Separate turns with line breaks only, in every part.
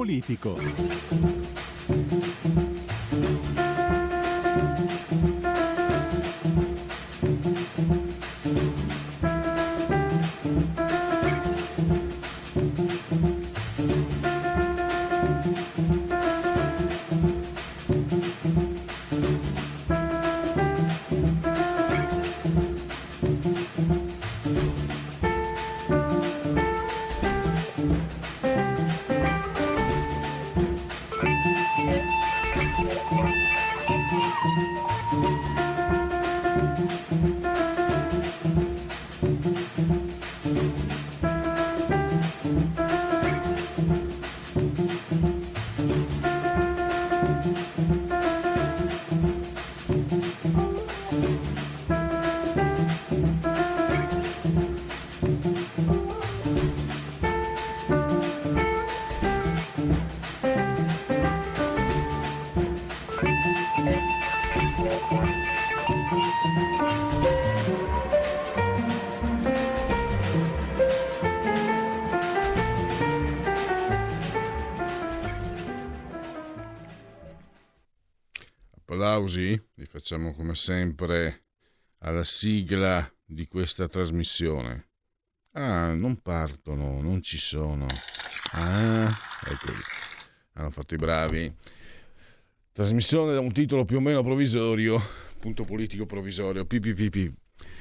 politico.
Applausi li facciamo come sempre alla sigla di questa trasmissione. Ah, non partono, non ci sono. Ah, eccoli. Hanno fatto i bravi. Trasmissione da un titolo più o meno provvisorio, punto politico provvisorio, PPPP.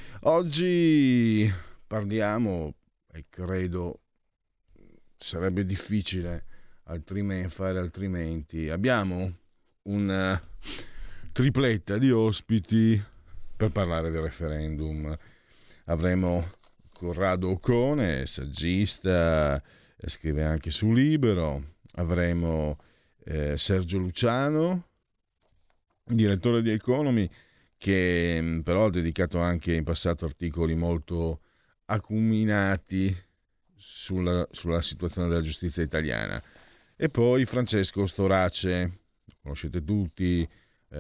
Oggi parliamo, e credo sarebbe difficile fare altrimenti. Abbiamo una tripletta di ospiti per parlare del referendum. Avremo Corrado Ocone, saggista, scrive anche su Libero. Avremo Sergio Luciano, direttore di Economy, che però ha dedicato anche in passato articoli molto acuminati sulla situazione della giustizia italiana. E poi Francesco Storace, lo conoscete tutti,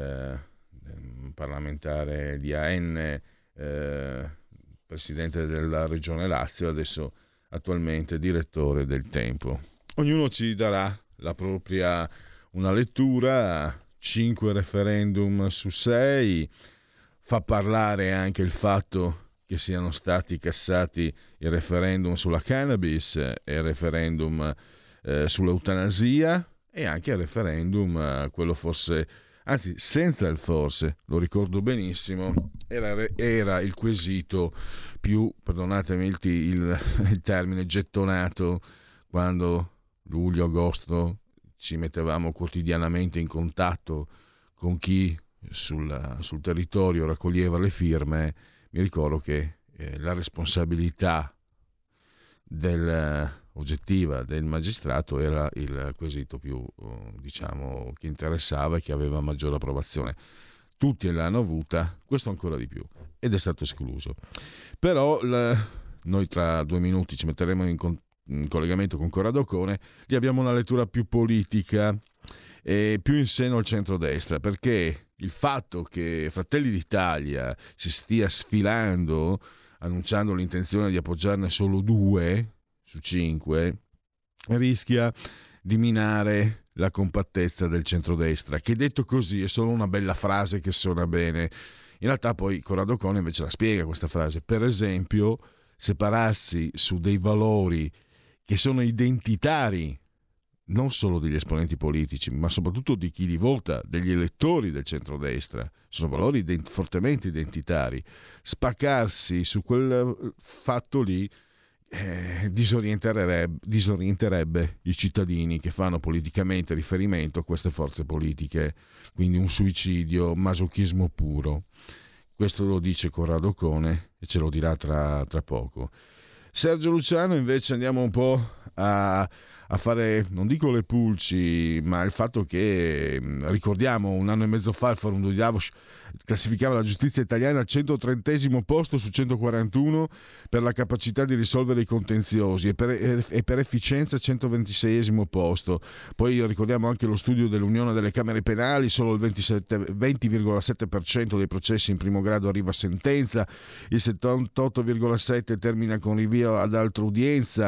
parlamentare di AN, presidente della regione Lazio, adesso attualmente direttore del Tempo. Ognuno ci darà una lettura, 5 referendum su 6, fa parlare anche il fatto che siano stati cassati il referendum sulla cannabis e il referendum sull'eutanasia e anche il referendum, quello forse, anzi senza il forse, lo ricordo benissimo, era il quesito più, perdonatemi il termine, gettonato quando luglio-agosto ci mettevamo quotidianamente in contatto con chi sul territorio raccoglieva le firme. Mi ricordo che la responsabilità oggettiva del magistrato era il quesito più, che interessava e che aveva maggiore approvazione. Tutti l'hanno avuta, questo ancora di più, ed è stato escluso. Però noi tra 2 minuti ci metteremo in collegamento con Corrado Ocone, gli abbiamo una lettura più politica e più in seno al centrodestra, perché il fatto che Fratelli d'Italia si stia sfilando annunciando l'intenzione di appoggiarne solo 2 su 5 rischia di minare la compattezza del centrodestra, che detto così è solo una bella frase che suona bene. In realtà poi Corrado Ocone invece la spiega questa frase. Per esempio, separarsi su dei valori che sono identitari non solo degli esponenti politici, ma soprattutto di chi li vota, degli elettori del centrodestra, sono valori fortemente identitari. Spaccarsi su quel fatto lì disorienterebbe i cittadini che fanno politicamente riferimento a queste forze politiche, quindi un suicidio, masochismo puro. Questo lo dice Corrado Ocone e ce lo dirà tra poco. Sergio Luciano invece andiamo un po' a fare, non dico le pulci, ma il fatto che, ricordiamo, 1 anno e mezzo fa il Forum di Davos classificava la giustizia italiana al 130° posto su 141 per la capacità di risolvere i contenziosi e per efficienza 126° posto. Poi ricordiamo anche lo studio dell'Unione delle Camere Penali, solo il 20,7% dei processi in primo grado arriva a sentenza, il 78,7% termina con rinvio ad altra udienza.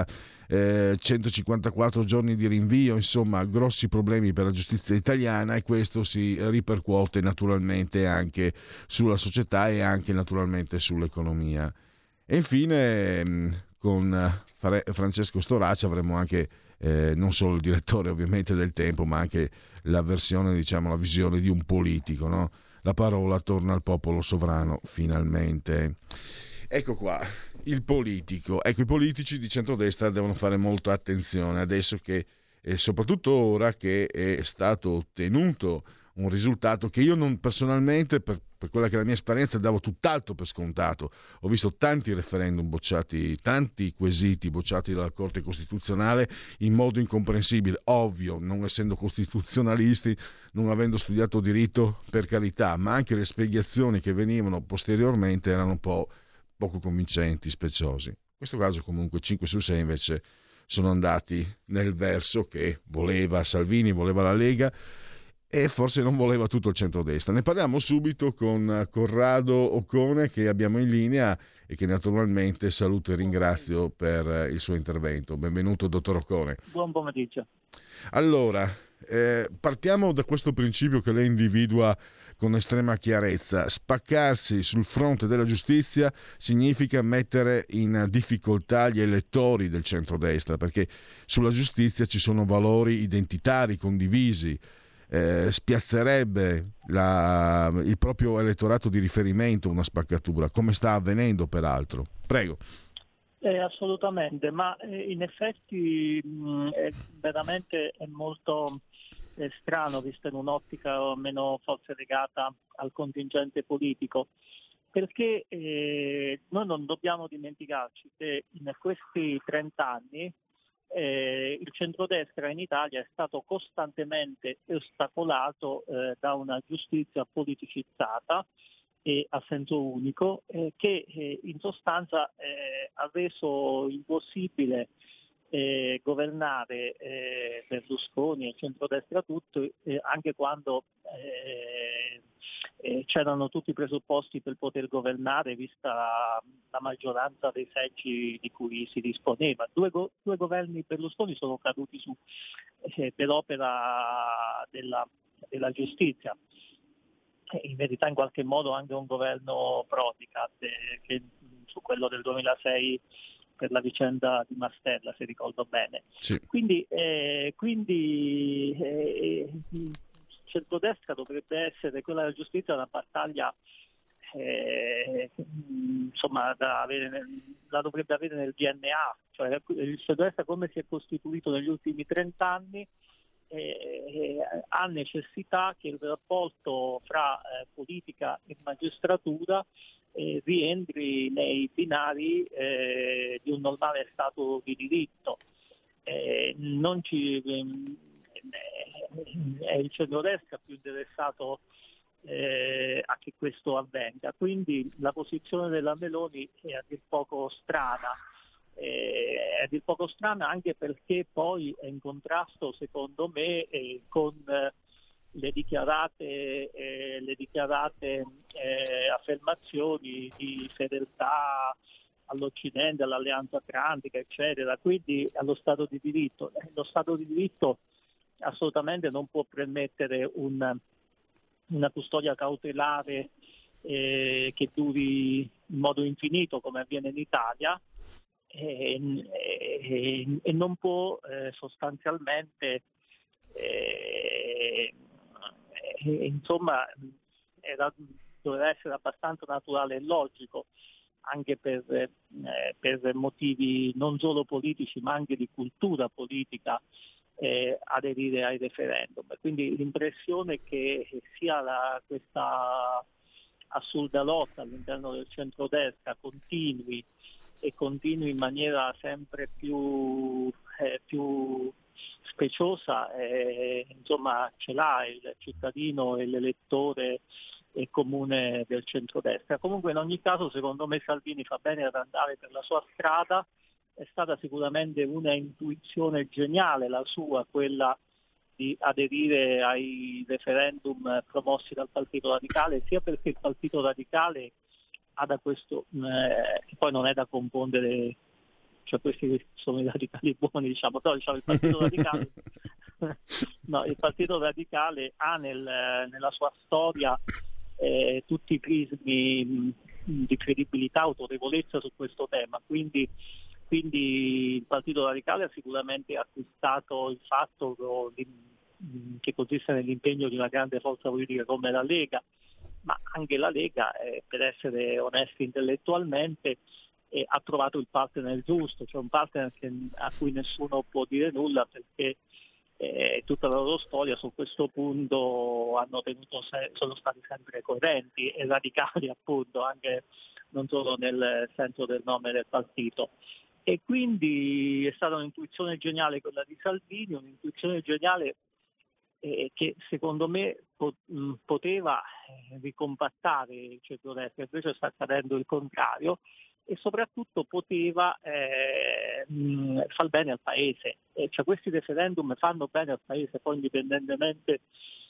154 giorni di rinvio, insomma grossi problemi per la giustizia italiana, e questo si ripercuote naturalmente anche sulla società e anche naturalmente sull'economia. E infine con Francesco Storace avremo anche non solo il direttore ovviamente del Tempo, ma anche la versione, diciamo, la visione di un politico, no? La parola torna al popolo sovrano finalmente. Ecco qua, il politico. Ecco, i politici di centrodestra devono fare molta attenzione adesso che, e soprattutto ora che è stato ottenuto un risultato che io non personalmente, per quella che è la mia esperienza, davo tutt'altro per scontato. Ho visto tanti referendum bocciati, tanti quesiti bocciati dalla Corte Costituzionale in modo incomprensibile. Ovvio, non essendo costituzionalisti, non avendo studiato diritto, per carità, ma anche le spiegazioni che venivano posteriormente erano un po' poco convincenti, speciosi. In questo caso comunque 5 su 6 invece sono andati nel verso che voleva Salvini, voleva la Lega, e forse non voleva tutto il centrodestra. Ne parliamo subito con Corrado Occone, che abbiamo in linea e che naturalmente saluto e ringrazio per il suo intervento. Benvenuto, dottor Occone.
Buon pomeriggio.
Allora, partiamo da questo principio che lei individua con estrema chiarezza. Spaccarsi sul fronte della giustizia significa mettere in difficoltà gli elettori del centrodestra, perché sulla giustizia ci sono valori identitari condivisi. Spiazzerebbe il proprio elettorato di riferimento una spaccatura, come sta avvenendo peraltro. Prego.
Assolutamente, ma in effetti veramente è molto strano, visto in un'ottica meno forse legata al contingente politico, perché noi non dobbiamo dimenticarci che in questi 30 anni il centrodestra in Italia è stato costantemente ostacolato da una giustizia politicizzata e a senso unico che in sostanza ha reso impossibile governare Berlusconi e il centrodestra tutto, anche quando c'erano tutti i presupposti per poter governare, vista la maggioranza dei seggi di cui si disponeva. Due governi Berlusconi sono caduti per opera della giustizia. In verità in qualche modo anche un governo Prodica, che su quello del 2006 per la vicenda di Mastella, se ricordo bene.
Sì.
Quindi il centrodestra dovrebbe essere, quella della giustizia, una battaglia insomma la dovrebbe avere nel DNA, cioè il centrodestra come si è costituito negli ultimi 30 anni ha necessità che il rapporto fra politica e magistratura rientri nei binari di un normale stato di diritto. È il centrodestra più interessato a che questo avvenga, quindi la posizione della Meloni è a dir poco strana. È a dir poco strana anche perché poi è in contrasto, secondo me, con le dichiarate affermazioni di fedeltà all'Occidente, all'Alleanza Atlantica, eccetera, quindi allo Stato di diritto. Lo Stato di diritto assolutamente non può permettere una custodia cautelare che duri in modo infinito, come avviene in Italia, e non può sostanzialmente insomma doveva essere abbastanza naturale e logico, anche per motivi non solo politici ma anche di cultura politica, aderire ai referendum. Quindi l'impressione è che sia questa assurda lotta all'interno del centrodestra continui in maniera sempre più speciosa, insomma ce l'ha il cittadino e l'elettore comune del centrodestra. Comunque in ogni caso secondo me Salvini fa bene ad andare per la sua strada. È stata sicuramente una intuizione geniale la sua, quella di aderire ai referendum promossi dal Partito Radicale, sia perché il Partito Radicale ha da questo, che poi non è da confondere cioè questi sono i radicali buoni, diciamo, però diciamo il Partito Radicale no, il Partito Radicale ha nella sua storia tutti i prismi di credibilità, autorevolezza su questo tema, quindi il Partito Radicale ha sicuramente acquistato il fatto che consiste nell'impegno di una grande forza politica come la Lega, ma anche la Lega, per essere onesti intellettualmente, ha trovato il partner giusto, cioè un partner a cui nessuno può dire nulla, perché tutta la loro storia su questo punto sono stati sempre coerenti e radicali, appunto, anche non solo nel senso del nome del partito. E quindi è stata un'intuizione geniale quella di Salvini, un'intuizione geniale che secondo me poteva ricompattare il centrodestra, invece sta accadendo il contrario, e soprattutto poteva far bene al Paese. Cioè, questi referendum fanno bene al Paese, poi indipendentemente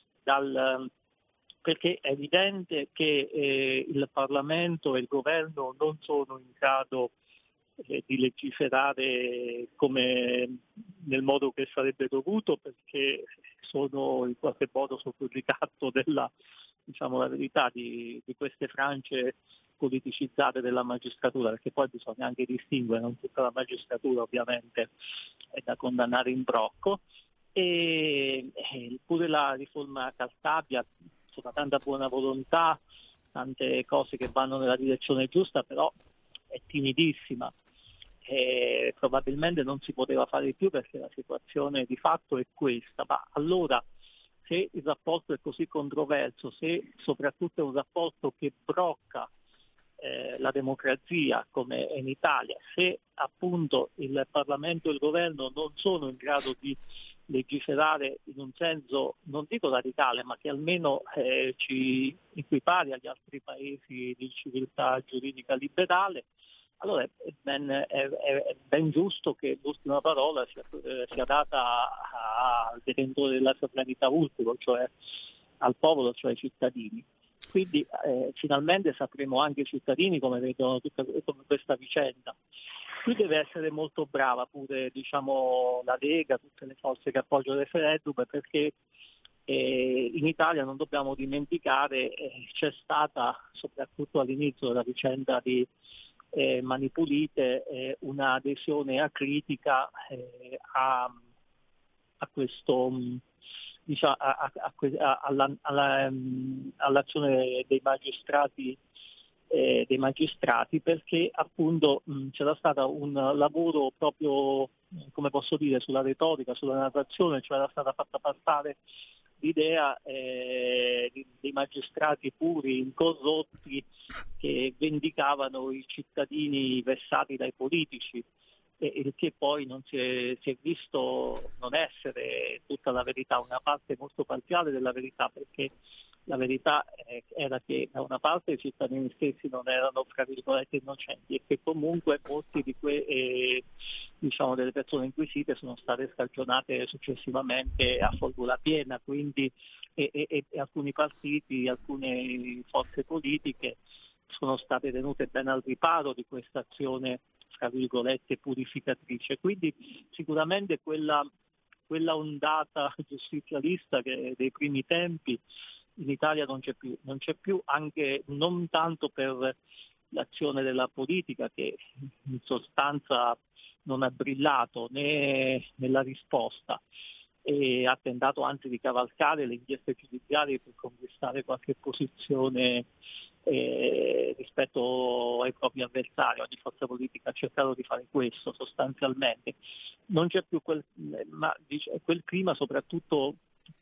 perché è evidente che il Parlamento e il governo non sono in grado di legiferare come nel modo che sarebbe dovuto, perché sono in qualche modo sotto il ricatto della, diciamo, la verità di queste frange politicizzate della magistratura, perché poi bisogna anche distinguere, non tutta la magistratura ovviamente è da condannare in blocco, e pure la riforma Cartabia, insomma, tanta buona volontà, tante cose che vanno nella direzione giusta, però è timidissima. Probabilmente non si poteva fare di più, perché la situazione di fatto è questa. Ma allora, se il rapporto è così controverso, se soprattutto è un rapporto che blocca la democrazia come è in Italia, se appunto il Parlamento e il governo non sono in grado di legiferare in un senso, non dico radicale, ma che almeno ci equipari agli altri paesi di civiltà giuridica liberale, allora è ben giusto che l'ultima parola sia data al detentore della sovranità ultimo, cioè al popolo, cioè ai cittadini. Quindi finalmente sapremo anche i cittadini come vedono come questa vicenda. Qui deve essere molto brava pure, diciamo, la Lega, tutte le forze che appoggiano il referendum, perché in Italia, non dobbiamo dimenticare, c'è stata soprattutto all'inizio della vicenda di Mani Pulite un'adesione acritica a questo, diciamo, all'azione dei magistrati, perché appunto c'era stato un lavoro proprio, come posso dire, sulla retorica, sulla narrazione, cioè era stata fatta passare l'idea dei magistrati puri, incorrotti, che vendicavano i cittadini vessati dai politici, il che poi non si è visto non essere tutta la verità, una parte molto parziale della verità, perché la verità era che da una parte i cittadini stessi non erano, fra virgolette, innocenti, e che comunque molti di diciamo, delle persone inquisite sono state scagionate successivamente a formula piena, quindi e alcuni partiti, alcune forze politiche sono state tenute ben al riparo di questa azione, fra virgolette, purificatrice. Quindi sicuramente quella ondata giustizialista che dei primi tempi in Italia non c'è più, anche non tanto per l'azione della politica, che in sostanza non ha brillato né nella risposta, e ha tentato anzi di cavalcare le inchieste giudiziarie per conquistare qualche posizione rispetto ai propri avversari. Ogni forza politica ha cercato di fare questo sostanzialmente. Non c'è più quel clima, soprattutto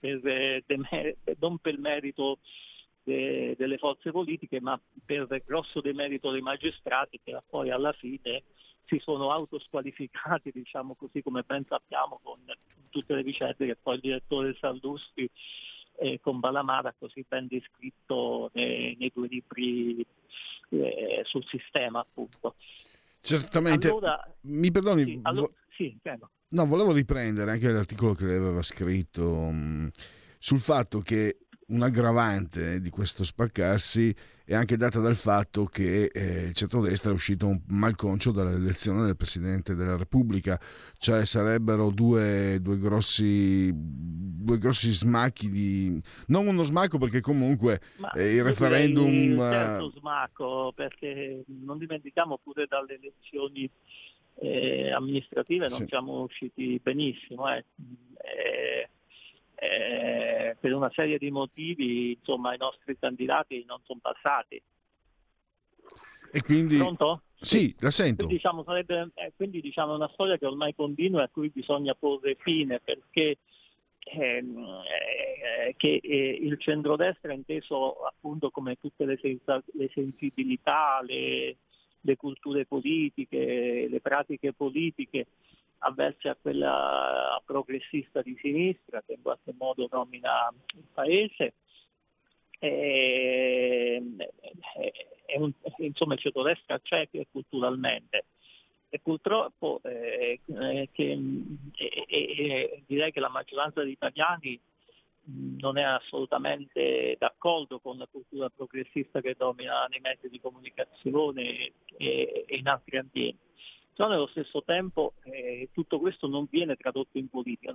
non per merito delle forze politiche, ma per grosso demerito dei magistrati, che poi alla fine si sono autosqualificati, diciamo così, come ben sappiamo, con tutte le vicende che poi il direttore Sallustri con Balamara ha così ben descritto nei due libri sul sistema, appunto.
Certamente.
Allora,
mi perdoni,
sì, prego.
No, volevo riprendere anche l'articolo che lei aveva scritto sul fatto che un aggravante di questo spaccarsi è anche data dal fatto che il centrodestra è uscito malconcio dall'elezione del Presidente della Repubblica, cioè sarebbero due grossi smacchi di... non uno smacco, perché comunque
Ma
il
io direi
referendum...
un certo smacco, perché non dimentichiamo pure dalle elezioni amministrative non
sì.
siamo usciti benissimo. Per una serie di motivi, insomma, i nostri candidati non sono passati.
E quindi...
Pronto?
Sì, la
Quindi
sento.
diciamo, è una storia che ormai continua e a cui bisogna porre fine, perché il centrodestra, inteso appunto come tutte le sensibilità, le culture politiche, le pratiche politiche avverse a quella progressista di sinistra che in qualche modo domina il paese, insomma il centrodestra c'è culturalmente, e purtroppo direi che la maggioranza degli italiani non è assolutamente d'accordo con la cultura progressista che domina nei mezzi di comunicazione e in altri ambienti. Però nello stesso tempo tutto questo non viene tradotto in politica,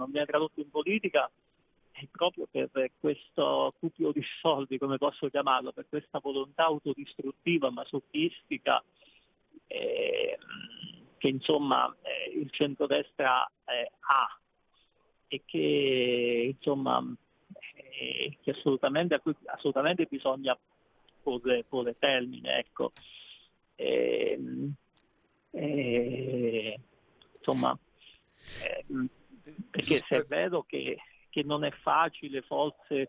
proprio per questo cupio di soldi, come posso chiamarlo, per questa volontà autodistruttiva, masochistica, che insomma il centrodestra ha, e che insomma che a cui assolutamente bisogna porre termine, ecco. Insomma, perché se è vero che non è facile forse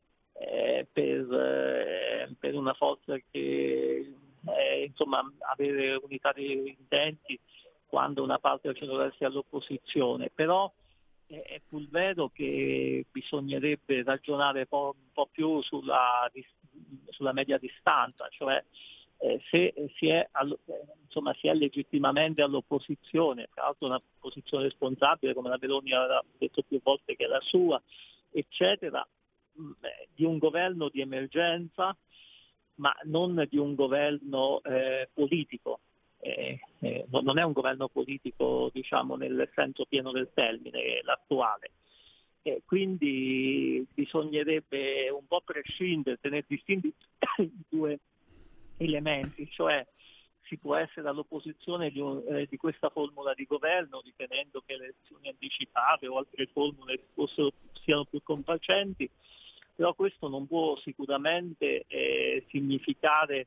per una forza che insomma avere unità di intenti quando una parte del centrodestra è all'opposizione, però è pur vero che bisognerebbe ragionare un po' più sulla media distanza, cioè se si è legittimamente all'opposizione, tra l'altro una posizione responsabile come la Meloni ha detto più volte che è la sua, eccetera, di un governo di emergenza, ma non di un governo politico. Non è un governo politico, diciamo, nel senso pieno del termine, l'attuale. Quindi bisognerebbe un po' prescindere, tenere distinti i due elementi, cioè si può essere all'opposizione di questa formula di governo ritenendo che le elezioni anticipate o altre formule siano più confacenti, però questo non può sicuramente significare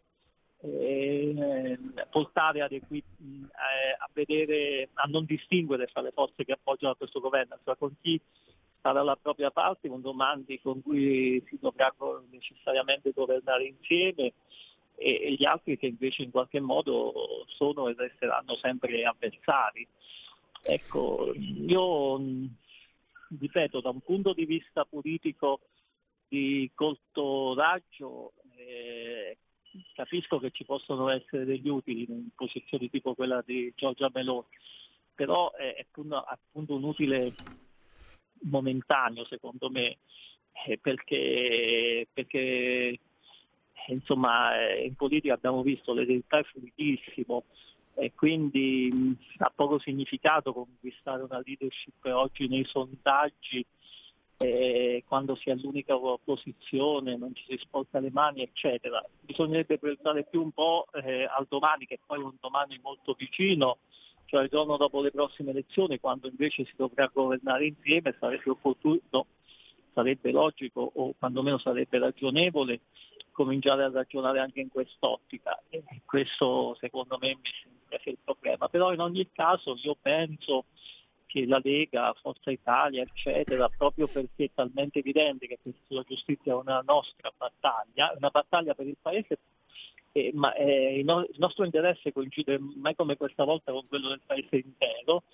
portare a vedere, a non distinguere fra le forze che appoggiano questo governo, cioè con chi sta dalla propria parte, con domandi con cui si dovrà necessariamente governare insieme, e gli altri che invece in qualche modo sono e resteranno sempre avversari. Ecco, io ripeto, da un punto di vista politico di colto raggio, capisco che ci possono essere degli utili in posizioni tipo quella di Giorgia Meloni, però è appunto un utile momentaneo secondo me, perché insomma in politica abbiamo visto l'eredità è fluidissimo e quindi ha poco significato conquistare una leadership oggi nei sondaggi quando si è l'unica opposizione, non ci si sporca le mani, eccetera. Bisognerebbe pensare più un po' al domani, che poi è un domani molto vicino, cioè il giorno dopo le prossime elezioni, quando invece si dovrà governare insieme. Sarebbe opportuno, sarebbe logico, o quantomeno sarebbe ragionevole cominciare a ragionare anche in quest'ottica, e questo secondo me mi sembra sia il problema. Però in ogni caso io penso che la Lega, Forza Italia, eccetera, proprio perché è talmente evidente che sulla giustizia è una nostra battaglia, una battaglia per il Paese, ma il nostro interesse coincide mai come questa volta con quello del Paese intero,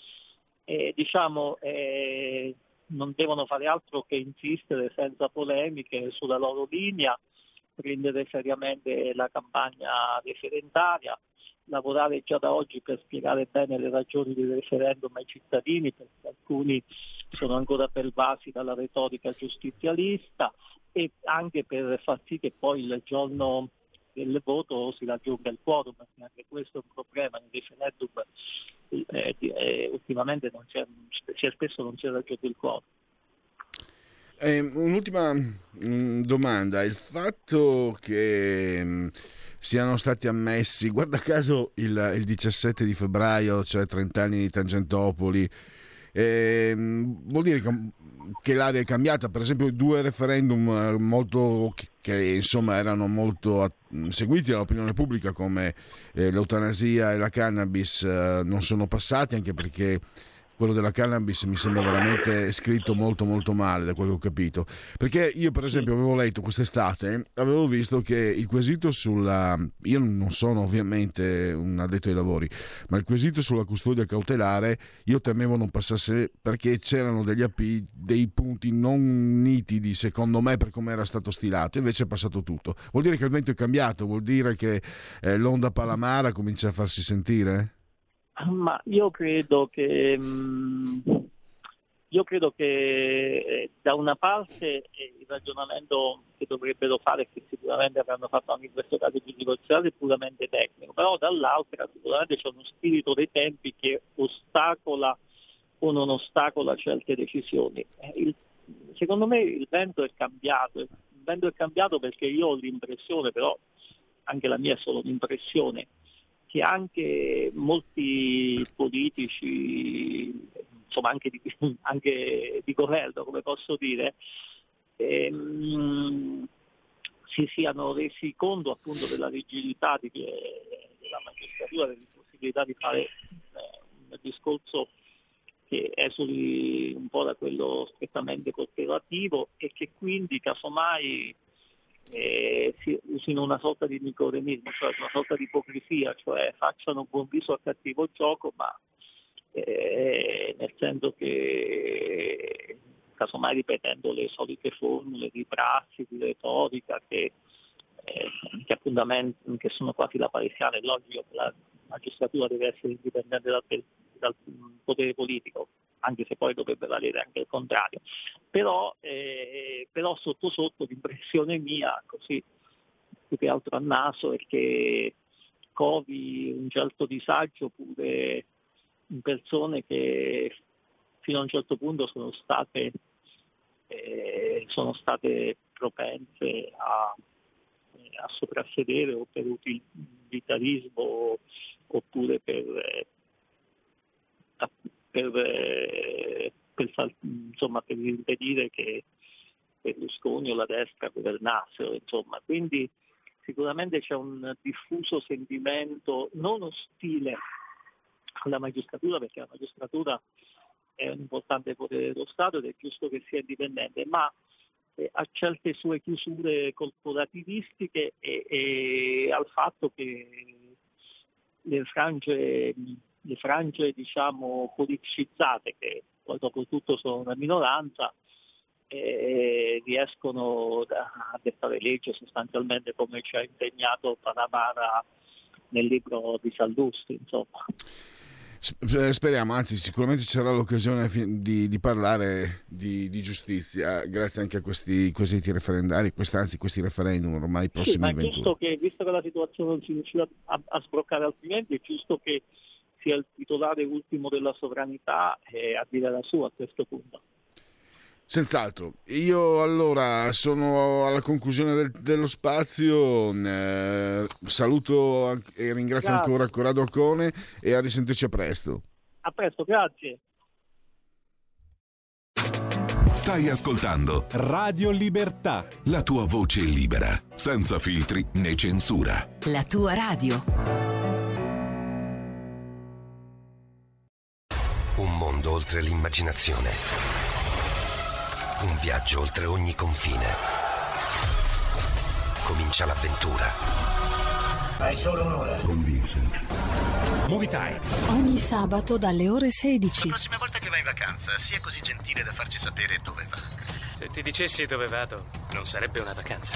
non devono fare altro che insistere senza polemiche sulla loro linea, prendere seriamente la campagna referendaria, lavorare già da oggi per spiegare bene le ragioni del referendum ai cittadini, perché alcuni sono ancora pervasi dalla retorica giustizialista, e anche per far sì che poi il giorno del voto si raggiunga il quorum, perché anche questo è un problema nei referendum, ultimamente spesso non si è raggiunto il quorum.
Un'ultima domanda, il fatto che siano stati ammessi, guarda caso il 17 di febbraio, cioè 30 anni di Tangentopoli, vuol dire che l'area è cambiata. Per esempio 2 referendum molto che insomma erano molto seguiti dall'opinione pubblica, come l'eutanasia e la cannabis, non sono passati, anche perché quello della cannabis mi sembra veramente scritto molto molto male, da quello che ho capito, perché io per esempio avevo letto quest'estate, avevo visto che il quesito io non sono ovviamente un addetto ai lavori, ma il quesito sulla custodia cautelare io temevo non passasse, perché c'erano dei punti non nitidi secondo me per come era stato stilato, invece è passato tutto. Vuol dire che il vento è cambiato, vuol dire che l'onda Palamara comincia a farsi sentire?
Ma io credo che da una parte il ragionamento che dovrebbero fare, che sicuramente avranno fatto anche in questo caso giudiziario, è puramente tecnico, però dall'altra sicuramente c'è uno spirito dei tempi che ostacola o non ostacola certe decisioni. Secondo me il vento è cambiato. Il vento è cambiato perché io ho l'impressione, però anche la mia è solo un'impressione, che anche molti politici, insomma anche di governo, come posso dire, si siano resi conto appunto della rigidità della magistratura, dell'impossibilità di fare un discorso che esuli un po' da quello strettamente corporativo, e che quindi casomai si usino una sorta di microremismo, cioè una sorta di ipocrisia, cioè facciano buon viso al cattivo gioco, ma nel senso che casomai ripetendo le solite formule di prassi, di retorica che sono quasi la palesiana. È logico che la magistratura deve essere indipendente dal potere politico, anche se poi dovrebbe valere anche il contrario, però sotto sotto l'impressione mia, così più che altro a naso, è che covi un certo disagio pure in persone che fino a un certo punto sono state propense a soprassedere o per utilitarismo oppure per impedire che Berlusconi o la destra governassero, insomma. Quindi sicuramente c'è un diffuso sentimento non ostile alla magistratura, perché la magistratura è un importante potere dello Stato ed è giusto che sia indipendente, ma a certe sue chiusure corporativistiche e al fatto che le frange diciamo politicizzate, che poi dopo tutto sono una minoranza, riescono a dettare legge sostanzialmente, come ci ha impegnato Palamara nel libro di Sallusti, insomma.
Speriamo, anzi sicuramente ci sarà l'occasione di parlare di giustizia grazie anche a questi quesiti referendari, questi referendum ormai prossimi.
Sì, ma è giusto che, visto che la situazione non si riuscirà a sbloccare altrimenti, è giusto che sia il titolare ultimo della sovranità a dire la sua a questo punto.
Senz'altro. Io allora sono alla conclusione dello spazio, saluto e ringrazio ancora Corrado Accone e a risentirci a presto.
A presto, grazie.
Stai ascoltando
Radio Libertà,
la tua voce libera, senza filtri né censura.
La tua radio.
Un mondo oltre l'immaginazione. Un viaggio oltre ogni confine. Comincia l'avventura.
Hai solo un'ora.
Con Vincent.
Movie Time.
Ogni sabato dalle ore 16.
La prossima volta che vai in vacanza, sia così gentile da farci sapere dove va.
Se ti dicessi dove vado, non sarebbe una vacanza.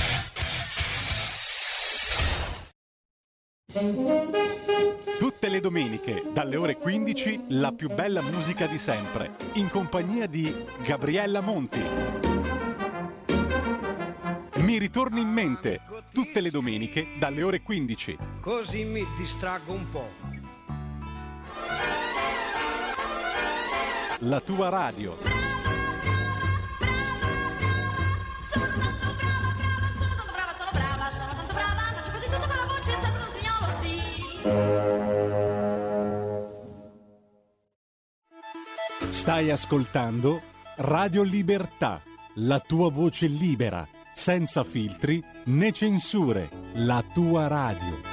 Tutte le domeniche, dalle ore 15, la più bella musica di sempre, in compagnia di Gabriella Monti. Mi ritorni in mente, tutte le domeniche dalle ore 15.
Così mi distraggo un po'.
La tua radio.
Sono tanto brava, faccio così tutto con la voce, sembra un signolo, sì.
Stai ascoltando Radio Libertà, la tua voce libera, senza filtri né censure, la tua radio.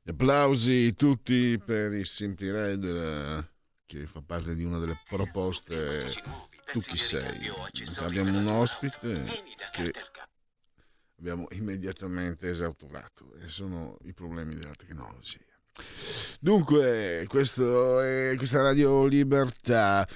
Applausi tutti per il Simply Red, che fa parte di una delle proposte. Tu chi sei? Abbiamo un ospite che abbiamo immediatamente esautorato, e sono i problemi della tecnologia. Dunque, questa Radio Libertà.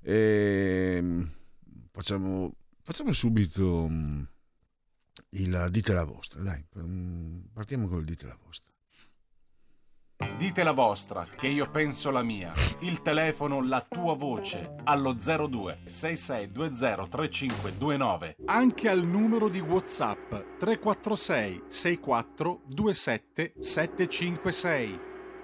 Facciamo subito il dite la vostra, dai, partiamo con il dite la vostra.
Dite la vostra, che io penso la mia. Il telefono, la tua voce, allo 02 6620 3529. Anche al numero di WhatsApp 346 64 27 756.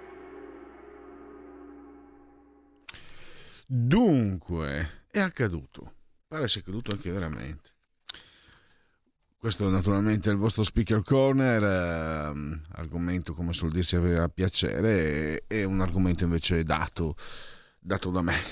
Dunque, è accaduto. Pare sia accaduto anche veramente. Questo naturalmente è il vostro Speaker Corner, argomento, come suol dirsi, aveva piacere, è un argomento invece dato da me.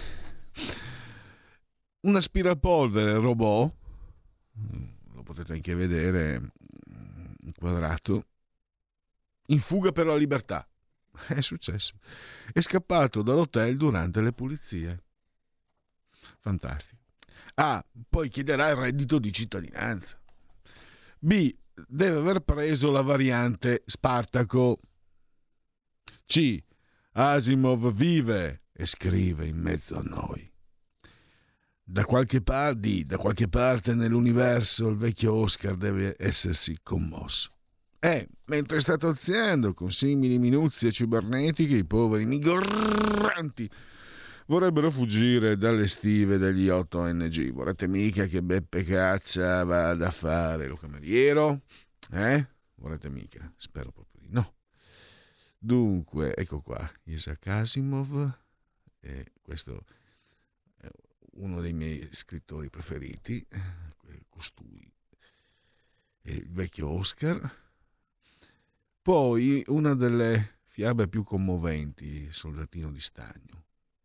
Un aspirapolvere robot, lo potete anche vedere inquadrato, in fuga per la libertà. È successo. È scappato dall'hotel durante le pulizie. Fantastico. A. Poi chiederà il reddito di cittadinanza. B. Deve aver preso la variante Spartaco. C. Asimov vive e scrive in mezzo a noi. Da qualche parte nell'universo il vecchio Oscar deve essersi commosso. Mentre sta toziando con simili minuzie cibernetiche, i poveri migranti vorrebbero fuggire dalle stive degli 8 ONG. Vorrete mica che Beppe Caccia vada a fare lo cameriere? Vorrete mica? Spero proprio di no. Dunque, ecco qua, Isaac Asimov, questo è uno dei miei scrittori preferiti, costui, il vecchio Oscar. Poi una delle fiabe più commoventi, Soldatino di Stagno.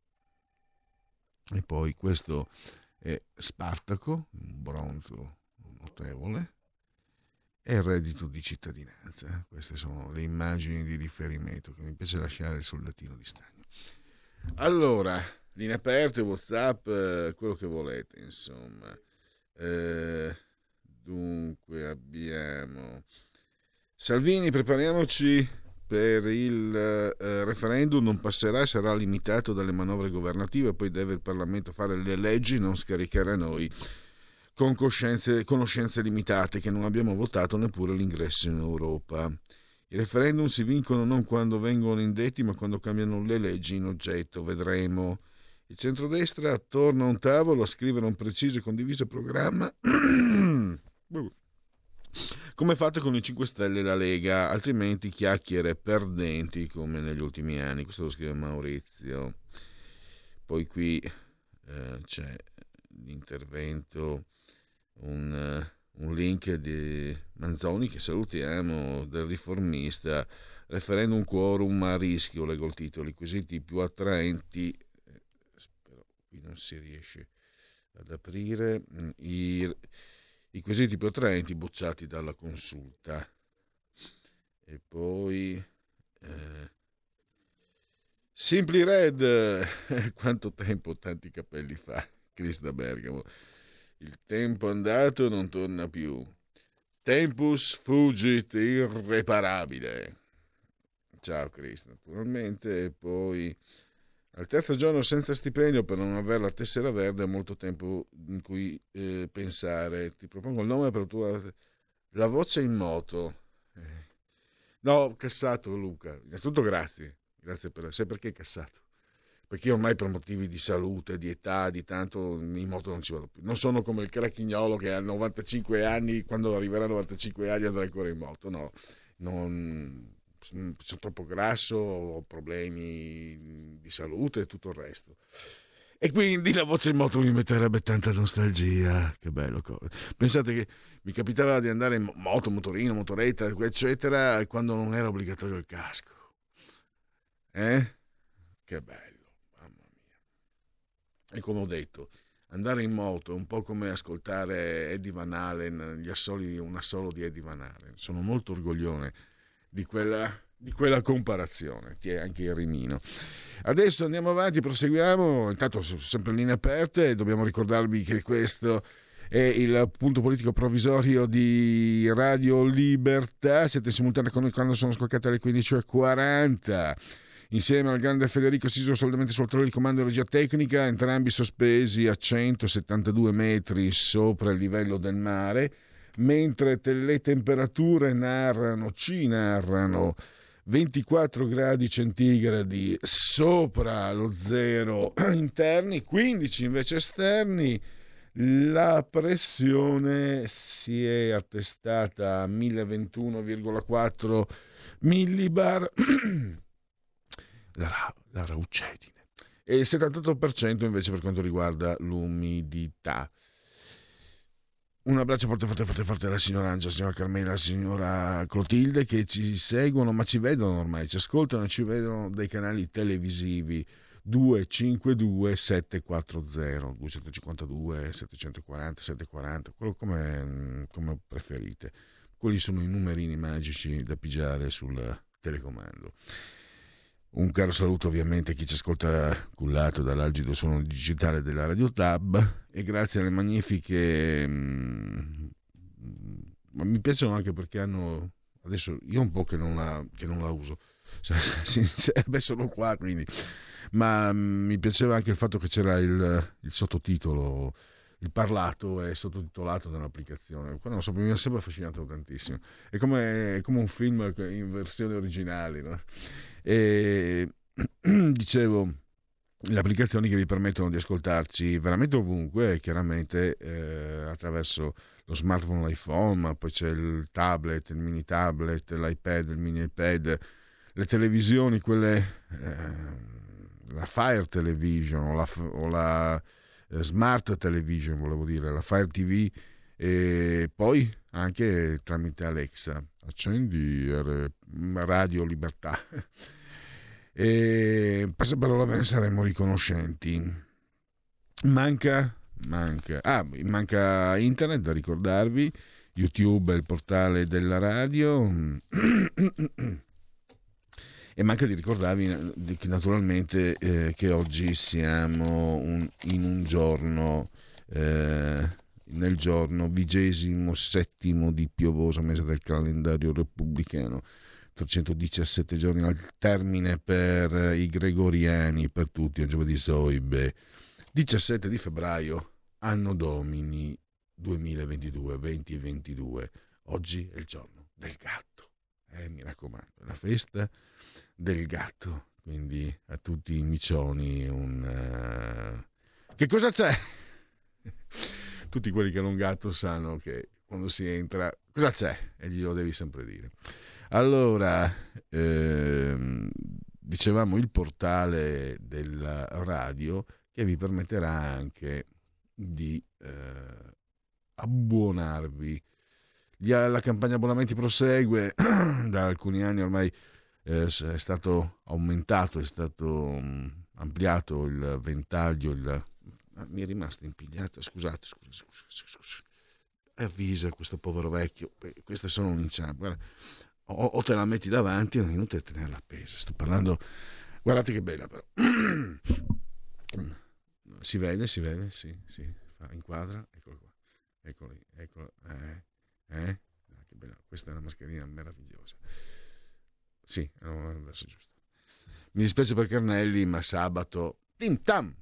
E poi questo è Spartaco, un bronzo notevole, e il reddito di cittadinanza. Queste sono le immagini di riferimento che mi piace lasciare il Soldatino di Stagno. Allora, linee aperte, WhatsApp, quello che volete, insomma. Dunque abbiamo Salvini, prepariamoci per il referendum, non passerà, sarà limitato dalle manovre governative, poi deve il Parlamento fare le leggi, non scaricare a noi con conoscenze limitate che non abbiamo votato neppure l'ingresso in Europa. I referendum si vincono non quando vengono indetti, ma quando cambiano le leggi in oggetto, vedremo. Il centrodestra attorno a un tavolo a scrivere un preciso e condiviso programma come fate con i 5 Stelle e la Lega, altrimenti chiacchiere perdenti come negli ultimi anni. Questo lo scrive Maurizio. Poi qui c'è l'intervento, un link di Manzoni, che salutiamo, del Riformista. Referendum quorum a rischio, leggo il titolo, i quesiti più attraenti, però qui non si riesce ad aprire, i quesiti più attraenti bocciati dalla consulta. E poi Simply Red, quanto tempo, tanti capelli fa, Chris da Bergamo. Il tempo andato non torna più. Tempus fugit irreparabile. Ciao Chris, naturalmente. E poi al terzo giorno senza stipendio per non avere la tessera verde, ha molto tempo in cui pensare. Ti propongo il nome per la voce in moto. No, cassato Luca. Innanzitutto grazie sai perché cassato? Perché io ormai per motivi di salute, di età, di tanto in moto non ci vado più. Non sono come il Crachignolo che a 95 anni, quando arriverà a 95 anni andrà ancora in moto. No, non sono troppo grasso, ho problemi di salute e tutto il resto. E quindi la voce in moto mi metterebbe tanta nostalgia. Che bello. Pensate che mi capitava di andare in moto, motorino, motoretta, eccetera, quando non era obbligatorio il casco. Che bello, mamma mia. E come ho detto, andare in moto è un po' come ascoltare Eddie Van Halen, un assolo di Eddie Van Halen. Sono molto orgoglione di quella di quella comparazione, ti è anche il rimino. Adesso andiamo avanti, proseguiamo, intanto sempre in linee aperte, dobbiamo ricordarvi che questo è il punto politico provvisorio di Radio Libertà, siete in simultanea con noi quando sono scoccate le 15:40, insieme al grande Federico Siso solidamente sul trono di comando e regia tecnica, entrambi sospesi a 172 metri sopra il livello del mare, mentre le temperature ci narrano 24 gradi centigradi sopra lo zero interni, 15 invece esterni. La pressione si è attestata a 1021,4 millibar, la raucedine, e il 78% invece per quanto riguarda l'umidità. Un abbraccio forte alla signora Angela, signora Carmela, signora Clotilde, che ci seguono, ma ci vedono ormai, ci ascoltano e ci vedono dai canali televisivi 252 740 252 740 740, quello come preferite. Quelli sono i numerini magici da pigiare sul telecomando. Un caro saluto ovviamente a chi ci ascolta cullato dall'algido suono digitale della Radio Tab, e grazie alle magnifiche, ma mi piacciono anche perché hanno, adesso io un po' che non la uso, beh, sono qua quindi, ma mi piaceva anche il fatto che c'era il sottotitolo, il parlato è sottotitolato nell'applicazione. Non so, mi ha sempre affascinato tantissimo, è come un film in versione originale, no? E dicevo, le applicazioni che vi permettono di ascoltarci veramente ovunque, chiaramente attraverso lo smartphone, l'iPhone, ma poi c'è il tablet, il mini tablet, l'iPad, il mini iPad, le televisioni, quelle la Fire Television o la Smart Television, volevo dire, la Fire TV, e poi anche tramite Alexa accendi Radio Libertà. E passaparola, ve ne saremo riconoscenti. Manca internet da ricordarvi, YouTube è il portale della radio, e manca di ricordarvi che naturalmente che oggi siamo in un giorno, nel giorno 27° di piovoso mese del calendario repubblicano, 317 giorni al termine per i gregoriani, per tutti, un giovedì soibe, 17 di febbraio, anno domini 2022. Oggi è il giorno del gatto, mi raccomando, la festa del gatto, quindi a tutti i micioni che cosa c'è? Tutti quelli che hanno un gatto sanno che quando si entra cosa c'è, e glielo devi sempre dire. Allora, dicevamo il portale della radio che vi permetterà anche di abbonarvi. La campagna abbonamenti prosegue da alcuni anni ormai, è stato aumentato, è stato ampliato il ventaglio, mi è rimasto impigliato, scusate, avvisa questo povero vecchio, queste sono un inciampo, guarda, o te la metti davanti, non è inutile tenerla appesa, sto parlando, guardate che bella però, si vede, sì, inquadra, eccolo qua, eccolo, che bella, questa è una mascherina meravigliosa, sì, è un verso giusto. Mi dispiace per Carnelli, ma sabato tim tam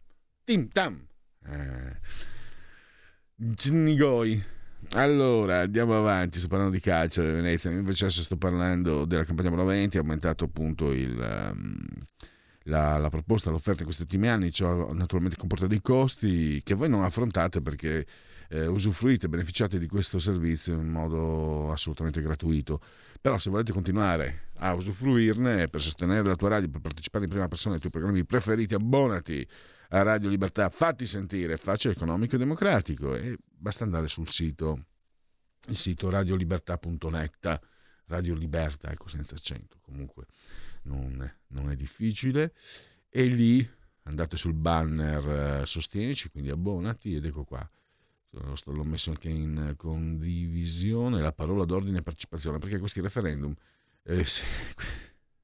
Gnigoi. Allora andiamo avanti, sto parlando di calcio del Venezia, invece adesso sto parlando della campagna abbonamenti. Ha aumentato appunto la proposta, l'offerta in questi ultimi anni, ciò naturalmente comporta dei costi che voi non affrontate perché usufruite, beneficiate di questo servizio in modo assolutamente gratuito. Però se volete continuare a usufruirne per sostenere la tua radio, per partecipare in prima persona ai tuoi programmi preferiti, abbonati a Radio Libertà, fatti sentire, facile, economico e democratico, e basta andare sul sito, il sito radiolibertà.net, Radio Libertà, ecco, senza accento, comunque non è difficile, e lì andate sul banner sostienici, quindi abbonati, ed ecco qua, l'ho messo anche in condivisione, la parola d'ordine partecipazione, perché questi referendum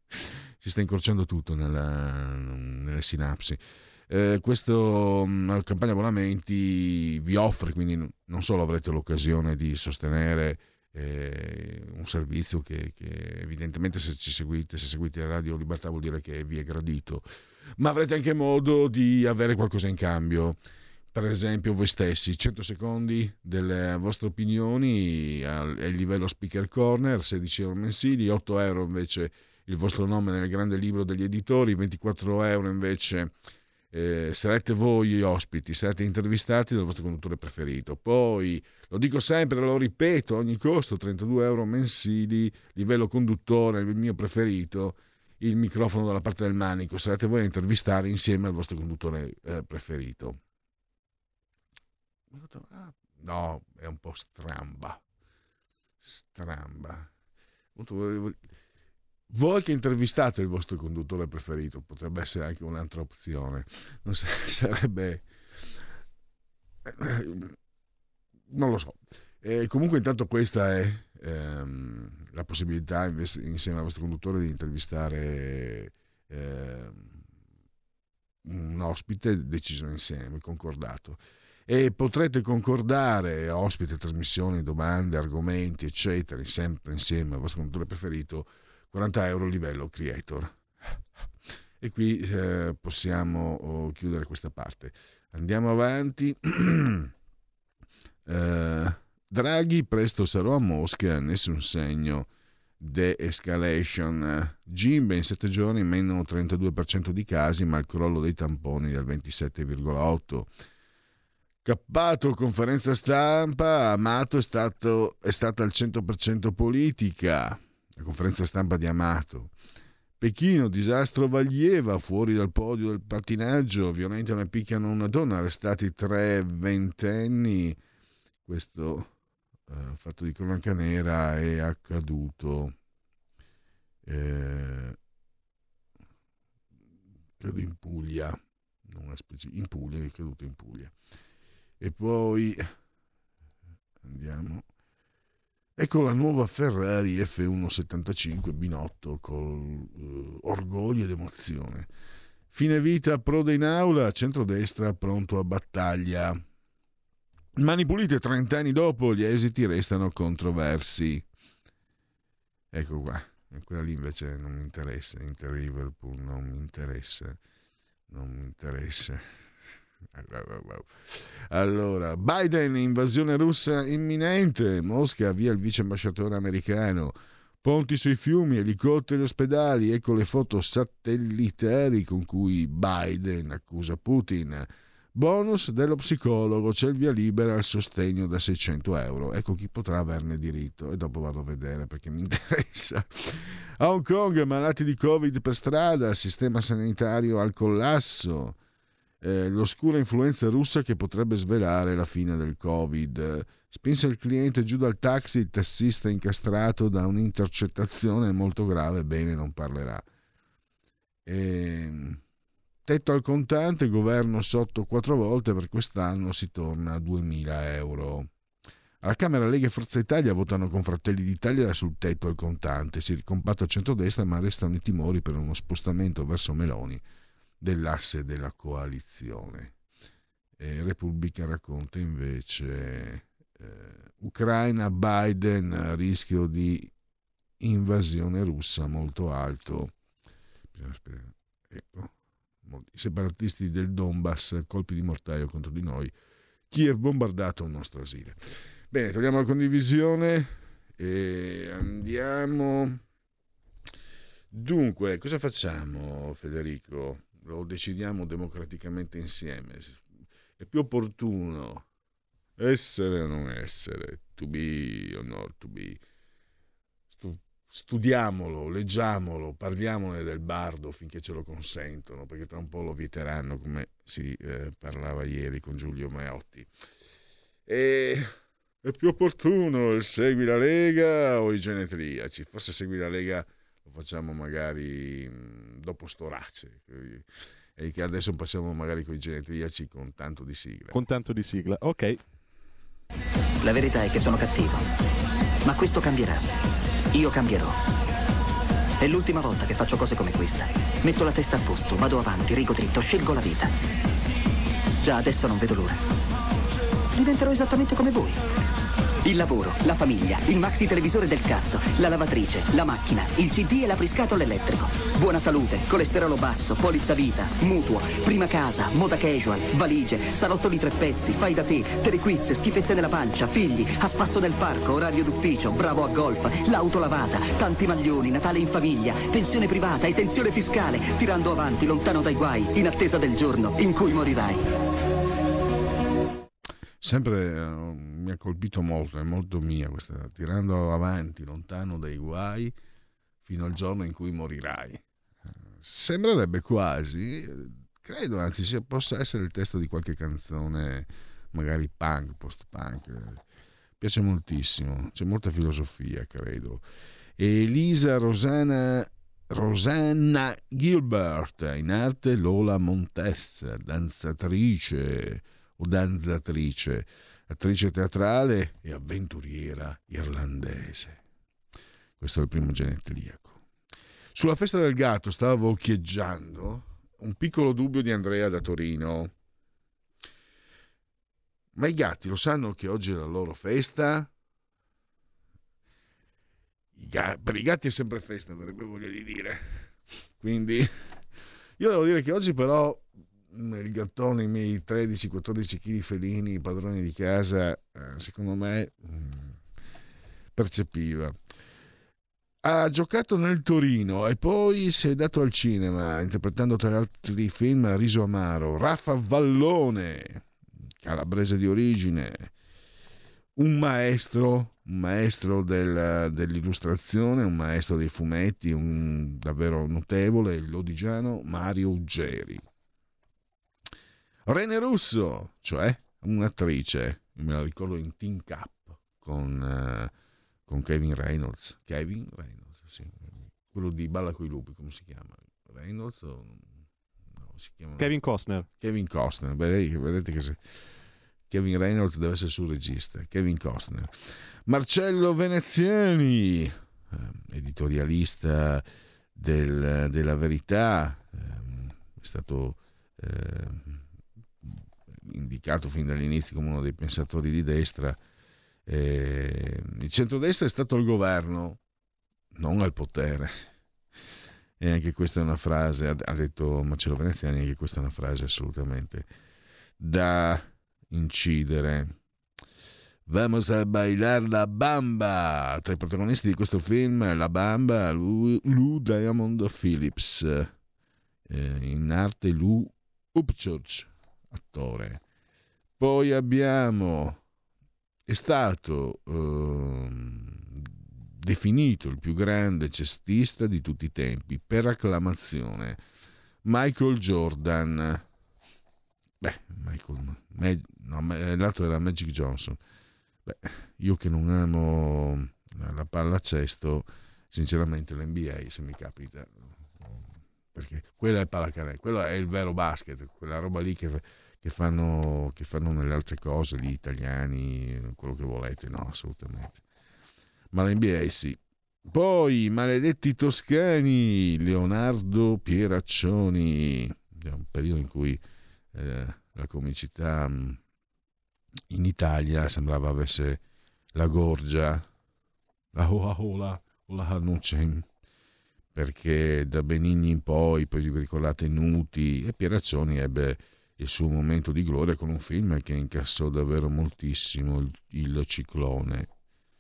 si sta incrociando tutto nelle sinapsi. Questa campagna abbonamenti vi offre, quindi non solo avrete l'occasione di sostenere un servizio che evidentemente se seguite Radio Libertà vuol dire che vi è gradito, ma avrete anche modo di avere qualcosa in cambio. Per esempio voi stessi, 100 secondi delle vostre opinioni al livello Speaker Corner, 16 euro mensili, 8 euro invece il vostro nome nel grande libro degli editori, 24 euro invece sarete voi ospiti, sarete intervistati dal vostro conduttore preferito. Poi, lo dico sempre, lo ripeto, ogni costo 32 euro mensili, livello conduttore, il mio preferito, il microfono dalla parte del manico, sarete voi a intervistare insieme al vostro conduttore preferito. No, è un po' stramba. Voi che intervistate il vostro conduttore preferito, potrebbe essere anche un'altra opzione, non sarebbe, non lo so. Comunque intanto questa è la possibilità insieme al vostro conduttore di intervistare un ospite deciso insieme, concordato, e potrete concordare ospite, trasmissioni, domande, argomenti eccetera, sempre insieme al vostro conduttore preferito, 40 euro livello creator. E qui possiamo chiudere questa parte. Andiamo avanti. Draghi, presto sarò a Mosca, nessun segno de-escalation. Gimbe in 7 giorni meno 32% di casi, ma il crollo dei tamponi del 27,8%. Cappato, conferenza stampa, Amato è stata al 100% politica. La conferenza stampa di Amato. Pechino, disastro Vaglieva, fuori dal podio del pattinaggio, violentano e picchiano una donna, arrestati 3 ventenni. Questo fatto di cronaca nera è accaduto credo in Puglia, in Puglia, è accaduto in Puglia. E poi andiamo. Ecco la nuova Ferrari F175 Binotto con orgoglio ed emozione. Fine vita, approda in aula, centrodestra pronto a battaglia. Mani pulite, 30 anni dopo, gli esiti restano controversi. Ecco qua, quella lì invece non mi interessa, Inter Liverpool non mi interessa. Allora, Biden, invasione russa imminente, Mosca via il vice ambasciatore americano, ponti sui fiumi, elicotteri, ospedali, ecco le foto satellitari con cui Biden accusa Putin. Bonus dello psicologo, c'è il via libera al sostegno da 600 euro, ecco chi potrà averne diritto, e dopo vado a vedere perché mi interessa. A Hong Kong, malati di Covid per strada, sistema sanitario al collasso. L'oscura influenza russa che potrebbe svelare la fine del Covid. Spinse il cliente giù dal taxi, il tassista incastrato da un'intercettazione molto grave, bene, non parlerà. Tetto al contante, governo sotto 4 volte, per quest'anno si torna a 2.000 euro. Alla Camera Lega e Forza Italia votano con Fratelli d'Italia sul tetto al contante, si ricompatta a centrodestra, ma restano i timori per uno spostamento verso Meloni dell'asse della coalizione. Repubblica racconta invece Ucraina, Biden, rischio di invasione russa molto alto. Ecco. I separatisti del Donbass, colpi di mortaio contro di noi, Kiev bombardato un nostro asilo. Bene, togliamo la condivisione e andiamo. Dunque, cosa facciamo, Federico? Lo decidiamo democraticamente insieme. È più opportuno essere o non essere, to be or not to be. Studiamolo, leggiamolo, parliamone del bardo finché ce lo consentono, perché tra un po' lo vieteranno, come si parlava ieri con Giulio Meotti. E è più opportuno il segui la Lega o i genetriaci? Forse segui la Lega lo facciamo magari dopo Storace, e che adesso passiamo magari con i genetriaci con tanto di sigla.
Con tanto di sigla, ok.
La verità è che sono cattivo, ma questo cambierà. Io cambierò. È l'ultima volta che faccio cose come questa. Metto la testa a posto, vado avanti, rigo dritto, scelgo la vita. Già adesso non vedo l'ora. Diventerò esattamente come voi. Il lavoro, la famiglia, il maxi televisore del cazzo, la lavatrice, la macchina, il CD e l'apriscatole elettrico. Buona salute, colesterolo basso, polizza vita, mutuo, prima casa, moda casual, valigie, salottoli 3 pezzi, fai da te, telequiz, schifezze nella pancia, figli, a spasso nel parco, orario d'ufficio, bravo a golf, l'auto lavata, tanti maglioni, Natale in famiglia, pensione privata, esenzione fiscale, tirando avanti, lontano dai guai, in attesa del giorno in cui morirai.
Sempre mi ha colpito molto, è molto mia questa, tirando avanti, lontano dai guai, fino al giorno in cui morirai. Sembrerebbe quasi, credo anzi possa essere il testo di qualche canzone, magari punk, post-punk. Piace moltissimo, c'è molta filosofia, credo. Elisa Rosanna Gilbert, in arte Lola Montez, danzatrice o danzatrice, attrice teatrale e avventuriera irlandese. Questo è il primo genetriaco. Sulla festa del gatto stavo occhieggiando un piccolo dubbio di Andrea da Torino. Ma i gatti lo sanno che oggi è la loro festa? Per i gatti è sempre festa, avrebbe voglia di dire. Quindi io devo dire che oggi però il gattone, i miei 13-14 kg felini, padroni di casa, secondo me percepiva. Ha giocato nel Torino e poi si è dato al cinema interpretando tra gli altri film Riso Amaro. Raffa Vallone, calabrese di origine, un maestro dell'illustrazione, un maestro dei fumetti, un davvero notevole, il lodigiano Mario Uggeri. Rene Russo, cioè un'attrice, me la ricordo in Teen Cup con Kevin Reynolds, sì. Quello di Balla coi lupi, come si chiama? Reynolds o no, si chiama
Kevin Costner,
vedete che Kevin Reynolds deve essere sul regista. Kevin Costner. Marcello Veneziani, editorialista della Verità, è stato indicato fin dall'inizio come uno dei pensatori di destra. Il centrodestra è stato al governo, non al potere, e anche questa è una frase, ha detto Marcello Veneziani, anche questa è una frase assolutamente da incidere. Vamos a bailar la bamba. Tra i protagonisti di questo film la bamba Lou Diamond Phillips, in arte Lou Upchurch, attore. Poi è stato definito il più grande cestista di tutti i tempi per acclamazione Michael Jordan. L'altro era Magic Johnson. Io che non amo la pallacesto, sinceramente l'NBA se mi capita, perché quella è pallacanestro, quello è il vero basket, quella roba lì che fanno nelle altre cose gli italiani, quello che volete, no, assolutamente. Ma l'NBA sì. Poi maledetti toscani, Leonardo Pieraccioni, è un periodo in cui la comicità in Italia sembrava avesse la gorgia, la Hanuccem, perché da Benigni in poi vi ricordate Nuti, e Pieraccioni ebbe il suo momento di gloria con un film che incassò davvero moltissimo, il Ciclone,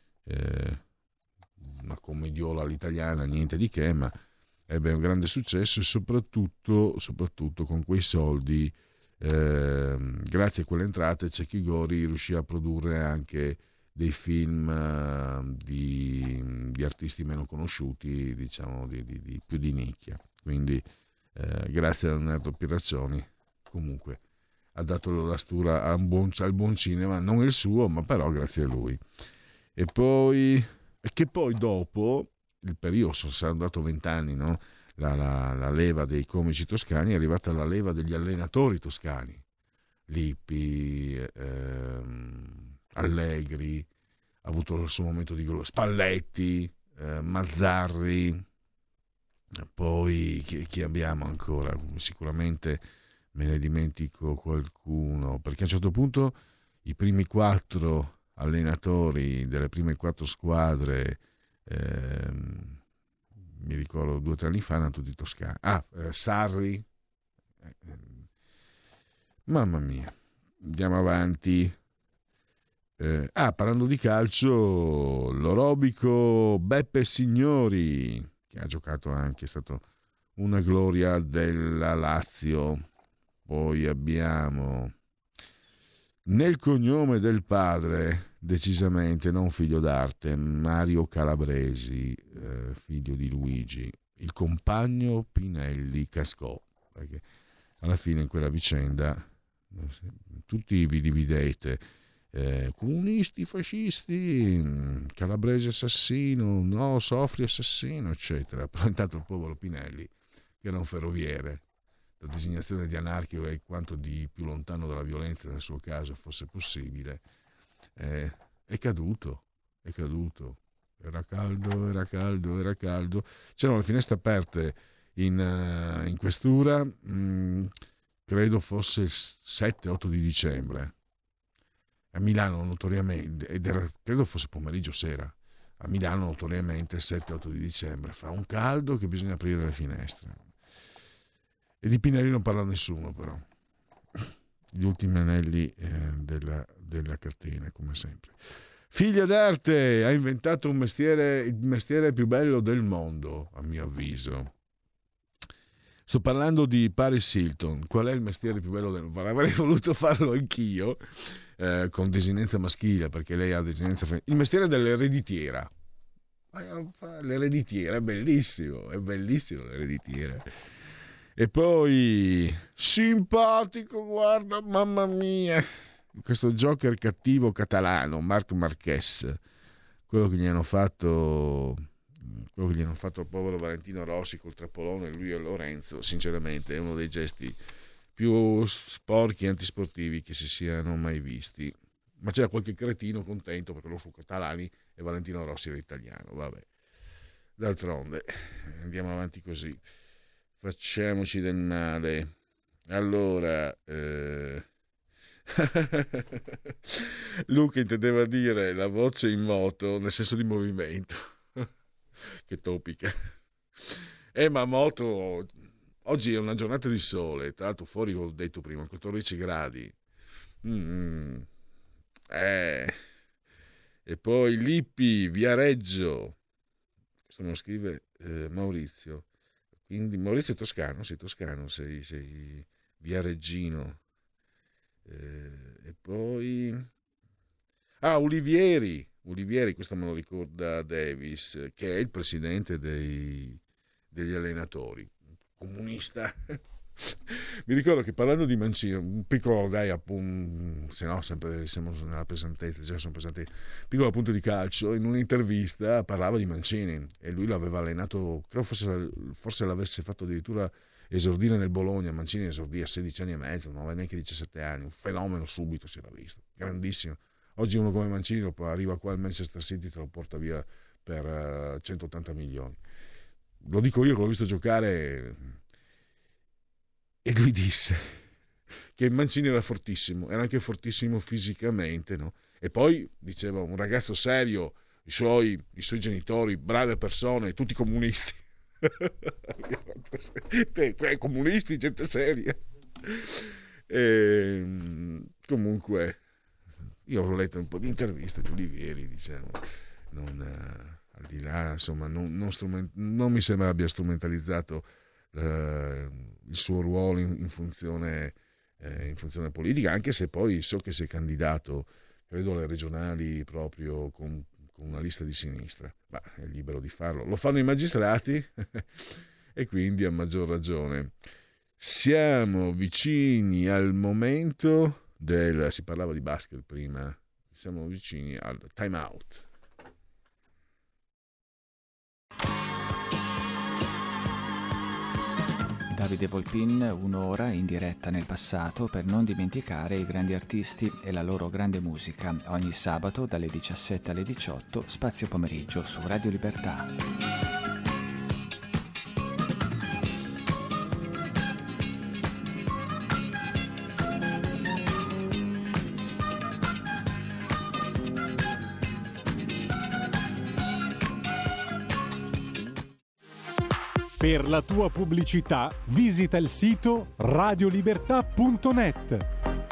una commediola all'italiana, niente di che, ma ebbe un grande successo, e soprattutto con quei soldi, grazie a quelle entrate, Cecchi Gori riuscì a produrre anche dei film di artisti meno conosciuti, diciamo di più di nicchia. Quindi grazie a Leonardo Pieraccioni comunque ha dato la stura al buon cinema, non il suo, ma però grazie a lui. E poi dopo il periodo, saranno dato 20 anni, no? La leva dei comici toscani, è arrivata la leva degli allenatori toscani, Lippi, Allegri, ha avuto il suo momento di gloria, Spalletti, Mazzarri, Poi chi abbiamo ancora? Sicuramente me ne dimentico qualcuno, perché a un certo punto i primi 4 allenatori delle prime 4 squadre, mi ricordo 2 o 3 anni fa, erano tutti toscani. Sarri, mamma mia, andiamo avanti. Parlando di calcio, l'orobico Beppe Signori, che ha giocato anche, è stato una gloria della Lazio. Poi abbiamo nel cognome del padre, decisamente non figlio d'arte, Mario Calabresi, figlio di Luigi, il compagno Pinelli cascò, perché alla fine in quella vicenda tutti vi dividete, comunisti, fascisti, Calabresi assassino, no, Sofri assassino, eccetera. Però intanto il povero Pinelli, che era un ferroviere, la designazione di anarchico è quanto di più lontano dalla violenza nel suo caso fosse possibile, è caduto, era caldo, c'erano le finestre aperte in questura, credo fosse il 7-8 di dicembre, a Milano notoriamente, credo fosse pomeriggio sera, a Milano notoriamente il 7-8 di dicembre, fa un caldo che bisogna aprire le finestre. E di Pinelli non parla nessuno, però. Gli ultimi anelli della catena, come sempre. Figlia d'arte, ha inventato il mestiere più bello del mondo, a mio avviso. Sto parlando di Paris Hilton. Qual è il mestiere più bello del mondo? Avrei voluto farlo anch'io, con desinenza maschile, perché lei ha desinenza femminile. Il mestiere dell'ereditiera. L'ereditiera è bellissimo l'ereditiera. E poi simpatico, guarda, mamma mia, questo joker cattivo catalano, Marc Marquez, quello che gli hanno fatto al povero Valentino Rossi col trappolone, lui e Lorenzo, sinceramente è uno dei gesti più sporchi e antisportivi che si siano mai visti. Ma c'era qualche cretino contento perché loro sono catalani e Valentino Rossi era italiano, vabbè. D'altronde andiamo avanti così. Facciamoci del male. Allora, Luca intendeva dire la voce in moto nel senso di movimento. Che topica. Ma moto, oggi è una giornata di sole, tra l'altro fuori, ho detto prima, 14 gradi. E poi Lippi, Viareggio, questo me lo scrive Maurizio. Quindi Maurizio è toscano, sei viareggino. E poi Ulivieri, questo me lo ricorda Davis, che è il presidente degli allenatori, comunista. Mi ricordo che parlando di Mancini, un piccolo se no sempre siamo nella pesantezza, già sono pesante, piccolo appunto di calcio, in un'intervista parlava di Mancini e lui l'aveva allenato, credo forse l'avesse fatto addirittura esordire nel Bologna. Mancini esordì a 16 anni e mezzo, non aveva neanche 17 anni, un fenomeno, subito si era visto, grandissimo. Oggi uno come Mancini arriva qua al Manchester City, te lo porta via per 180 milioni. Lo dico io che l'ho visto giocare. E lui disse che Mancini era fortissimo, era anche fortissimo fisicamente, no? E poi diceva un ragazzo serio, i suoi genitori, brave persone, tutti comunisti. Comunisti, gente seria. Comunque, io ho letto un po' di interviste di Olivieri, diciamo, al di là, insomma, non mi sembra abbia strumentalizzato il suo ruolo in funzione politica, anche se poi so che si è candidato, credo, alle regionali proprio con una lista di sinistra, ma è libero di farlo, lo fanno i magistrati e quindi a maggior ragione. Siamo vicini al momento si parlava di basket prima, siamo vicini al time out.
Davide Volpin, un'ora in diretta nel passato per non dimenticare i grandi artisti e la loro grande musica, ogni sabato dalle 17 alle 18, spazio pomeriggio su Radio Libertà.
Per la tua pubblicità visita il sito radiolibertà.net.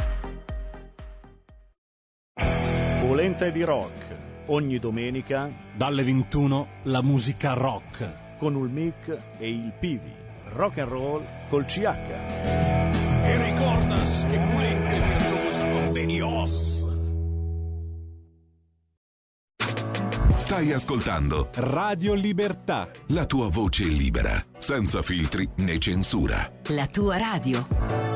Polenta di rock. Ogni domenica dalle 21 la musica rock con il Mic e il Pivi. Rock and roll col CH.
E ricordas che Polenta virtuosa con Benios.
Stai ascoltando
Radio Libertà.
La tua voce libera, senza filtri né censura.
La tua radio.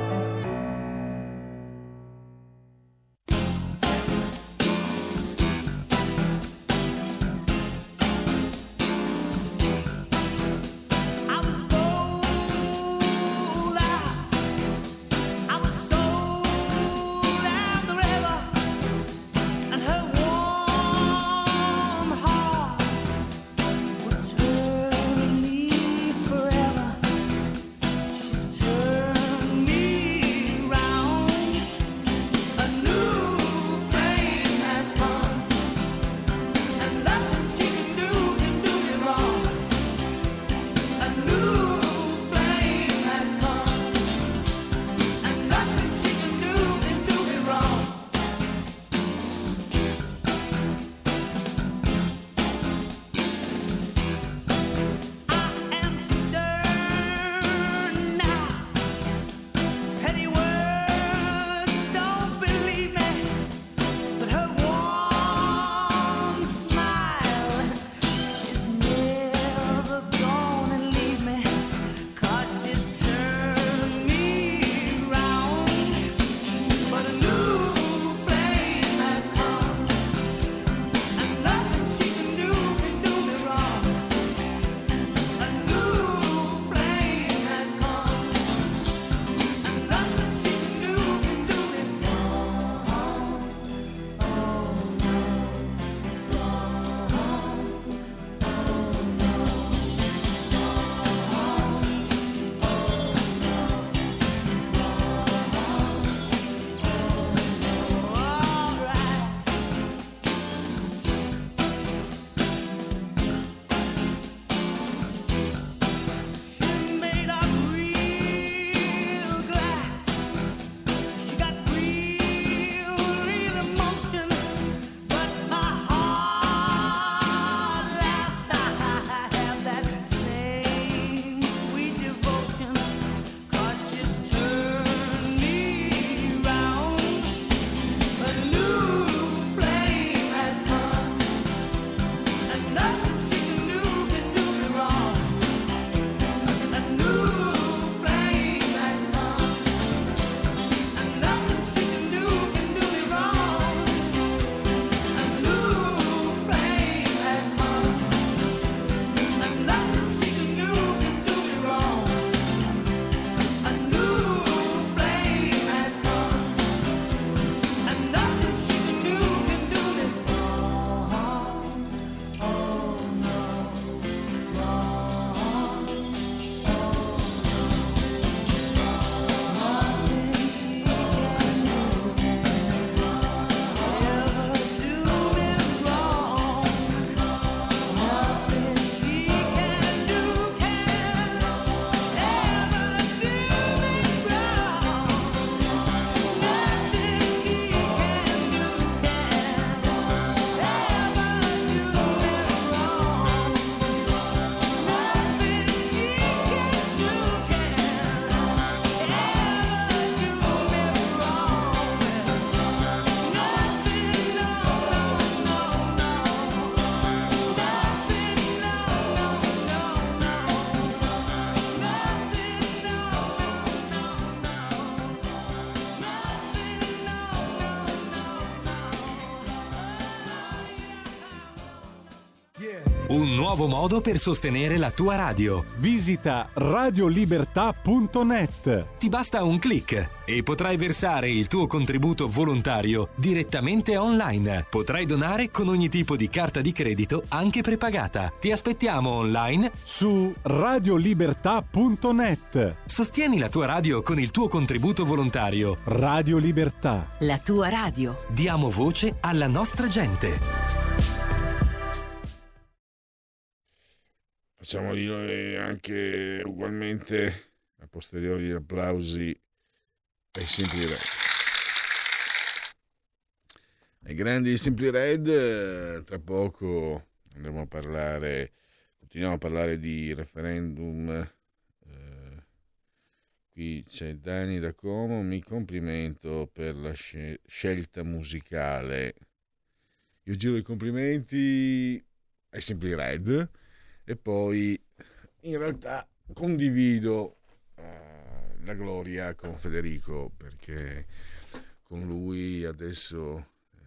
Un nuovo modo per sostenere la tua radio.
Visita radiolibertà.net.
Ti basta un click e potrai versare il tuo contributo volontario direttamente online. Potrai donare con ogni tipo di carta di credito, anche prepagata. Ti aspettiamo online
su radiolibertà.net.
Sostieni la tua radio con il tuo contributo volontario.
Radio Libertà.
La tua radio.
Diamo voce alla nostra gente.
Facciamo anche ugualmente a posteriori gli applausi ai Simply Red. Ai grandi Simply Red, tra poco andremo a parlare, continuiamo a parlare di referendum. Qui c'è Dani da Como, mi complimento per la scelta musicale. Io giro i complimenti ai Simply Red e poi in realtà condivido la gloria con Federico, perché con lui adesso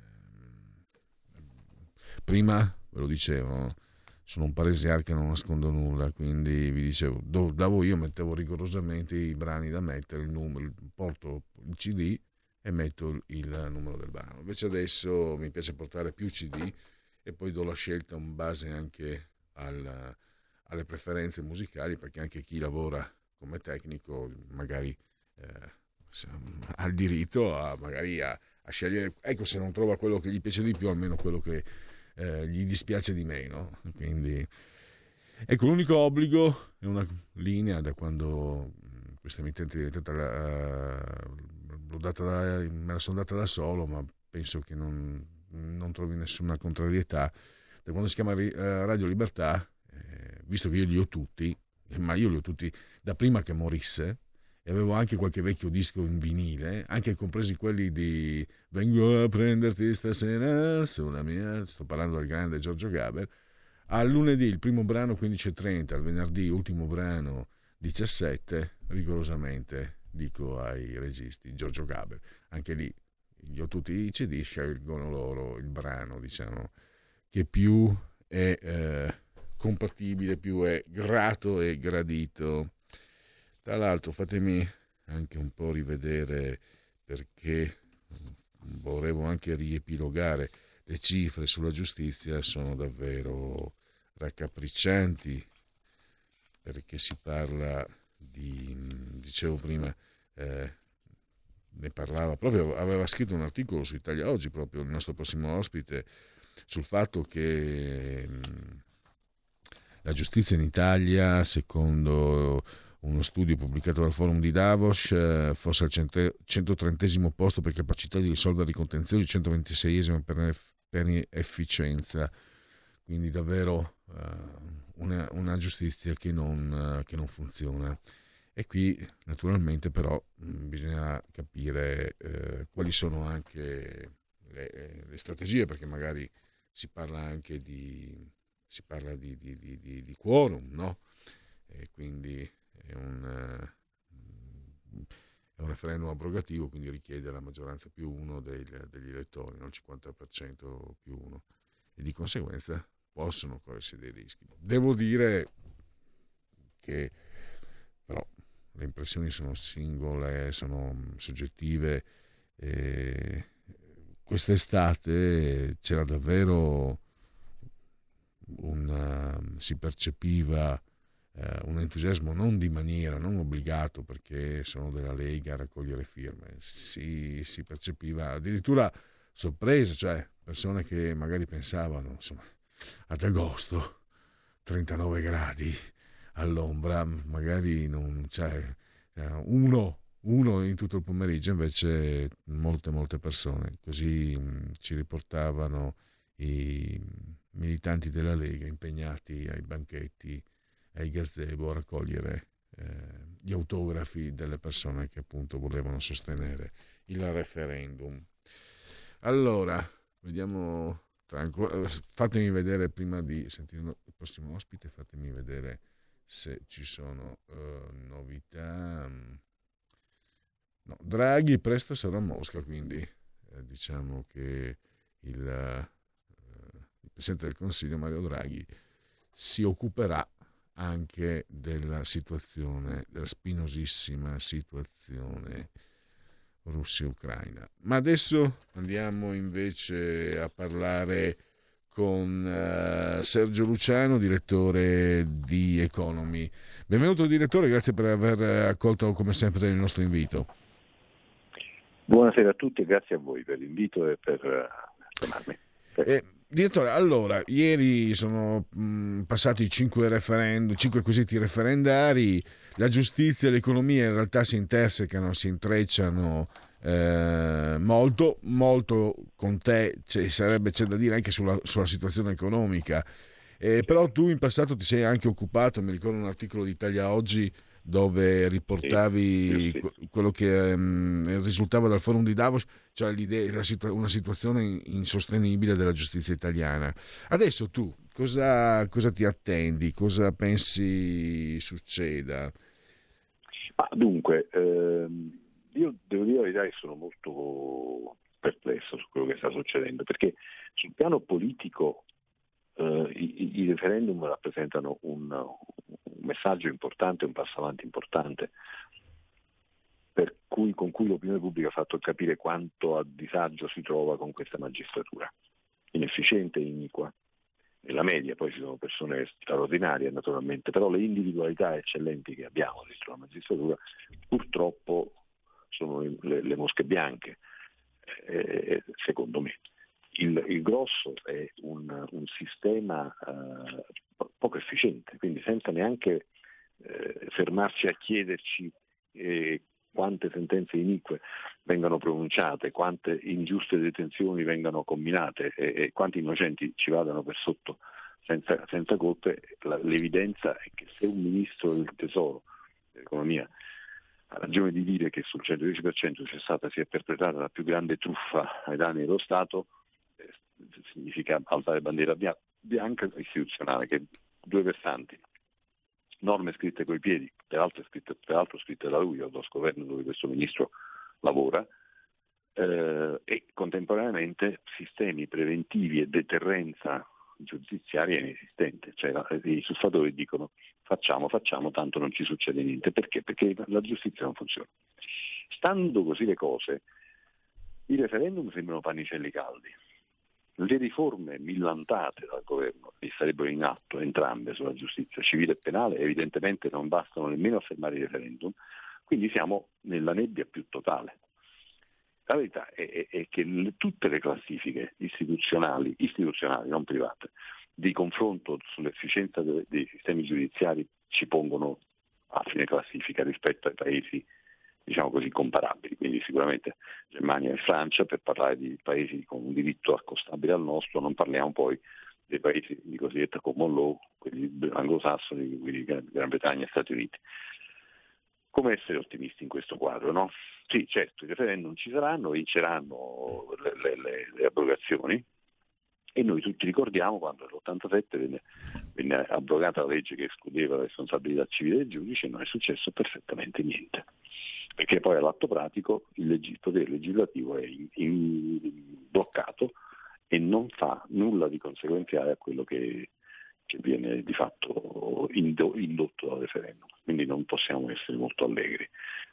prima ve lo dicevo, sono un paresiarca, non nascondo nulla, quindi vi dicevo, io mettevo rigorosamente i brani da mettere, il numero, porto il CD e metto il numero del brano. Invece adesso mi piace portare più CD e poi do la scelta in base anche alle preferenze musicali, perché anche chi lavora come tecnico magari ha il diritto a scegliere, ecco, se non trova quello che gli piace di più, almeno quello che gli dispiace di meno. Quindi ecco, l'unico obbligo è una linea da quando questa emittente è diventata me la sono data da solo, ma penso che non trovi nessuna contrarietà, da quando si chiama Radio Libertà, visto che io li ho tutti, ma io li ho tutti da prima che morisse, e avevo anche qualche vecchio disco in vinile, anche compresi quelli di Vengo a prenderti stasera sulla mia, sto parlando del grande Giorgio Gaber, al lunedì il primo brano 15:30, al venerdì ultimo brano 17, rigorosamente dico ai registi Giorgio Gaber, anche lì io tutti i CD, scelgono loro il brano, diciamo, che più è compatibile, più è grato e gradito. Tra l'altro fatemi anche un po' rivedere, perché volevo anche riepilogare, le cifre sulla giustizia sono davvero raccapriccianti, perché si parla di, dicevo prima, ne parlava proprio, aveva scritto un articolo su Italia Oggi proprio il nostro prossimo ospite, sul fatto che la giustizia in Italia, secondo uno studio pubblicato dal Forum di Davos, fosse al 130° posto per capacità di risolvere i contenziosi, 126° per efficienza. Quindi davvero una giustizia che non funziona. E qui naturalmente però bisogna capire quali sono anche le strategie, perché magari si parla anche di quorum, no? E quindi è un referendum abrogativo, quindi richiede la maggioranza più uno degli elettori, no? Il 50% più uno, e di conseguenza possono corrersi dei rischi. Devo dire che però le impressioni sono singole, sono soggettive. Quest'estate c'era davvero si percepiva un entusiasmo non di maniera, non obbligato perché sono della Lega a raccogliere firme, si percepiva addirittura sorpresa, cioè persone che magari pensavano, insomma, ad agosto 39 gradi all'ombra, magari non c'è uno in tutto il pomeriggio, invece molte persone, così ci riportavano i militanti della Lega impegnati ai banchetti, ai gazebo, a raccogliere gli autografi delle persone che appunto volevano sostenere il referendum. Allora, vediamo, fatemi vedere, prima di sentire il prossimo ospite, fatemi vedere se ci sono novità. No, Draghi presto sarà a Mosca, quindi diciamo che il Presidente del Consiglio Mario Draghi si occuperà anche della situazione, della spinosissima situazione Russia-Ucraina. Ma adesso andiamo invece a parlare con Sergio Luciano, direttore di Economy. Benvenuto direttore, grazie per aver accolto come sempre il nostro invito.
Buonasera a tutti e grazie a voi per l'invito e per chiamarmi.
Direttore, allora, ieri sono passati 5 quesiti referendari, la giustizia e l'economia in realtà si intersecano, si intrecciano molto con te, c'è da dire anche sulla situazione economica, però tu in passato ti sei anche occupato, mi ricordo un articolo di Italia Oggi dove riportavi quello che risultava dal forum di Davos, cioè una situazione insostenibile della giustizia italiana. Adesso tu cosa ti attendi? Cosa pensi succeda?
Dunque, io devo dire la verità che sono molto perplesso su quello che sta succedendo, perché sul piano politico i referendum rappresentano un messaggio importante, un passo avanti importante, con cui l'opinione pubblica ha fatto capire quanto a disagio si trova con questa magistratura, inefficiente e iniqua. Nella media poi ci sono persone straordinarie naturalmente, però le individualità eccellenti che abbiamo dentro la magistratura purtroppo sono le mosche bianche, secondo me. Il grosso è un sistema poco efficiente, quindi senza neanche fermarci a chiederci quante sentenze inique vengano pronunciate, quante ingiuste detenzioni vengano comminate e quanti innocenti ci vadano per sotto senza colpe. L'evidenza è che se un ministro del Tesoro, dell'Economia, ha ragione di dire che sul 110% si è perpetrata la più grande truffa ai danni dello Stato, significa alzare bandiera bianca istituzionale, che due versanti: norme scritte coi piedi, peraltro scritte da lui, dallo governo dove questo ministro lavora, e contemporaneamente sistemi preventivi e deterrenza giudiziaria inesistente, cioè i suffatori dicono facciamo, tanto non ci succede niente. Perché? Perché la giustizia non funziona. Stando così le cose, i referendum sembrano pannicelli caldi. Le riforme millantate dal governo, che sarebbero in atto entrambe sulla giustizia civile e penale, evidentemente non bastano nemmeno a fermare il referendum, quindi siamo nella nebbia più totale. La verità è che tutte le classifiche istituzionali, non private, di confronto sull'efficienza dei sistemi giudiziari ci pongono a fine classifica rispetto ai paesi, diciamo così, comparabili, quindi sicuramente Germania e Francia, per parlare di paesi con un diritto accostabile al nostro. Non parliamo poi dei paesi di cosiddetta common law, quelli anglosassoni, quindi Gran Bretagna e Stati Uniti. Come essere ottimisti in questo quadro, no? Sì, certo, i referendum ci saranno, vinceranno le abrogazioni, e noi tutti ricordiamo quando nell'87 venne abrogata la legge che escludeva la responsabilità civile del giudice e non è successo perfettamente niente, perché poi all'atto pratico il potere legislativo è bloccato e non fa nulla di conseguenziale a quello che viene di fatto indotto dal referendum. Quindi non possiamo essere molto allegri.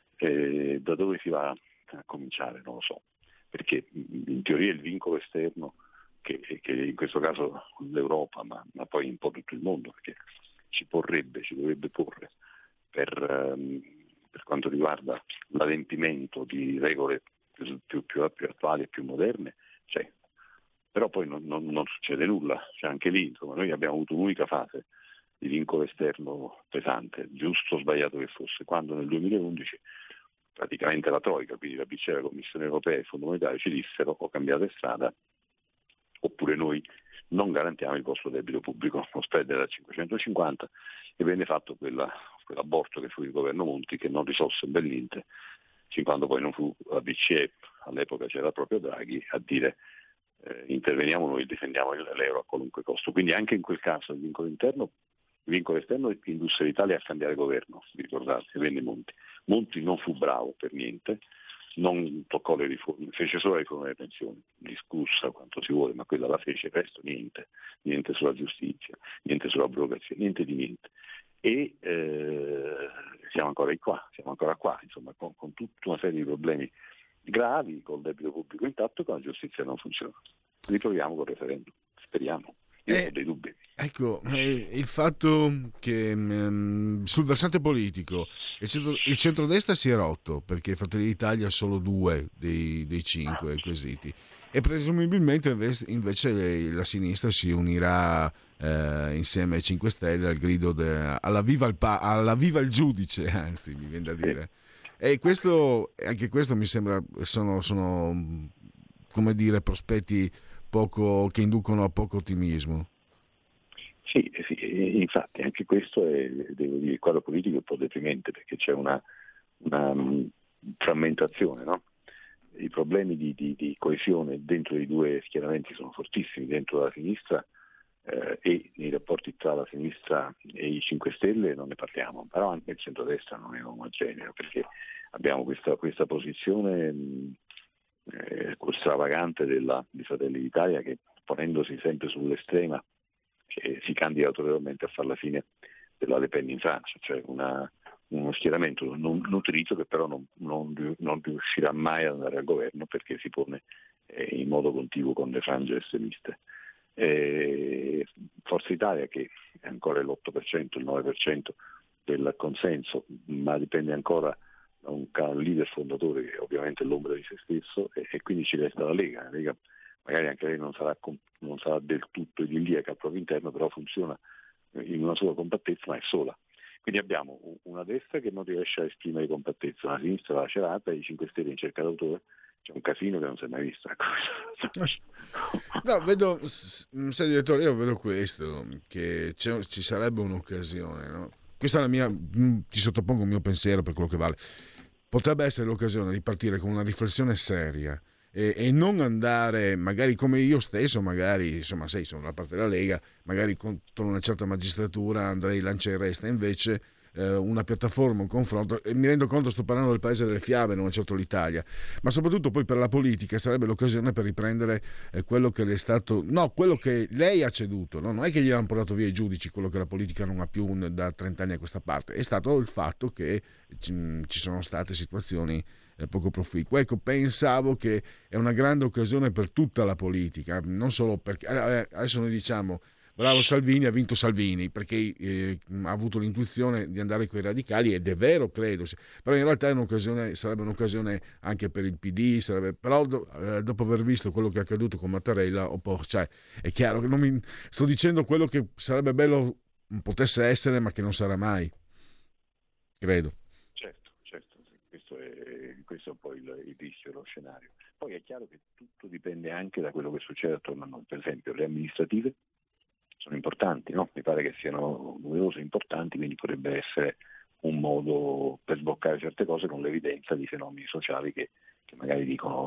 Da dove si va a cominciare? Non lo so, perché in teoria il vincolo esterno, che in questo caso l'Europa, ma poi un po' tutto il mondo, perché ci dovrebbe porre per quanto riguarda l'adempimento di regole più attuali e più moderne, c'è. Però poi non succede nulla, cioè anche lì, insomma, noi abbiamo avuto un'unica fase di vincolo esterno pesante, giusto o sbagliato che fosse, quando nel 2011 praticamente la Troica, quindi la BCE, la Commissione Europea e il Fondo Monetario ci dissero: o cambiate strada oppure noi non garantiamo il vostro debito pubblico. Lo spread era 550 e venne fatto quell'aborto che fu il governo Monti, che non risolse ben niente, fin quando poi non fu la BCE, all'epoca c'era proprio Draghi, a dire interveniamo noi e difendiamo l'euro a qualunque costo. Quindi anche in quel caso il vincolo esterno indusse l'Italia a cambiare governo, ricordate, venne Monti. Monti non fu bravo per niente, non toccò le riforme, fece solo la riforma delle pensioni, discussa quanto si vuole, ma quella la fece, il resto niente sulla giustizia, niente sull'abrogazione, niente di niente. E siamo ancora qua, insomma, con tutta una serie di problemi gravi, col debito pubblico intatto e con la giustizia non funziona. Ritroviamo col referendum, speriamo. Io ho dei dubbi.
Ecco, il fatto che sul versante politico il centrodestra si è rotto, perché Fratelli d'Italia ha solo 2 dei 5 quesiti, E presumibilmente invece la sinistra si unirà insieme ai 5 Stelle al grido alla viva il giudice, anzi mi viene da dire. E anche questo mi sembra sono come dire prospetti che inducono a poco ottimismo.
Sì, infatti anche questo devo dire, il quadro politico è un po' deprimente, perché c'è una frammentazione, no? I problemi di coesione dentro i due schieramenti sono fortissimi, dentro la sinistra e nei rapporti tra la sinistra e i 5 Stelle non ne parliamo, però anche il centrodestra non è omogeneo, perché abbiamo questa posizione stravagante di Fratelli d'Italia, che ponendosi sempre sull'estrema si candida autorevolmente a fare la fine della Le Pen in Francia, cioè uno schieramento non nutrito, che però non riuscirà mai ad andare al governo, perché si pone in modo contiguo con le frange estremiste. Forza Italia, che è ancora l'8%, il 9% del consenso, ma dipende ancora da un leader fondatore che ovviamente è l'ombra di se stesso, e quindi ci resta la Lega. La Lega magari anche lei non sarà del tutto idilliaca al proprio interno, però funziona in una sola compattezza, ma è sola. Quindi abbiamo una destra che non riesce a esprimere compattezza, una sinistra lacerata e i 5 Stelle in cerca d'autore. C'è un casino che non si è mai visto.
No, vedo, sai direttore, io vedo questo, che ci sarebbe un'occasione, no? Questa è la mia, ti sottopongo il mio pensiero per quello che vale. Potrebbe essere l'occasione di partire con una riflessione seria e non andare, magari come io stesso, magari, insomma, sono dalla parte della Lega, magari contro una certa magistratura andrei lancia e resta, invece una piattaforma, un confronto, e mi rendo conto, sto parlando del paese delle fiabe, non è certo l'Italia, ma soprattutto poi per la politica sarebbe l'occasione per riprendere quello che le è stato, no, quello che lei ha ceduto, no? Non è che gli hanno portato via i giudici, quello che la politica non ha più da 30 anni a questa parte, è stato il fatto che ci sono state situazioni poco proficue. Ecco, pensavo che è una grande occasione per tutta la politica, non solo perché adesso noi diciamo bravo Salvini, ha vinto Salvini perché ha avuto l'intuizione di andare con i radicali, ed è vero, credo, però in realtà sarebbe un'occasione anche per il PD, però dopo aver visto quello che è accaduto con Mattarella, è chiaro che non mi sto dicendo quello che sarebbe bello potesse essere, ma che non sarà mai, credo.
Certo, questo è un po' il rischio, lo scenario. Poi è chiaro che tutto dipende anche da quello che succede attorno a noi. Per esempio le amministrative sono importanti, no? Mi pare che siano numerose e importanti, quindi potrebbe essere un modo per sbloccare certe cose, con l'evidenza di fenomeni sociali che magari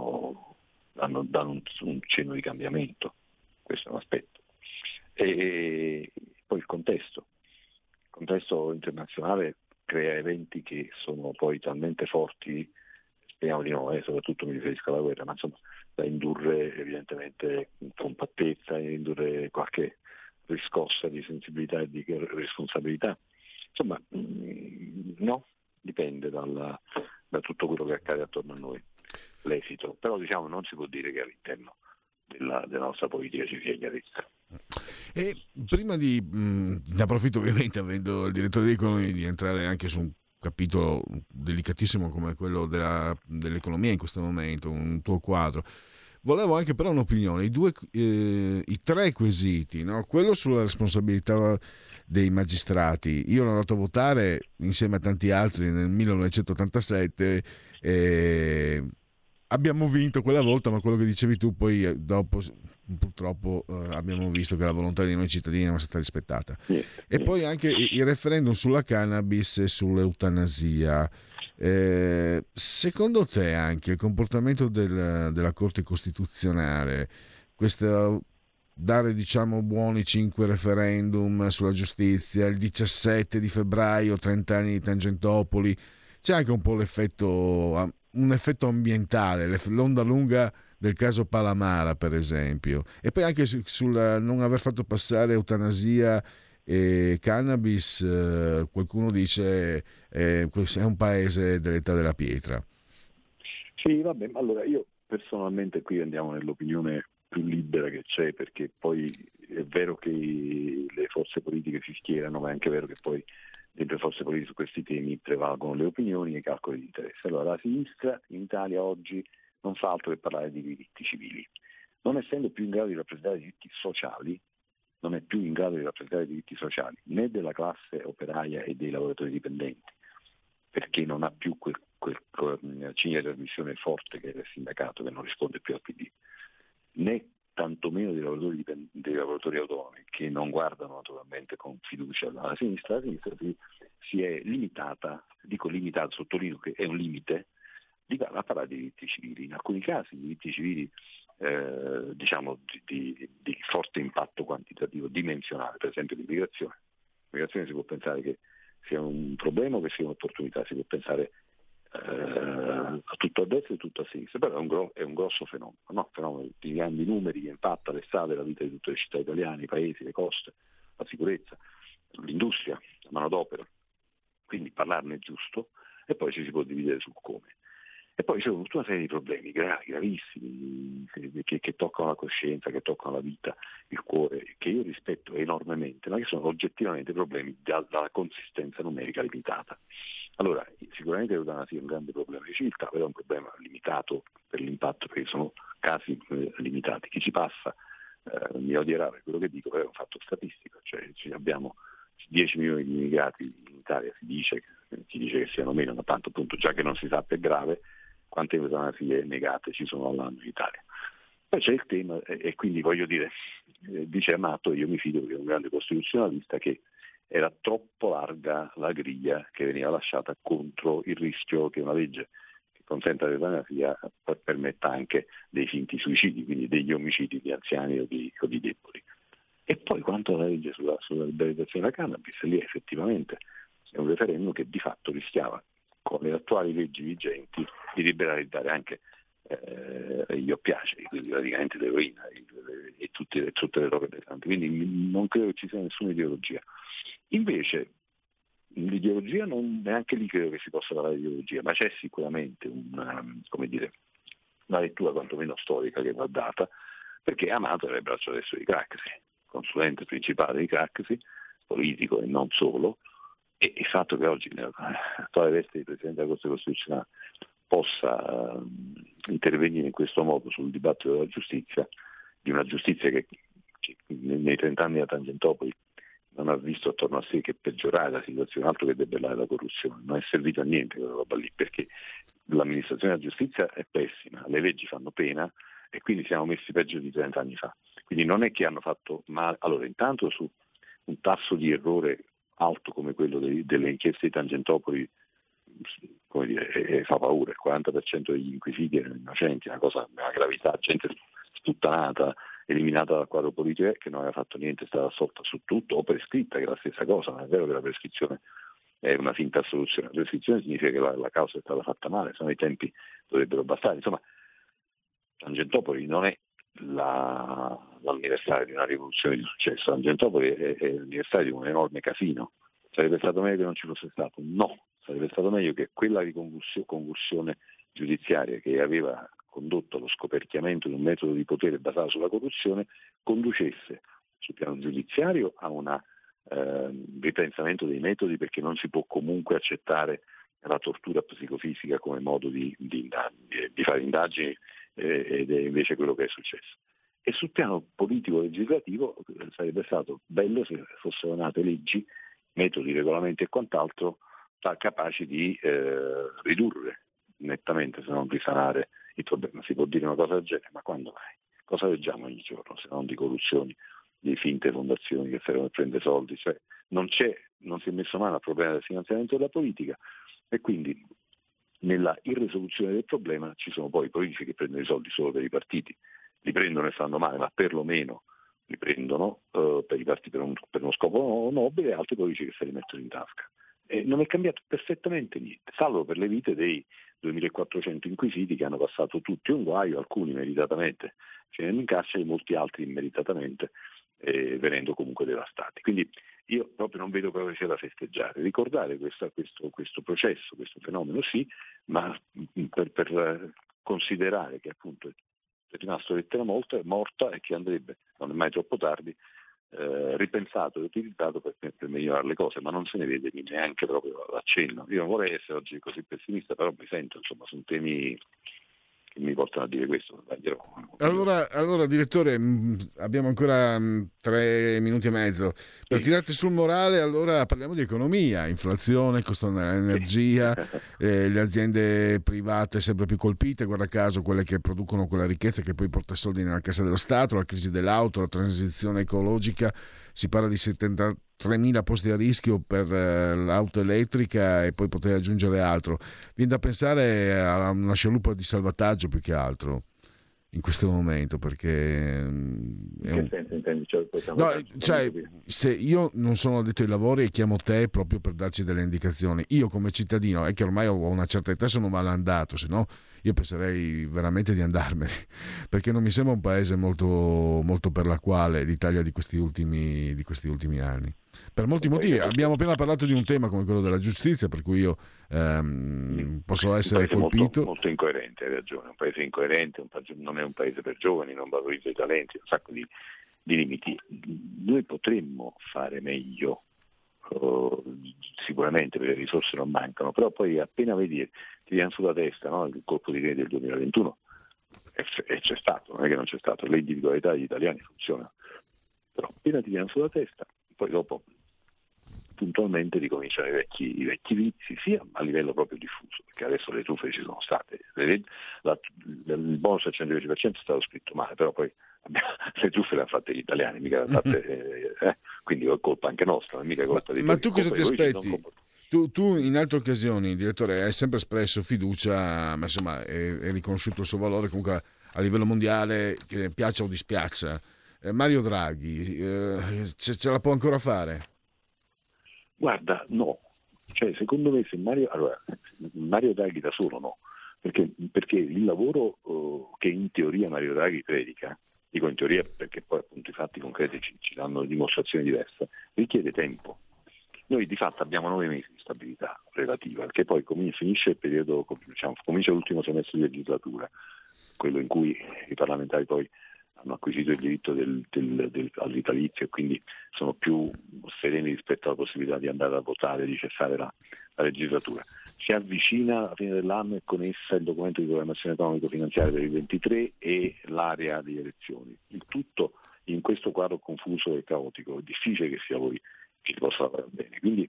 danno un cenno di cambiamento. Questo è un aspetto. E poi il contesto internazionale crea eventi che sono poi talmente forti, speriamo di no, soprattutto mi riferisco alla guerra, ma insomma da indurre evidentemente compattezza, indurre qualche riscossa di sensibilità e di responsabilità. Insomma, no, dipende da tutto quello che accade attorno a noi, l'esito. Però diciamo non si può dire che all'interno della nostra politica ci sia chiarezza.
E prima ne approfitto ovviamente, avendo il direttore di economia, di entrare anche su un capitolo delicatissimo come quello dell'economia in questo momento, un tuo quadro. Volevo anche però un'opinione, i 3 quesiti, no? Quello sulla responsabilità dei magistrati. Io ero andato a votare insieme a tanti altri nel 1987 e abbiamo vinto quella volta, ma quello che dicevi tu poi dopo purtroppo abbiamo visto che la volontà di noi cittadini non è stata rispettata. E poi anche il referendum sulla cannabis e sull'eutanasia. Secondo te anche il comportamento della Corte Costituzionale, dare diciamo 5 referendum sulla giustizia, il 17 di febbraio 30 anni di Tangentopoli, c'è anche un po' un effetto ambientale, l'onda lunga del caso Palamara per esempio, e poi anche sul non aver fatto passare eutanasia e cannabis, qualcuno dice è un paese dell'età della pietra.
Sì, vabbè, allora io personalmente qui andiamo nell'opinione più libera che c'è, perché poi è vero che le forze politiche si schierano, ma è anche vero che poi dentro le forze politiche su questi temi prevalgono le opinioni e i calcoli di interesse. Allora la sinistra in Italia oggi non fa altro che parlare di diritti civili, non essendo più in grado di rappresentare i diritti sociali, non è più in grado di rappresentare i diritti sociali né della classe operaia e dei lavoratori dipendenti, perché non ha più quel cinghia di trasmissione forte che è il sindacato, che non risponde più al PD, né tantomeno dei lavoratori autonomi, che non guardano naturalmente con fiducia alla sinistra. La sinistra si è limitata, sottolineo che è un limite, a parlare di diritti civili. In alcuni casi diritti civili di forte impatto quantitativo, dimensionale, per esempio l'immigrazione. L'immigrazione si può pensare che sia un problema o che sia un'opportunità, si può pensare tutto a destra e tutto a sinistra, però è un grosso fenomeno, no? Fenomeno di grandi numeri che impatta le strade, la vita di tutte le città italiane, i paesi, le coste, la sicurezza, l'industria, la manodopera. Quindi parlarne è giusto e poi ci si può dividere sul come. E poi c'è tutta una serie di problemi gravissimi che toccano la coscienza, che toccano la vita, il cuore, che io rispetto enormemente, ma che sono oggettivamente problemi dalla consistenza numerica limitata. Allora, sicuramente l'eutanasia è un grande problema di civiltà, però è un problema limitato per l'impatto, perché sono casi limitati. Chi ci passa mi odierà per quello che dico, però è un fatto statistico, cioè abbiamo 10 milioni di immigrati in Italia, si dice che siano meno, ma tanto appunto già che non si sa è grave quante eutanasie negate ci sono all'anno in Italia. Poi c'è il tema, e quindi voglio dire, dice Amato, io mi fido che è un grande costituzionalista, che era troppo larga la griglia che veniva lasciata contro il rischio che una legge che consenta l'eutanasia permetta anche dei finti suicidi, quindi degli omicidi di anziani o di deboli. E poi quanto alla legge sulla liberalizzazione della cannabis, lì effettivamente è un referendum che di fatto rischiava, con le attuali leggi vigenti, di liberalizzare anche gli oppiacei, quindi praticamente l'eroina e tutte le droghe pesanti. Quindi non credo che ci sia nessuna ideologia. Invece l'ideologia, neanche lì credo che si possa parlare di ideologia, ma c'è sicuramente una lettura quantomeno storica che va data, perché Amato era il braccio destro di Craxi, consulente principale di Craxi, politico e non solo, e il fatto che oggi nell'attuale veste di Presidente della Corte Costituzionale possa intervenire in questo modo sul dibattito della giustizia, di una giustizia che nei 30 anni da Tangentopoli non ha visto attorno a sé che peggiorare la situazione, altro che debellare la corruzione, non è servito a niente quella roba lì, perché l'amministrazione della giustizia è pessima, le leggi fanno pena e quindi siamo messi peggio di 30 anni fa. Quindi non è che hanno fatto male. Allora, intanto su un tasso di errore alto come quello delle inchieste di Tangentopoli, come dire, fa paura. Il 40% degli inquisiti erano innocenti, una gravità, gente sputtanata, eliminata dal quadro politico, che non aveva fatto niente, è stata assolta su tutto, o prescritta, che è la stessa cosa. Non è vero che la prescrizione è una finta assoluzione, la prescrizione significa che la causa è stata fatta male, se no i tempi dovrebbero bastare. Insomma, Tangentopoli non è l'anniversario di una rivoluzione di successo, Tangentopoli è l'anniversario di un enorme casino. Sarebbe stato meglio che non ci fosse stato? No, sarebbe stato meglio che quella riconvulsione giudiziaria che aveva condotto allo scoperchiamento di un metodo di potere basato sulla corruzione conducesse sul piano giudiziario a un ripensamento dei metodi, perché non si può comunque accettare la tortura psicofisica come modo di fare indagini, ed è invece quello che è successo. E sul piano politico-legislativo sarebbe stato bello se fossero nate leggi, metodi, regolamenti e quant'altro capaci di ridurre nettamente, se non risanare il problema. Si può dire una cosa del genere, ma quando mai? Cosa leggiamo ogni giorno se non di corruzioni, di finte fondazioni che servono a prendere soldi? Cioè, non si è messo mano al problema del finanziamento della politica, e quindi nella irresoluzione del problema ci sono poi i politici che prendono i soldi solo per i partiti, li prendono e fanno male, ma perlomeno li prendono per i partiti per uno scopo nobile, e altri politici che se li mettono in tasca. E non è cambiato perfettamente niente, salvo per le vite dei 2400 inquisiti che hanno passato tutti un guaio, alcuni meritatamente finendo in carcere, molti altri immeritatamente, venendo comunque devastati. Quindi io proprio non vedo proprio sia da festeggiare. Ricordare questo processo, questo fenomeno sì, ma per considerare che appunto è rimasto lettera morta e che andrebbe, non è mai troppo tardi, ripensato e utilizzato per migliorare le cose, ma non se ne vede neanche proprio l'accenno. Io non vorrei essere oggi così pessimista, però mi sento, insomma, sono temi che mi portano a dire questo.
Allora direttore, abbiamo ancora 3 minuti e mezzo. Per tirarti sul morale, allora parliamo di economia, inflazione, costo dell'energia, le aziende private sempre più colpite, guarda caso quelle che producono quella ricchezza che poi porta soldi nella cassa dello Stato, la crisi dell'auto, la transizione ecologica, si parla di 73.000 posti a rischio per l'auto elettrica e poi poter aggiungere altro. Viene da pensare a una scialuppa di salvataggio più che altro in questo momento, perché
in che senso intendi?
Se io non sono addetto ai lavori e chiamo te proprio per darci delle indicazioni, io come cittadino, è che ormai ho una certa età, sono malandato, se no io penserei veramente di andarmene, perché non mi sembra un paese molto, molto per la quale l'Italia di questi ultimi anni. Per molti motivi. Abbiamo appena parlato di un tema come quello della giustizia, per cui io posso essere colpito.
Molto incoerente, hai ragione. Un paese incoerente, non è un paese per giovani, non valorizza i talenti, un sacco di limiti. Noi potremmo fare meglio, sicuramente, perché le risorse non mancano, però poi appena ti viene sulla testa, no? Il colpo di rete del 2021 e c'è stato, non è che non c'è stato, le individualità degli italiani funzionano, però appena ti viene sulla testa, poi dopo puntualmente ricominciano i vecchi vizi, sia a livello proprio diffuso, perché adesso le truffe ci sono state, il bonus al 110% è stato scritto male, però poi le truffe le hanno fatte gli italiani, mica le hanno fatte, quindi è colpa anche nostra, non è mica colpa dei.
Ma tu cosa ti aspetti? Tu in altre occasioni, direttore, hai sempre espresso fiducia, ma insomma è riconosciuto il suo valore comunque a livello mondiale, che piaccia o dispiaccia. Mario Draghi ce la può ancora fare?
Guarda, no, cioè secondo me se Mario Draghi da solo no, perché il lavoro che in teoria Mario Draghi predica, dico in teoria perché poi appunto i fatti concreti ci danno dimostrazioni diverse, richiede tempo. Noi di fatto abbiamo 9 mesi di stabilità relativa, perché poi finisce il periodo, comincia l'ultimo semestre di legislatura, quello in cui i parlamentari poi hanno acquisito il diritto al vitalizio e quindi sono più sereni rispetto alla possibilità di andare a votare, di cessare la legislatura. Si avvicina alla fine dell'anno e con essa il documento di programmazione economico-finanziaria per il 23 e l'area di elezioni. Il tutto in questo quadro confuso e caotico, è difficile che si lavori, che si possa lavorare bene. Quindi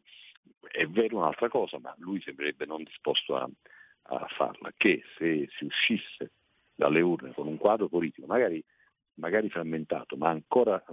è vero un'altra cosa, ma lui sembrerebbe non disposto a farla, che se si uscisse dalle urne con un quadro politico, magari frammentato, ma ancora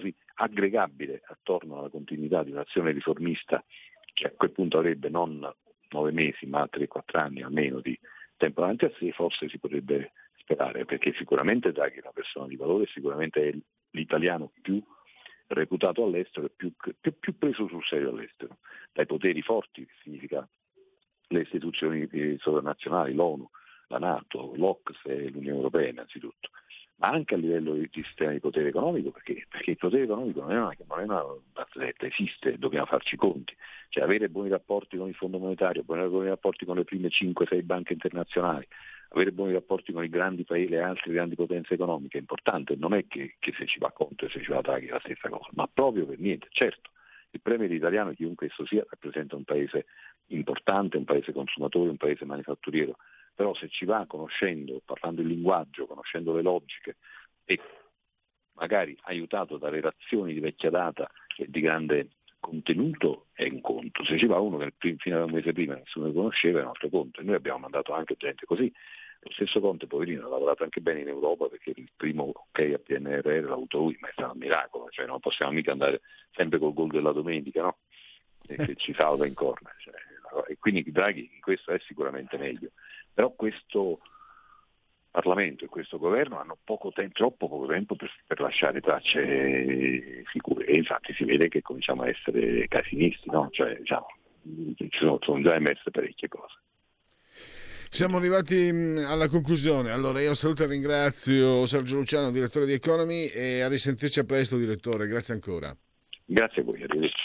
aggregabile attorno alla continuità di un'azione riformista che a quel punto avrebbe non 9 mesi ma 3-4 anni almeno di tempo davanti a sé, forse si potrebbe sperare, perché sicuramente Draghi è una persona di valore, sicuramente è l'italiano più reputato all'estero e più preso sul serio all'estero, dai poteri forti, che significa le istituzioni sovranazionali, l'ONU, la NATO, l'OCSE e l'Unione Europea innanzitutto, ma anche a livello di sistema di potere economico, perché il potere economico non è una barzelletta, esiste, dobbiamo farci conti, cioè avere buoni rapporti con il Fondo Monetario, buoni rapporti con le prime 5-6 banche internazionali, avere buoni rapporti con i grandi paesi, le altre grandi potenze economiche è importante, non è che se ci va Conte e se ci va Draghi è la stessa cosa, ma proprio per niente. Certo, il premier italiano, chiunque esso sia, rappresenta un paese importante, un paese consumatore, un paese manifatturiero, però se ci va conoscendo, parlando il linguaggio, conoscendo le logiche e magari aiutato da relazioni di vecchia data e di grande contenuto è un conto. Se ci va uno che fino a un mese prima nessuno lo conosceva è un altro conto, e noi abbiamo mandato anche gente così. Lo stesso Conte, poverino, ha lavorato anche bene in Europa perché il primo ok a PNRR l'ha avuto lui, ma è stato un miracolo, cioè non possiamo mica andare sempre col gol della domenica, no? Che ci salva in corner, e quindi Draghi in questo è sicuramente meglio. Però questo Parlamento e questo governo hanno troppo poco tempo per lasciare tracce sicure, e infatti si vede che cominciamo a essere casinisti, no? Cioè, sono già emerse parecchie cose.
Siamo arrivati alla conclusione. Allora io saluto e ringrazio Sergio Luciano, direttore di Economy, e a risentirci a presto, direttore. Grazie ancora.
Grazie a voi, arrivederci.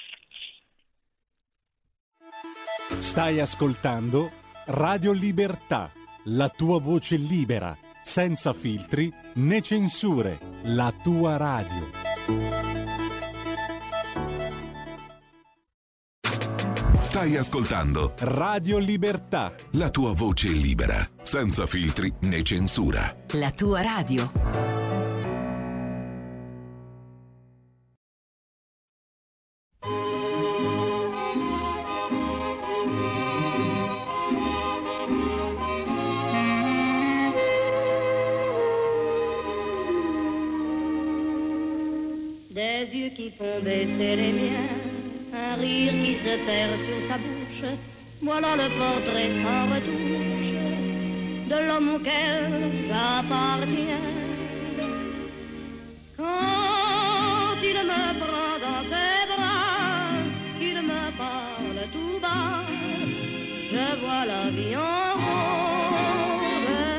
Stai ascoltando Radio Libertà, la tua voce libera, senza filtri né censure, la tua radio.
Stai ascoltando
Radio Libertà.
La tua voce libera, senza filtri né censura.
La tua radio.
Des yeux qui font baisser les miens, un rire qui se perd sur sa bouche, voilà le portrait sans retouche de l'homme auquel j'appartiens. Quand il me prend dans ses bras, qu'il me parle tout bas, je vois la vie en rose.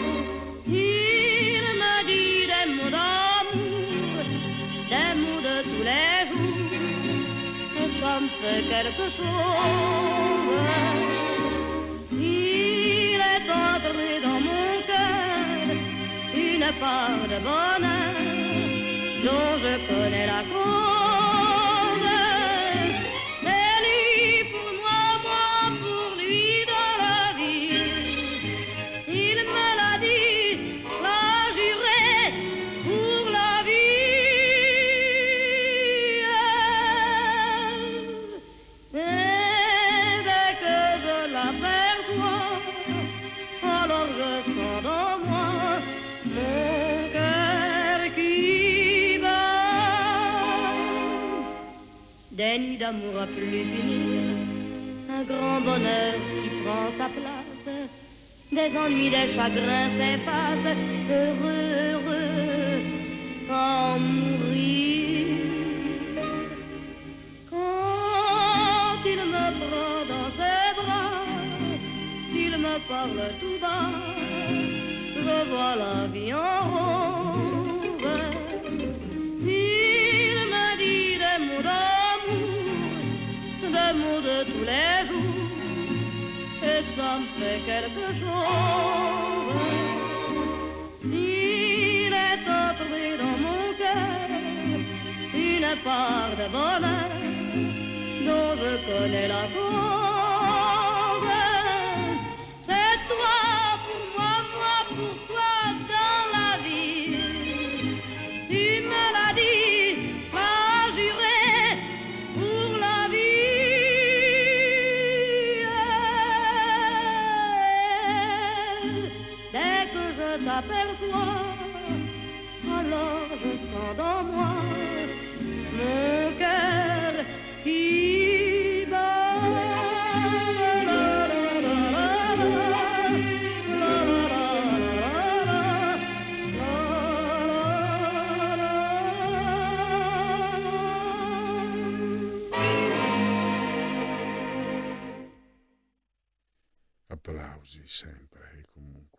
Il me dit des mots d'amour, des mots de tous les jours, et ça me fait quelque chose. Il est entré dans mon cœur une part de bonheur dont je connais la cause. C'est lui pour moi, moi pour lui dans la vie. Il me l'a dit, l'a juré pour la vie. Et dès que je l'aperçois, alors je sens dans moi mon cœur qui bat. Des nuits d'amour à plus finir, un grand bonheur qui prend sa place, des ennuis, des chagrins s'effacent, heureux, heureux, à en mourir. Quand il me prend dans ses bras, qu'il me parle tout bas, je vois la vie en rose. Il me dit des mots d'amour, des mots de tous les jours, et ça me fait quelque chose. Il est entré dans mon cœur une part de bonheur dont je connais la cause. C'est toi pour moi, moi pour toi dans la vie. Tu me l'as dit, m'as juré pour la vie. Dès que je t'aperçois, alors je sens dans moi mon cœur qui bat.
Applausi sempre e comunque.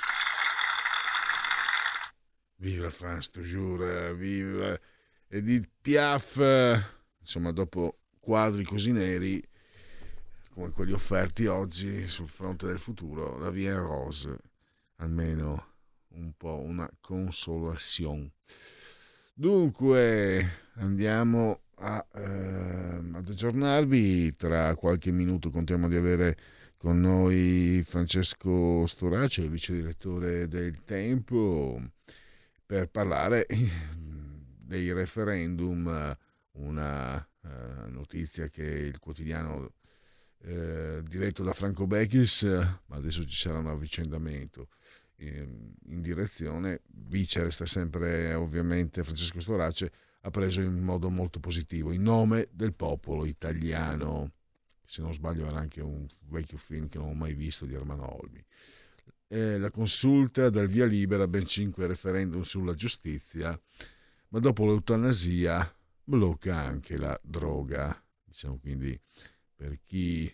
Vive la France toujours, vive Edith Piaf. Insomma, dopo quadri così neri come quelli offerti oggi sul fronte del futuro, la via è rose, almeno un po' una consolation. Dunque andiamo ad aggiornarvi. Tra qualche minuto contiamo di avere con noi Francesco Storace, il vice direttore del Tempo, per parlare dei referendum, una notizia che il quotidiano diretto da Franco Bechis, ma adesso ci sarà un avvicendamento in direzione. Vice resta sempre ovviamente Francesco Storace, ha preso in modo molto positivo, in nome del popolo italiano. Se non sbaglio era anche un vecchio film che non ho mai visto di Ermanno Olmi. La consulta dal via libera, ben 5 referendum sulla giustizia, ma dopo l'eutanasia blocca anche la droga. Diciamo, quindi per chi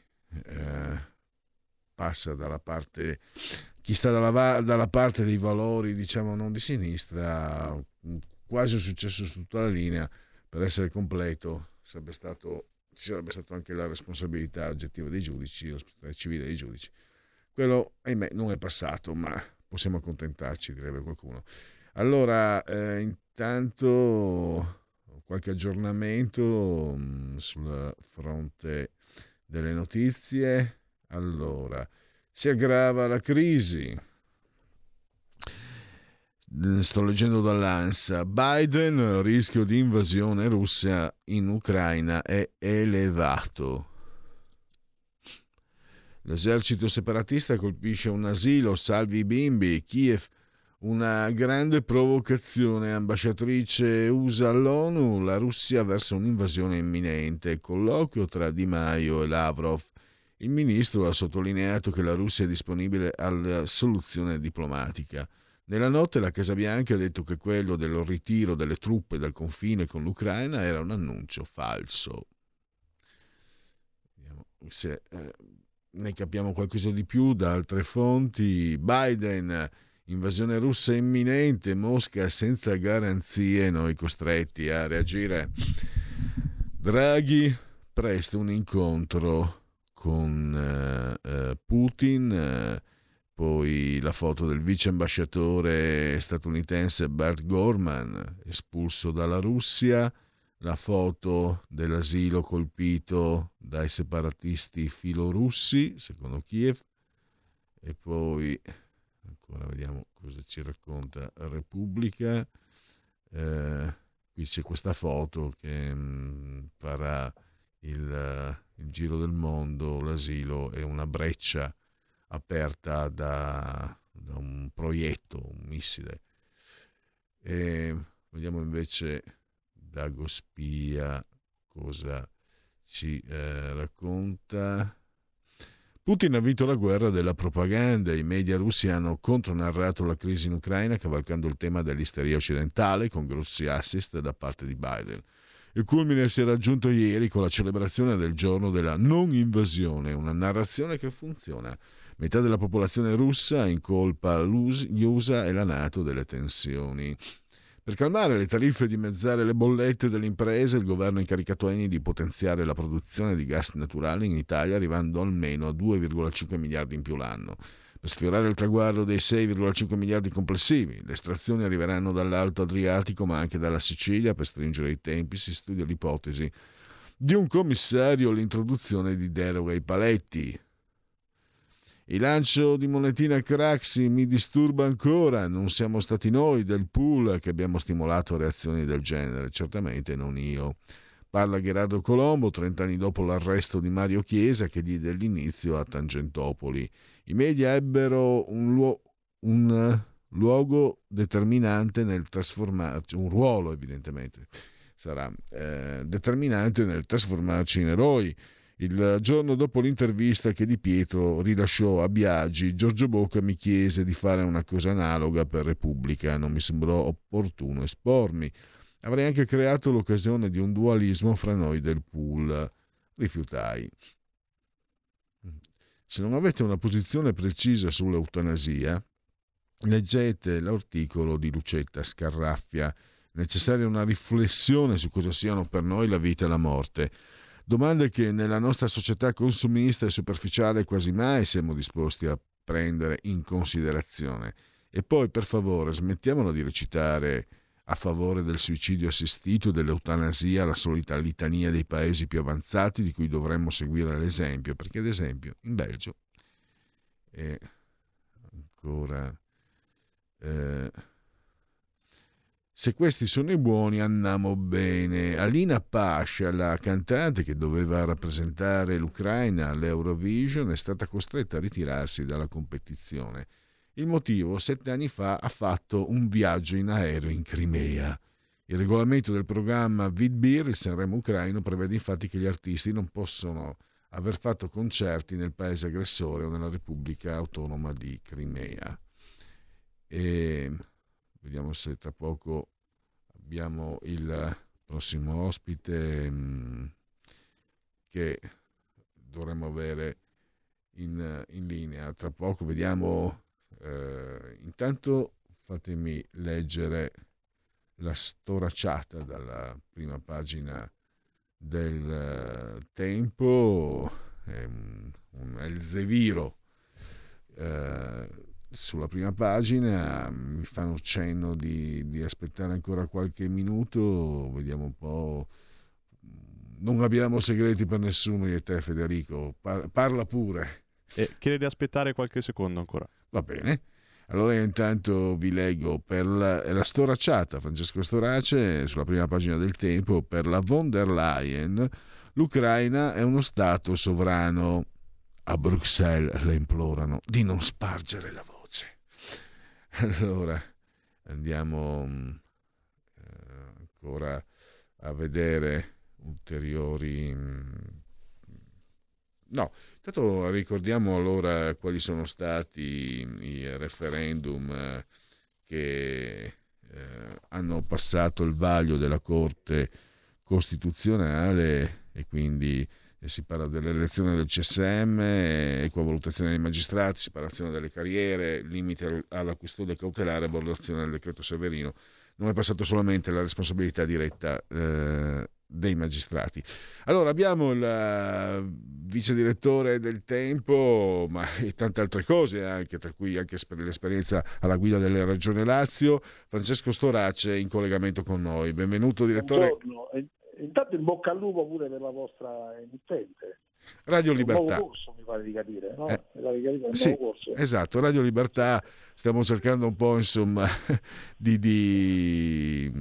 passa dalla parte, chi sta dalla parte dei valori, diciamo, non di sinistra, quasi un successo su tutta la linea. Per essere completo ci sarebbe stata anche la responsabilità oggettiva dei giudici, la responsabilità civile dei giudici. Quello, ahimè, non è passato, ma possiamo accontentarci, direbbe qualcuno. Allora, intanto qualche aggiornamento sul fronte delle notizie. Allora, si aggrava la crisi. Sto leggendo dall'ANSA. Biden, rischio di invasione russa in Ucraina è elevato. L'esercito separatista colpisce un asilo, salvi i bimbi. Kiev, una grande provocazione. Ambasciatrice USA all'ONU, la Russia verso un'invasione imminente. Colloquio tra Di Maio e Lavrov. Il ministro ha sottolineato che la Russia è disponibile alla soluzione diplomatica. Nella notte la Casa Bianca ha detto che quello del ritiro delle truppe dal confine con l'Ucraina era un annuncio falso. Vediamo se ne capiamo qualcosa di più da altre fonti. Biden, invasione russa imminente, Mosca senza garanzie, noi costretti a reagire. Draghi, presto un incontro con Putin. Poi la foto del vice ambasciatore statunitense Bert Gorman, espulso dalla Russia, la foto dell'asilo colpito dai separatisti filorussi, secondo Kiev, e poi ancora vediamo cosa ci racconta Repubblica. Qui c'è questa foto che farà il giro del mondo. L'asilo è una breccia aperta da un proietto, un missile. E vediamo invece Dago Spia cosa ci racconta. Putin ha vinto la guerra della propaganda. I media russi hanno contronarrato la crisi in Ucraina cavalcando il tema dell'isteria occidentale con grossi assist da parte di Biden. Il culmine si è raggiunto ieri con la celebrazione del giorno della non invasione, una narrazione che funziona. Metà della popolazione russa incolpa gli USA e la NATO delle tensioni. Per calmare le tariffe e dimezzare le bollette delle imprese, il governo ha incaricato Eni di potenziare la produzione di gas naturale in Italia, arrivando almeno a 2,5 miliardi in più l'anno. Per sfiorare il traguardo dei 6,5 miliardi complessivi, le estrazioni arriveranno dall'Alto Adriatico ma anche dalla Sicilia. Per stringere i tempi si studia l'ipotesi di un commissario all'introduzione di deroghe ai paletti. Il lancio di monetina Craxi mi disturba ancora. Non siamo stati noi del pool che abbiamo stimolato reazioni del genere, certamente non io. Parla Gherardo Colombo 30 anni dopo l'arresto di Mario Chiesa che diede l'inizio a Tangentopoli. I media ebbero un luogo determinante nel trasformarci, un ruolo evidentemente sarà determinante nel trasformarci in eroi. Il giorno dopo l'intervista che Di Pietro rilasciò a Biagi, Giorgio Bocca mi chiese di fare una cosa analoga per Repubblica. Non mi sembrò opportuno espormi. Avrei anche creato l'occasione di un dualismo fra noi del pool. Rifiutai. Se non avete una posizione precisa sull'eutanasia, leggete l'articolo di Lucetta Scarraffia. Necessaria una riflessione su cosa siano per noi la vita e la morte. Domande che nella nostra società consumista e superficiale quasi mai siamo disposti a prendere in considerazione. E poi, per favore, smettiamola di recitare a favore del suicidio assistito, dell'eutanasia, la solita litania dei paesi più avanzati di cui dovremmo seguire l'esempio, perché ad esempio in Belgio e ancora se questi sono i buoni andiamo bene. Alina Pasha, la cantante che doveva rappresentare l'Ucraina all'Eurovision, è stata costretta a ritirarsi dalla competizione. Il motivo: 7 anni fa ha fatto un viaggio in aereo in Crimea. Il regolamento del programma Vidbir, il Sanremo ucraino, prevede infatti che gli artisti non possono aver fatto concerti nel paese aggressore o nella Repubblica Autonoma di Crimea. E vediamo se tra poco abbiamo il prossimo ospite che dovremmo avere in linea. Tra poco vediamo. Intanto fatemi leggere la storacciata dalla prima pagina del Tempo, un Elzeviro sulla prima pagina. Mi fanno cenno di aspettare ancora qualche minuto, vediamo un po'. non abbiamo segreti per nessuno io e te, Federico, parla pure.
Chiede di aspettare qualche secondo ancora.
Va bene. Allora intanto vi leggo per la storacciata Francesco Storace sulla prima pagina del Tempo. Per la von der Leyen l'Ucraina è uno stato sovrano. A Bruxelles le implorano di non spargere la voce. Allora andiamo ancora a vedere ulteriori. No, intanto ricordiamo allora quali sono stati i referendum che hanno passato il vaglio della Corte Costituzionale, e quindi si parla dell'elezione del CSM, equavalutazione dei magistrati, separazione delle carriere, limite alla custodia cautelare, abrogazione del decreto Severino. Non è passato solamente la responsabilità diretta dei magistrati. Allora abbiamo il vice direttore del Tempo, ma e tante altre cose anche, tra cui anche l'esperienza alla guida della Regione Lazio, Francesco Storace in collegamento con noi. Benvenuto direttore.
Buongiorno. Intanto in bocca al lupo pure per la vostra emittente.
Radio Libertà.
Un nuovo corso, mi pare di capire, no?
Sì,
nuovo corso.
Esatto, Radio Libertà, stiamo cercando un po' insomma di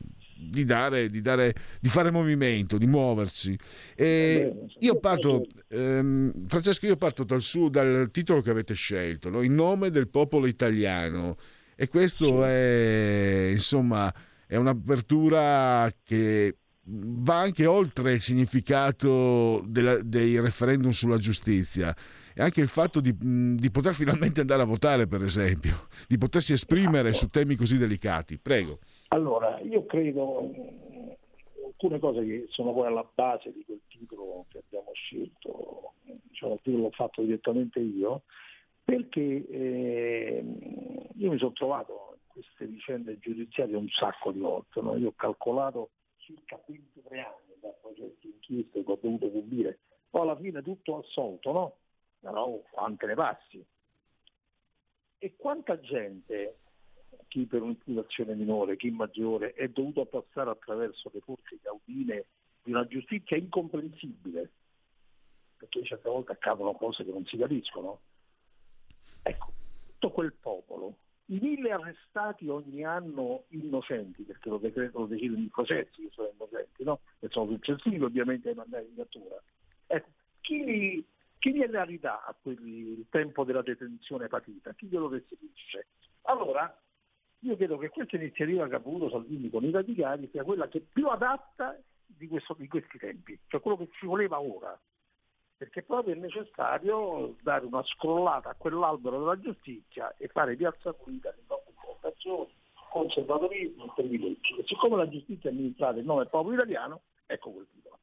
fare movimento, di muoverci. E io parto, Francesco, dal titolo che avete scelto, no? In nome del popolo italiano, e questo è insomma è un'apertura che va anche oltre il significato dei referendum sulla giustizia, e anche il fatto di poter finalmente andare a votare, per esempio, di potersi esprimere su temi così delicati. Prego.
Allora, io credo alcune cose che sono poi alla base di quel titolo che abbiamo scelto, diciamo, il titolo l'ho fatto direttamente io, perché io mi sono trovato in queste vicende giudiziarie un sacco di volte, no? Io ho calcolato circa 23 anni da processi inchieste che ho dovuto subire, poi alla fine tutto assolto, no? No, quante ne passi? E quanta gente, chi per un'imputazione minore, chi maggiore, è dovuto passare attraverso le forze caudine di una giustizia incomprensibile, perché certe volte accadono cose che non si capiscono. Ecco, tutto quel popolo, i 1000 arrestati ogni anno innocenti, perché lo decidono i processi che sono innocenti, no? E sono successivi ovviamente ai mandati di cattura. Ecco, chi gliela ridà a quelli il tempo della detenzione patita? Chi glielo restituisce? Allora, io credo che questa iniziativa che ha voluto Salvini con i radicali sia quella che più adatta di questi tempi, cioè quello che ci voleva ora, perché proprio è necessario dare una scrollata a quell'albero della giustizia e fare piazza pulita di confrontazioni, conservatorismo e privilegi. E siccome la giustizia è amministrata in nome del popolo italiano, ecco quel titolo.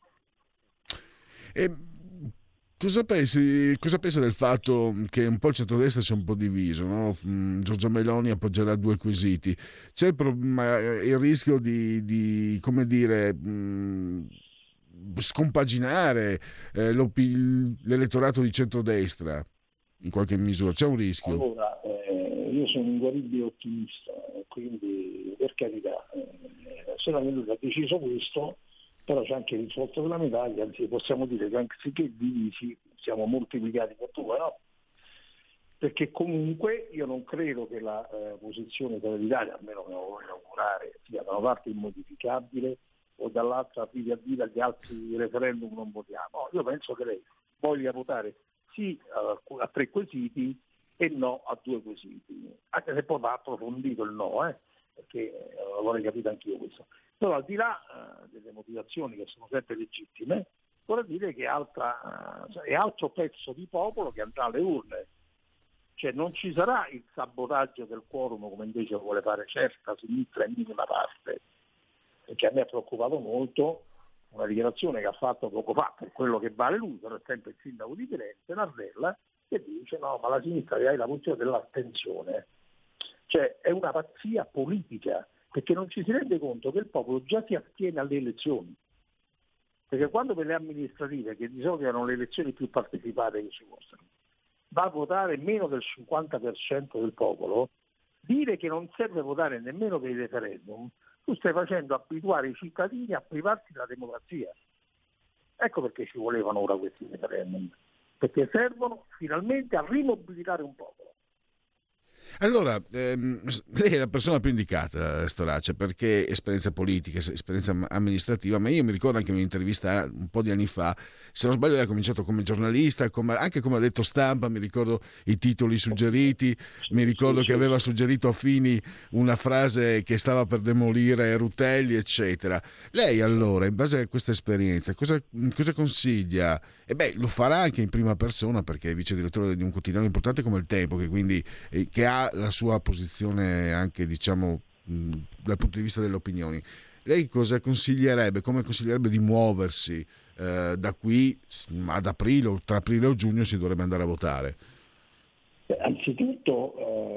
Cosa pensa del fatto che un po' il centrodestra sia un po' diviso, no? Giorgia Meloni appoggerà 2 quesiti. C'è il rischio di come dire, scompaginare l'elettorato di centrodestra in qualche misura? C'è un rischio?
Allora, io sono un guaribile ottimista, quindi per carità, se la Meloni ha deciso questo, però c'è anche il risvolto della medaglia, anzi possiamo dire che anziché divisi siamo moltiplicati per 2, no? Perché comunque io non credo che la posizione dell'Italia, almeno me lo voglio augurare, sia da una parte immodificabile o dall'altra vita a vita che altri referendum non votiamo. No, io penso che lei voglia votare sì a 3 quesiti e no a 2 quesiti, anche se poi va approfondito il no, perché l'avrei capito anch'io questo. Però al di là delle motivazioni che sono sempre legittime, vorrei dire che è altro pezzo di popolo che andrà alle urne. Cioè non ci sarà il sabotaggio del quorum come invece vuole fare certa sinistra in minima parte, perché a me ha preoccupato molto una dichiarazione che ha fatto poco fa, per quello che vale lui, per esempio il sindaco di Firenze, Nardella, che dice no, ma la sinistra ha la posizione dell'astensione. Cioè è una pazzia politica, perché non ci si rende conto che il popolo già si astiene alle elezioni. Perché quando per le amministrative, che di solito erano le elezioni più partecipate che ci fossero, va a votare meno del 50% del popolo, dire che non serve votare nemmeno per il referendum, tu stai facendo abituare i cittadini a privarsi della democrazia. Ecco perché ci volevano ora questi referendum, perché servono finalmente a rimobilitare un popolo.
Allora, lei è la persona più indicata, Storace, perché esperienza politica, esperienza amministrativa, ma io mi ricordo anche in un'intervista un po' di anni fa, se non sbaglio lei ha cominciato come giornalista, anche come ha detto Stampa, mi ricordo i titoli suggeriti, mi ricordo che aveva suggerito a Fini una frase che stava per demolire Rutelli, eccetera. Lei allora, in base a questa esperienza, cosa consiglia? E lo farà anche in prima persona, perché è vice direttore di un quotidiano importante come Il Tempo, che quindi che ha la sua posizione anche, diciamo, dal punto di vista delle opinioni. Lei cosa consiglierebbe? Come consiglierebbe di muoversi da qui ad aprile, o tra aprile o giugno si dovrebbe andare a votare?
Anzitutto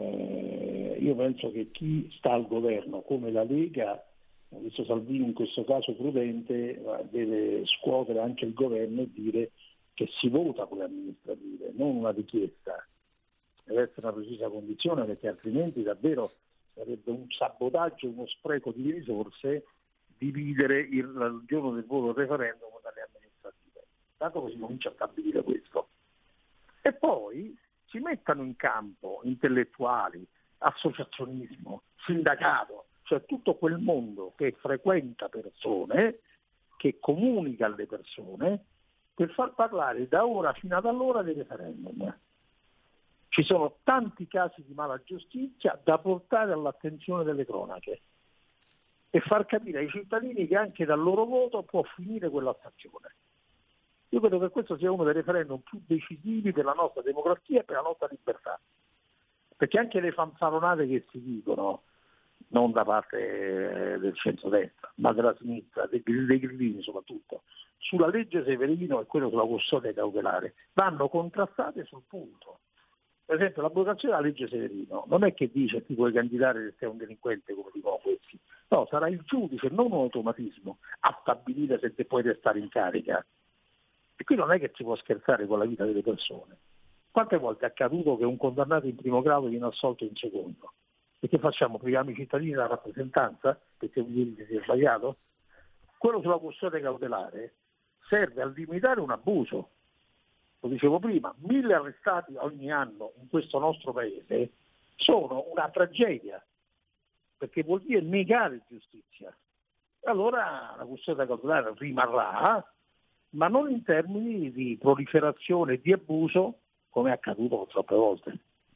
io penso che chi sta al governo come la Lega, visto Salvini in questo caso prudente, deve scuotere anche il governo e dire che si vota con le amministrative, non una richiesta. Deve essere una precisa condizione, perché altrimenti davvero sarebbe un sabotaggio, uno spreco di risorse dividere il giorno del voto del referendum dalle amministrative. Tanto così comincia a stabilire questo. E poi si mettano in campo intellettuali, associazionismo, sindacato, cioè tutto quel mondo che frequenta persone, che comunica alle persone, per far parlare da ora fino ad allora dei referendum. Ci sono tanti casi di mala giustizia da portare all'attenzione delle cronache e far capire ai cittadini che anche dal loro voto può finire quella stazione. Io credo che questo sia uno dei referendum più decisivi per la nostra democrazia e per la nostra libertà, perché anche le fanfaronate che si dicono, non da parte del centrodestra, ma della sinistra, dei grillini soprattutto, sulla legge Severino e quello sulla custodia cautelare, vanno contrastate sul punto. Per esempio l'abrogazione della legge Severino non è che dice ti puoi candidare se sei un delinquente come dicono questi, no, sarà il giudice, non un automatismo, a stabilire se te puoi restare in carica. E qui non è che si può scherzare con la vita delle persone. Quante volte è accaduto che un condannato in primo grado viene assolto in secondo? E che facciamo? Priviamo i cittadini della rappresentanza perché un giudice si è sbagliato? Quello sulla custodia cautelare serve a limitare un abuso. Lo dicevo prima, 1000 arrestati ogni anno in questo nostro paese sono una tragedia, perché vuol dire negare giustizia. Allora la custodia cautelare rimarrà, ma non in termini di proliferazione e di abuso come è accaduto troppe volte.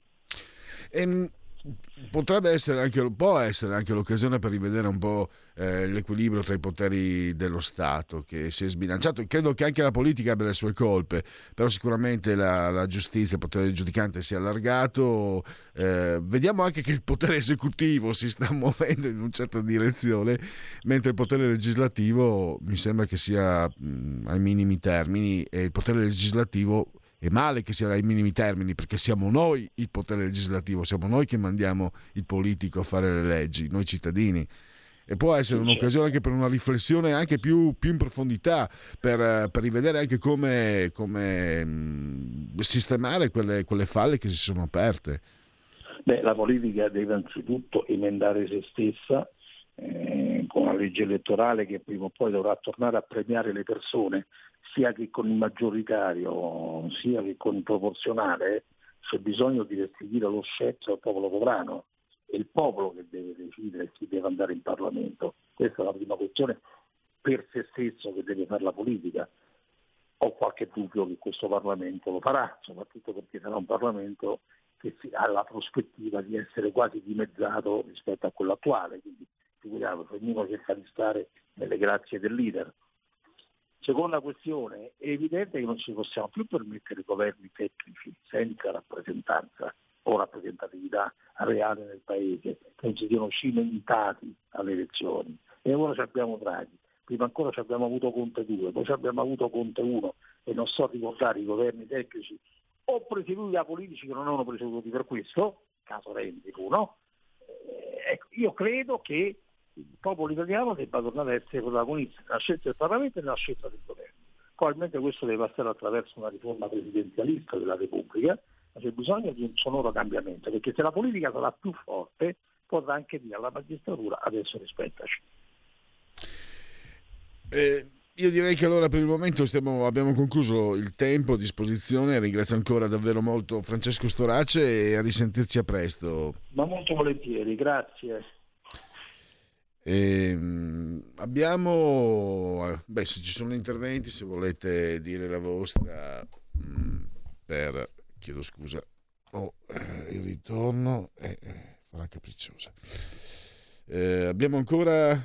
Potrebbe essere anche, può essere anche l'occasione per rivedere un po' l'equilibrio tra i poteri dello Stato, che si è sbilanciato. Credo che anche la politica abbia le sue colpe, però sicuramente la giustizia, il potere giudicante si è allargato. Vediamo anche che il potere esecutivo si sta muovendo in una certa direzione, mentre il potere legislativo mi sembra che sia ai minimi termini, e il potere legislativo è male che sia ai minimi termini, perché siamo noi il potere legislativo, siamo noi che mandiamo il politico a fare le leggi, noi cittadini. E può essere un'occasione anche per una riflessione anche più in profondità, per rivedere anche come sistemare quelle falle che si sono aperte.
La politica deve anzitutto emendare se stessa con una legge elettorale che prima o poi dovrà tornare a premiare le persone, sia che con il maggioritario sia che con il proporzionale. C'è bisogno di restituire lo scettro al popolo sovrano, è il popolo che deve decidere chi deve andare in Parlamento. Questa è la prima questione per se stesso che deve fare la politica. Ho qualche dubbio che questo Parlamento lo farà, soprattutto perché sarà un Parlamento che ha la prospettiva di essere quasi dimezzato rispetto a quello attuale, quindi figuriamoci, ognuno cerca di stare nelle grazie del leader. Seconda questione, è evidente che non ci possiamo più permettere governi tecnici senza rappresentanza o rappresentatività reale nel Paese, che non si siano cimentati alle elezioni. E ora abbiamo Draghi, prima ancora ci abbiamo avuto Conte 2, poi ci abbiamo avuto Conte 1, e non so ricordare i governi tecnici o presieduti da politici che non erano presieduti per questo, caso Renzi fu, no? Ecco, io credo che il popolo italiano debba tornare a essere protagonista nella scelta del Parlamento e nella scelta del governo. Probabilmente questo deve passare attraverso una riforma presidenzialista della Repubblica, ma c'è bisogno di un sonoro cambiamento, perché se la politica sarà più forte potrà anche dire alla magistratura adesso rispettaci.
io direi che allora per il momento abbiamo concluso il tempo a disposizione. Ringrazio ancora davvero molto Francesco Storace e a risentirci a presto.
Ma molto volentieri, grazie.
Abbiamo, se ci sono interventi, se volete dire la vostra, chiedo scusa, il ritorno farà capricciosa. Abbiamo ancora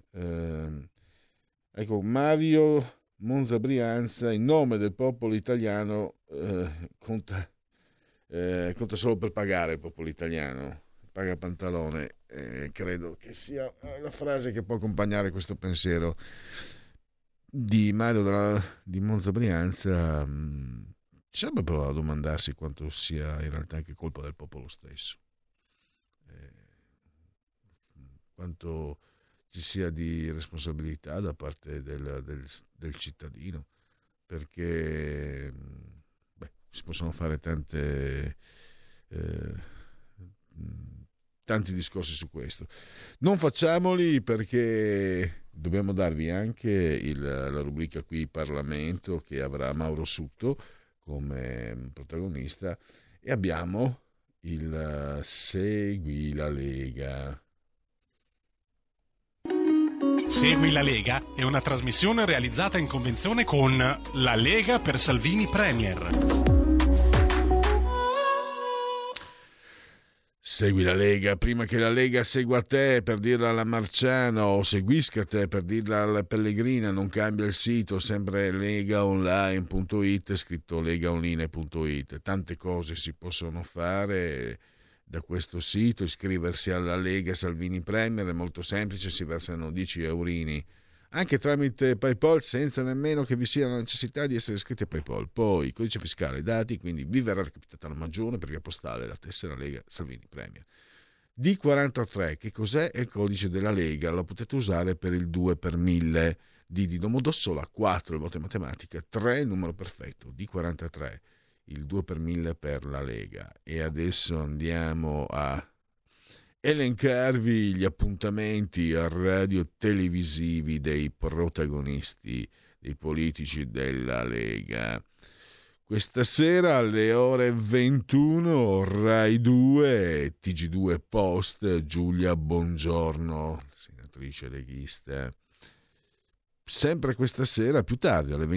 ecco, Mario Monza Brianza, in nome del popolo italiano, conta solo per pagare il popolo italiano, paga pantalone. Credo che sia la frase che può accompagnare questo pensiero di Mario di Monza Brianza. Ci sarebbe provato a domandarsi quanto sia in realtà anche colpa del popolo stesso, quanto ci sia di responsabilità da parte del cittadino, perché si possono fare tanti discorsi su questo. Non facciamoli, perché dobbiamo darvi anche la rubrica qui Parlamento, che avrà Mauro Sutto come protagonista, e abbiamo il Segui la Lega.
Segui la Lega è una trasmissione realizzata in convenzione con La Lega per Salvini Premier.
Segui la Lega prima che la Lega segua te, per dirla alla Marciano, o seguisca te per dirla alla Pellegrina. Non cambia il sito, sempre legaonline.it, scritto legaonline.it. Tante cose si possono fare da questo sito. Iscriversi alla Lega Salvini Premier è molto semplice, si versano 10 eurini anche tramite PayPal, senza nemmeno che vi sia la necessità di essere iscritti a PayPal. Poi codice fiscale, dati, quindi vi verrà recapitata la maggiore per via postale la tessera Lega Salvini Premier. D43, che cos'è? È il codice della Lega, lo potete usare per il 2 per 1000. D di Domodossola, 4 il voto in matematica, 3 il numero perfetto, D43, il 2 per 1000 per la Lega. E adesso andiamo a elencarvi gli appuntamenti radio-televisivi dei protagonisti, dei politici della Lega. Questa sera alle ore 21 Rai 2, TG2 Post, Giulia Bongiorno, senatrice leghista. Sempre questa sera, più tardi, alle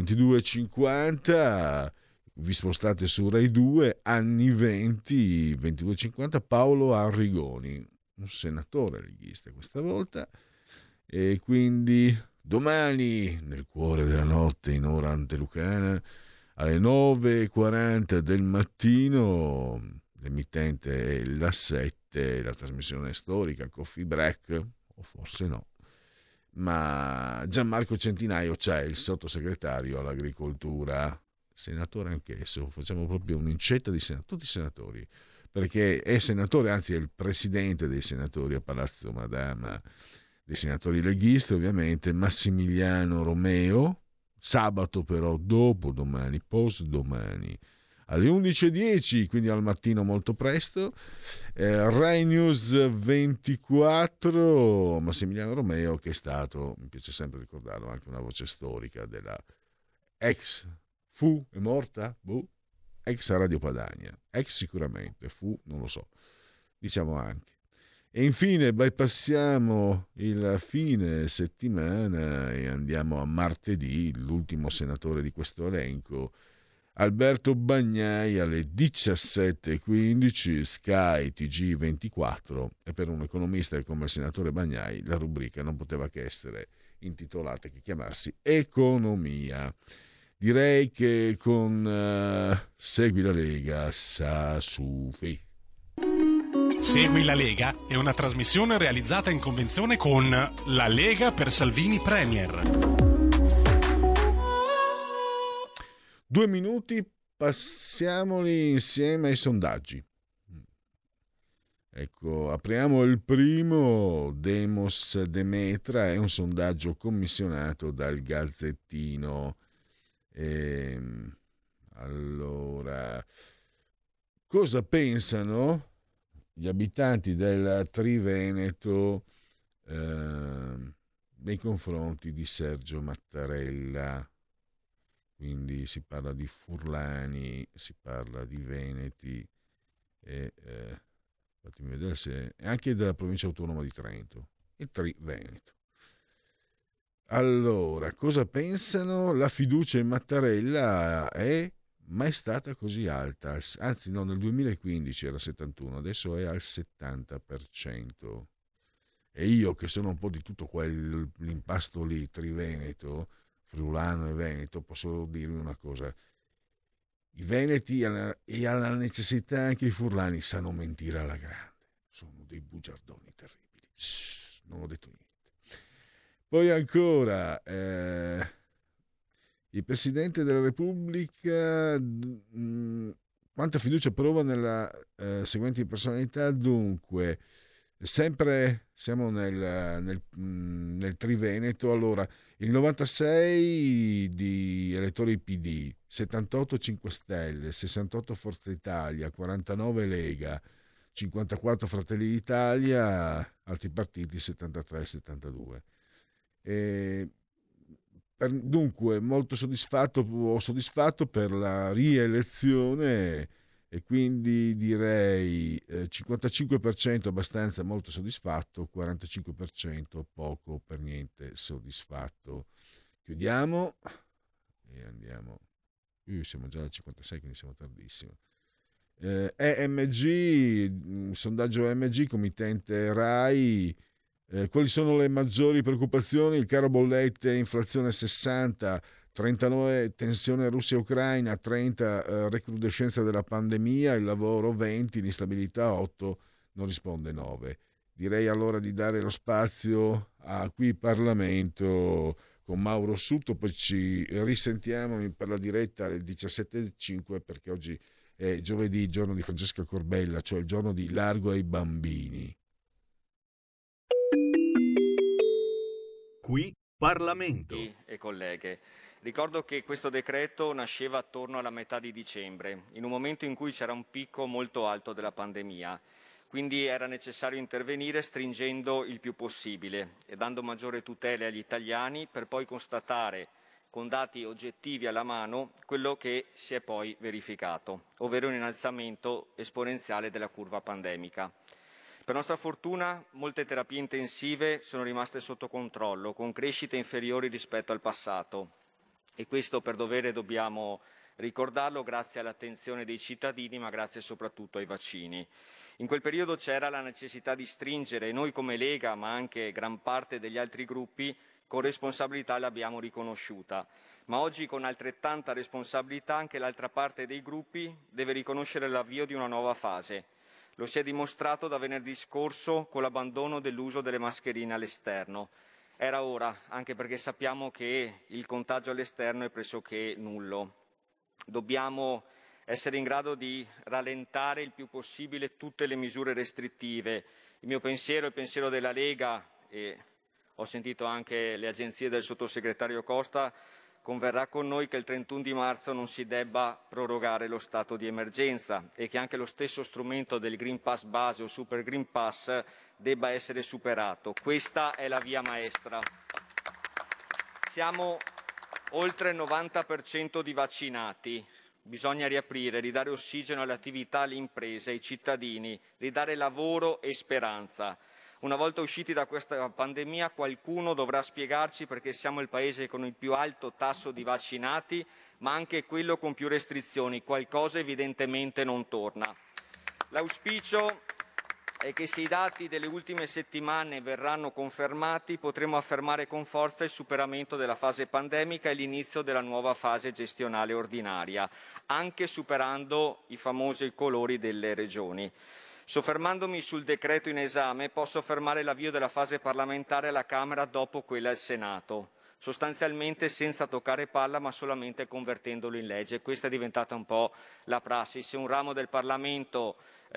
22.50, vi spostate su Rai 2, anni 20, 22.50, Paolo Arrigoni, un senatore leghista questa volta. E quindi domani, nel cuore della notte, in ora antelucana, alle 9.40 del mattino, l'emittente è la 7, la trasmissione storica Coffee Break, o forse no, ma Gianmarco Centinaio c'è, il sottosegretario all'agricoltura, senatore anch'esso. Facciamo proprio un'incetta di tutti i senatori, perché è senatore, anzi è il presidente dei senatori a Palazzo Madama, dei senatori leghisti ovviamente, Massimiliano Romeo. Sabato però dopodomani, postdomani, alle 11.10, quindi al mattino molto presto, Rai News 24, Massimiliano Romeo, che è stato, mi piace sempre ricordarlo, anche una voce storica della ex, fu, è morta? Ex Radio Padania, ex sicuramente, fu, non lo so, diciamo anche. E infine bypassiamo il fine settimana e andiamo a martedì, l'ultimo senatore di questo elenco, Alberto Bagnai, alle 17.15, Sky TG24, e per un economista come il senatore Bagnai la rubrica non poteva che essere intitolata, che chiamarsi Economia. Direi che con Segui la Lega sa sufi.
Segui la Lega è una trasmissione realizzata in convenzione con La Lega per Salvini Premier.
2 minuti, passiamoli insieme ai sondaggi. Ecco, apriamo il primo. Demos Demetra è un sondaggio commissionato dal Gazzettino. Allora, cosa pensano gli abitanti del Triveneto nei confronti di Sergio Mattarella. Quindi si parla di Furlani, si parla di Veneti, e fatemi vedere se anche della provincia autonoma di Trento, il Tri-Veneto. Allora, cosa pensano? La fiducia in Mattarella è mai stata così alta, anzi no, nel 2015 era 71, adesso è al 70%. E io che sono un po' di tutto quell'impasto lì, Triveneto, friulano e veneto, posso dirvi una cosa: i veneti e alla necessità anche i furlani sanno mentire alla grande, sono dei bugiardoni terribili. Non ho detto niente. Poi ancora il Presidente della Repubblica, quanta fiducia prova nella seguenti personalità? Dunque, sempre siamo nel Triveneto. Allora, il 96 di elettori PD, 78 5 Stelle, 68 Forza Italia, 49 Lega, 54 Fratelli d'Italia, altri partiti 73 e 72. Dunque, molto soddisfatto per la rielezione, e quindi direi 55% abbastanza molto soddisfatto, 45% poco per niente soddisfatto. Chiudiamo e andiamo. Siamo già al 56, quindi siamo tardissimo. EMG, sondaggio EMG, committente RAI. Quali sono le maggiori preoccupazioni? Il caro bollette, inflazione 60, 39 tensione Russia-Ucraina, 30 recrudescenza della pandemia, il lavoro 20, l'instabilità 8, non risponde 9. Direi allora di dare lo spazio a Qui Parlamento con Mauro Sutto, poi ci risentiamo per la diretta alle 17.05, perché oggi è giovedì, giorno di Francesca Corbella, cioè il giorno di Largo ai bambini.
Qui Parlamento.
E colleghe, ricordo che questo decreto nasceva attorno alla metà di dicembre, in un momento in cui c'era un picco molto alto della pandemia, quindi era necessario intervenire stringendo il più possibile e dando maggiore tutele agli italiani, per poi constatare con dati oggettivi alla mano quello che si è poi verificato, ovvero un innalzamento esponenziale della curva pandemica. Per nostra fortuna molte terapie intensive sono rimaste sotto controllo, con crescite inferiori rispetto al passato, e questo per dovere dobbiamo ricordarlo, grazie all'attenzione dei cittadini, ma grazie soprattutto ai vaccini. In quel periodo c'era la necessità di stringere, e noi come Lega, ma anche gran parte degli altri gruppi, con responsabilità l'abbiamo riconosciuta. Ma oggi, con altrettanta responsabilità, anche l'altra parte dei gruppi deve riconoscere l'avvio di una nuova fase. Lo si è dimostrato da venerdì scorso con l'abbandono dell'uso delle mascherine all'esterno. Era ora, anche perché sappiamo che il contagio all'esterno è pressoché nullo. Dobbiamo essere in grado di rallentare il più possibile tutte le misure restrittive. Il mio pensiero, il pensiero della Lega, e ho sentito anche le agenzie del sottosegretario Costa, converrà con noi che il 31 di marzo non si debba prorogare lo stato di emergenza e che anche lo stesso strumento del Green Pass base o Super Green Pass debba essere superato. Questa è la via maestra. Siamo oltre il 90% di vaccinati. Bisogna riaprire, ridare ossigeno alle attività, alle imprese, ai cittadini, ridare lavoro e speranza. Una volta usciti da questa pandemia, qualcuno dovrà spiegarci perché siamo il paese con il più alto tasso di vaccinati, ma anche quello con più restrizioni. Qualcosa evidentemente non torna. L'auspicio è che se i dati delle ultime settimane verranno confermati, potremo affermare con forza il superamento della fase pandemica e l'inizio della nuova fase gestionale ordinaria, anche superando i famosi colori delle regioni. Soffermandomi sul decreto in esame, posso affermare l'avvio della fase parlamentare alla Camera dopo quella al Senato, sostanzialmente senza toccare palla, ma solamente convertendolo in legge. Questa è diventata un po' la prassi. Se un ramo del Parlamento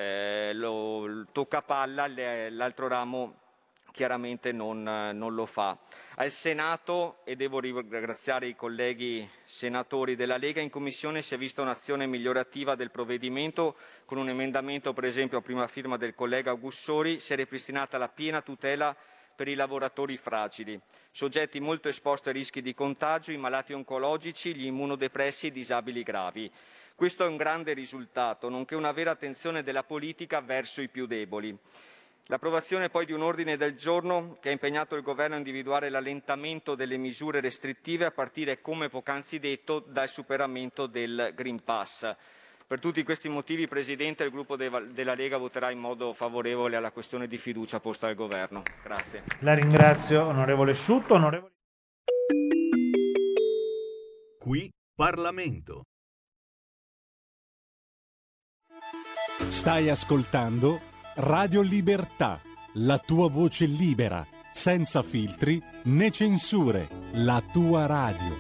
lo tocca palla, l'altro ramo chiaramente non lo fa. Al Senato, e devo ringraziare i colleghi senatori della Lega, in Commissione si è vista un'azione migliorativa del provvedimento. Con un emendamento, per esempio, a prima firma del collega Augussori, si è ripristinata la piena tutela per i lavoratori fragili, soggetti molto esposti a rischi di contagio, i malati oncologici, gli immunodepressi e i disabili gravi. Questo è un grande risultato, nonché una vera attenzione della politica verso i più deboli. L'approvazione poi di un ordine del giorno che ha impegnato il Governo a individuare l'allentamento delle misure restrittive a partire, come poc'anzi detto, dal superamento del Green Pass. Per tutti questi motivi, Presidente, il gruppo della Lega voterà in modo favorevole alla questione di fiducia posta al Governo. Grazie.
La ringrazio, onorevole Sciutto.
Qui Parlamento.
Stai ascoltando Radio Libertà, la tua voce libera, senza filtri né censure, la tua radio.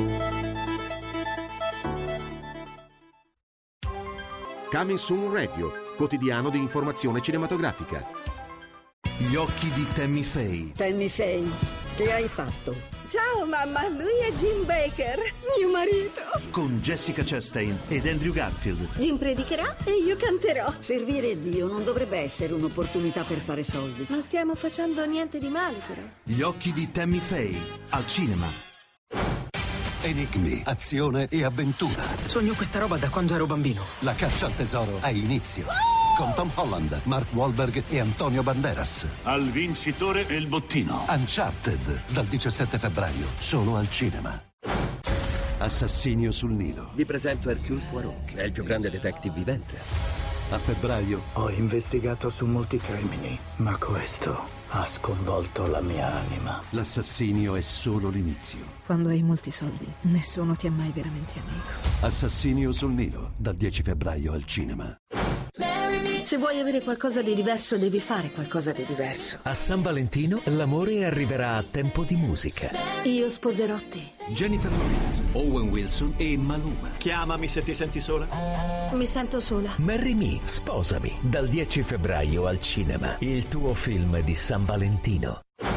Coming Soon Radio, quotidiano di informazione cinematografica.
Gli occhi di Tammy Faye.
Tammy Faye, che hai fatto? Ciao mamma, lui è Jim Baker, mio marito.
Con Jessica Chastain ed Andrew Garfield.
Jim predicherà e io canterò.
Servire Dio non dovrebbe essere un'opportunità per fare soldi.
Non stiamo facendo niente di male, però.
Gli occhi di Tammy Faye, al cinema.
Enigmi, azione e avventura.
Sogno questa roba da quando ero bambino.
La caccia al tesoro ha inizio. Con Tom Holland, Mark Wahlberg e Antonio Banderas.
Al vincitore e il bottino.
Uncharted, dal 17 febbraio, solo al cinema. Assassinio sul Nilo.
Vi presento Hercule Poirot. È il più grande detective vivente.
A febbraio.
Ho investigato su molti crimini, ma questo ha sconvolto la mia anima.
L'assassinio è solo l'inizio.
Quando hai molti soldi, nessuno ti è mai veramente amico.
Assassinio sul Nilo, dal 10 febbraio al cinema.
Se vuoi avere qualcosa di diverso, devi fare qualcosa di diverso.
A San Valentino l'amore arriverà a tempo di musica.
Io sposerò te.
Jennifer Lawrence, Owen Wilson e Maluma.
Chiamami se ti senti sola.
Mi sento sola.
Marry Me, sposami, dal 10 febbraio al cinema. Il tuo film di San Valentino.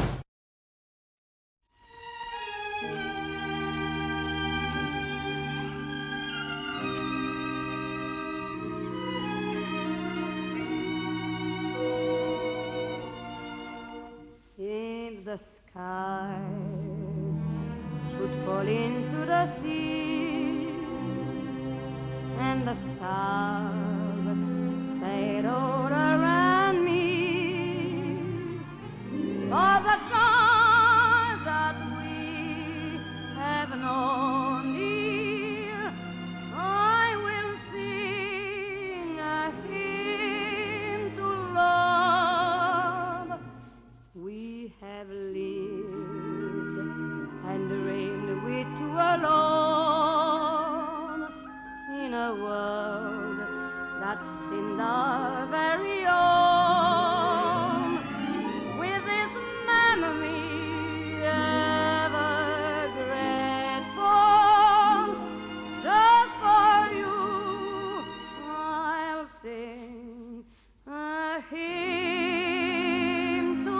The sky should fall into the sea, and the stars fade all around me. For the time that we have known near, I will sing a hymn to love. We have lived and reigned with two alone in a world that seemed our very own. With this memory ever grateful, just for you I'll sing a hymn to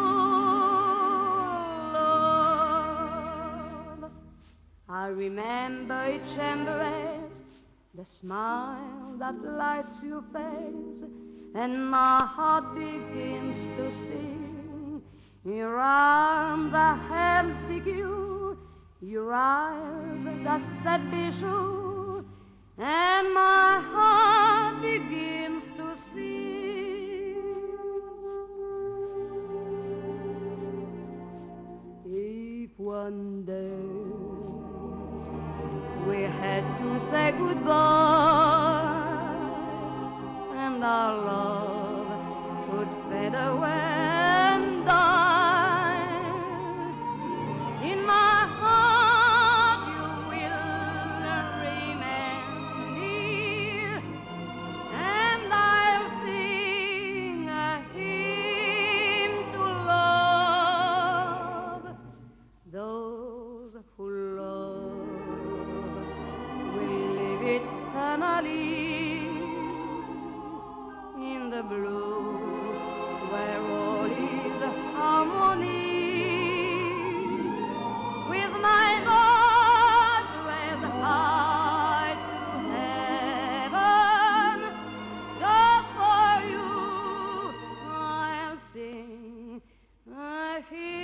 love. I remember each embrace, the smile that lights your face, and my heart begins to sing. Your arms are held secure, your eyes that said be sure, and my heart begins to sing. If one day we had to say goodbye, and our love should fade away and die, in my heart you will remain dear, and I'll sing a hymn to love. Those who love will live eternally in the blue where all is harmony. With my voice raised high to heaven, just for you I'll sing a hymn.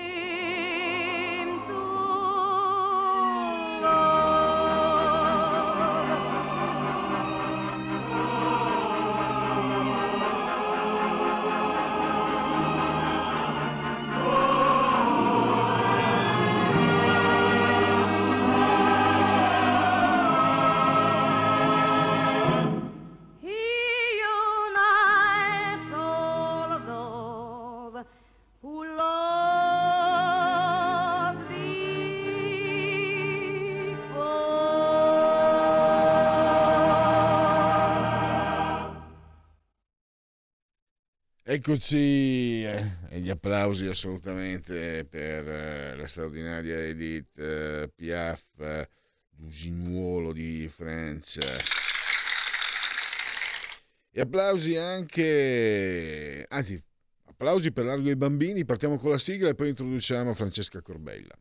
Eccoci, e gli applausi assolutamente per la straordinaria Edith Piaf, Usignuolo di Francia. E applausi anche, anzi, applausi per Largo ai bambini. Partiamo con la sigla e poi introduciamo Francesca Corbella.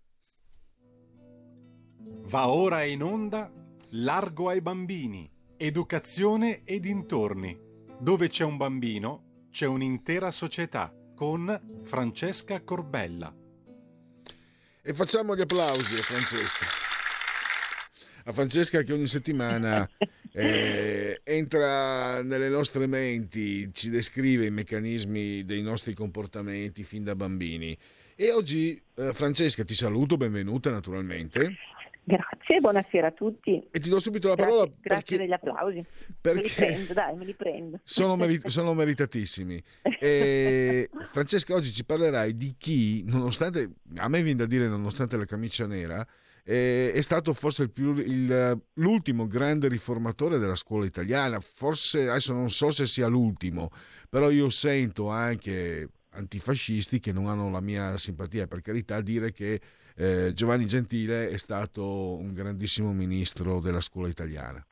Va ora in onda Largo ai bambini, educazione e dintorni. Dove c'è un bambino, c'è un'intera società, con Francesca Corbella.
E facciamo gli applausi a Francesca. A Francesca che ogni settimana entra nelle nostre menti, ci descrive i meccanismi dei nostri comportamenti fin da bambini. E oggi, Francesca, ti saluto, benvenuta naturalmente.
Grazie, buonasera a tutti.
E ti do subito la parola.
Grazie degli applausi. Me li prendo.
Sono meritatissimi. Francesca, oggi ci parlerai di chi, nonostante, a me viene da dire nonostante la camicia nera, è stato forse l'ultimo grande riformatore della scuola italiana. Forse, adesso non so se sia l'ultimo, però io sento anche antifascisti che non hanno la mia simpatia, per carità, dire che Giovanni Gentile è stato un grandissimo ministro della scuola italiana.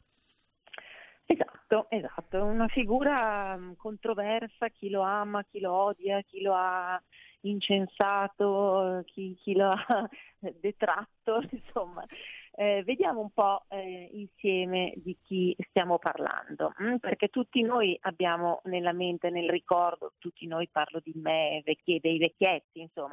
Esatto, una figura controversa, chi lo ama, chi lo odia, chi lo ha incensato, chi lo ha detratto, insomma. Vediamo un po' insieme di chi stiamo parlando, perché tutti noi abbiamo nella mente, nel ricordo, tutti noi, parlo di me, dei vecchietti, insomma,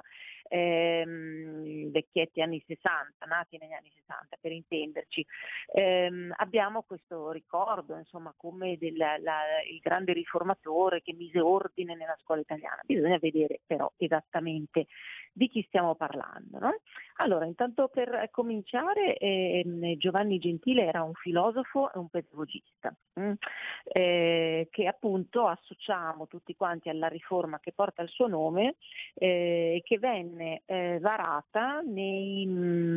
vecchietti anni 60, nati negli anni 60 per intenderci, abbiamo questo ricordo, insomma, come il grande riformatore che mise ordine nella scuola italiana. Bisogna vedere però esattamente di chi stiamo parlando, no? Allora, intanto per cominciare, Giovanni Gentile era un filosofo e un pedagogista, che appunto associamo tutti quanti alla riforma che porta il suo nome, che venne varata nei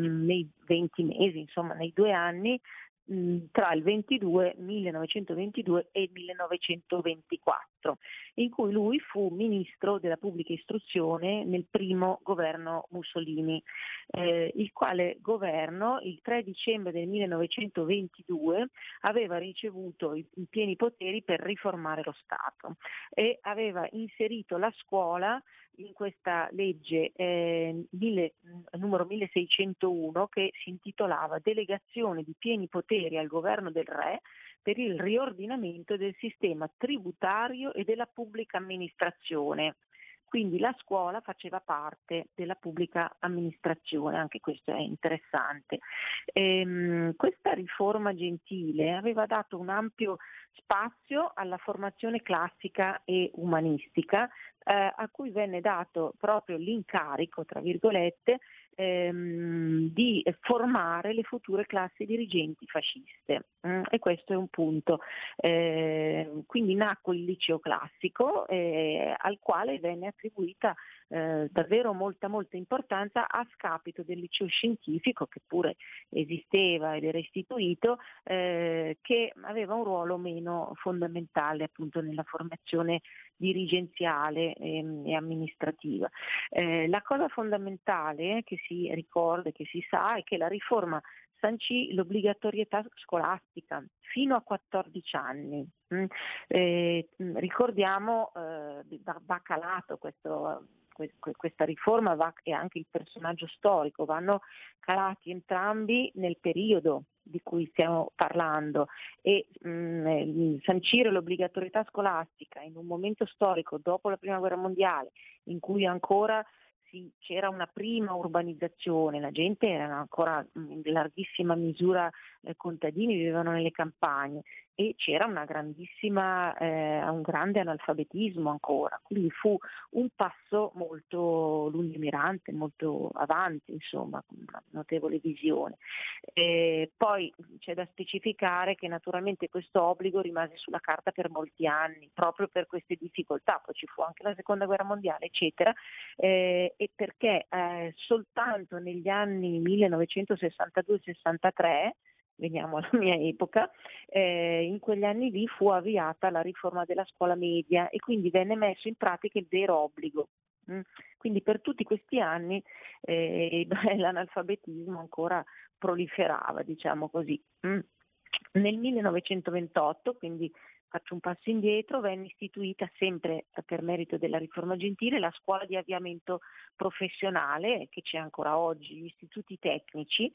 20 mesi, insomma nei 2 anni, tra il 1922 e il 1924, in cui lui fu ministro della pubblica istruzione nel primo governo Mussolini, il quale governo il 3 dicembre del 1922 aveva ricevuto i pieni poteri per riformare lo Stato e aveva inserito la scuola in questa legge numero 1601, che si intitolava Delegazione di pieni poteri al governo del re per il riordinamento del sistema tributario e della pubblica amministrazione. Quindi la scuola faceva parte della pubblica amministrazione, anche questo è interessante. Questa riforma Gentile aveva dato un ampio spazio alla formazione classica e umanistica, a cui venne dato proprio l'incarico, tra virgolette, di formare le future classi dirigenti fasciste, e questo è un punto. Quindi nacque il liceo classico, al quale venne attribuita davvero molta importanza, a scapito del liceo scientifico, che pure esisteva ed era istituito, che aveva un ruolo meno fondamentale appunto nella formazione dirigenziale e amministrativa. La cosa fondamentale che si ricorda, che si sa, è che la riforma sancì l'obbligatorietà scolastica fino a 14 anni. Ricordiamo, va calato questa riforma, e anche il personaggio storico vanno calati entrambi nel periodo di cui stiamo parlando, e sancire l'obbligatorietà scolastica in un momento storico dopo la Prima Guerra Mondiale, in cui ancora c'era una prima urbanizzazione, la gente era ancora in larghissima misura contadini, vivevano nelle campagne, e c'era un grande analfabetismo ancora, quindi fu un passo molto lungimirante, molto avanti, insomma, con una notevole visione. Poi c'è da specificare che naturalmente questo obbligo rimase sulla carta per molti anni, proprio per queste difficoltà. Poi ci fu anche la Seconda Guerra Mondiale, eccetera, e perché soltanto negli anni 1962-63 veniamo alla mia epoca, in quegli anni lì fu avviata la riforma della scuola media e quindi venne messo in pratica il vero obbligo. Quindi per tutti questi anni l'analfabetismo ancora proliferava, diciamo così. Nel 1928, quindi faccio un passo indietro, venne istituita sempre per merito della riforma Gentile la scuola di avviamento professionale, che c'è ancora oggi, gli istituti tecnici,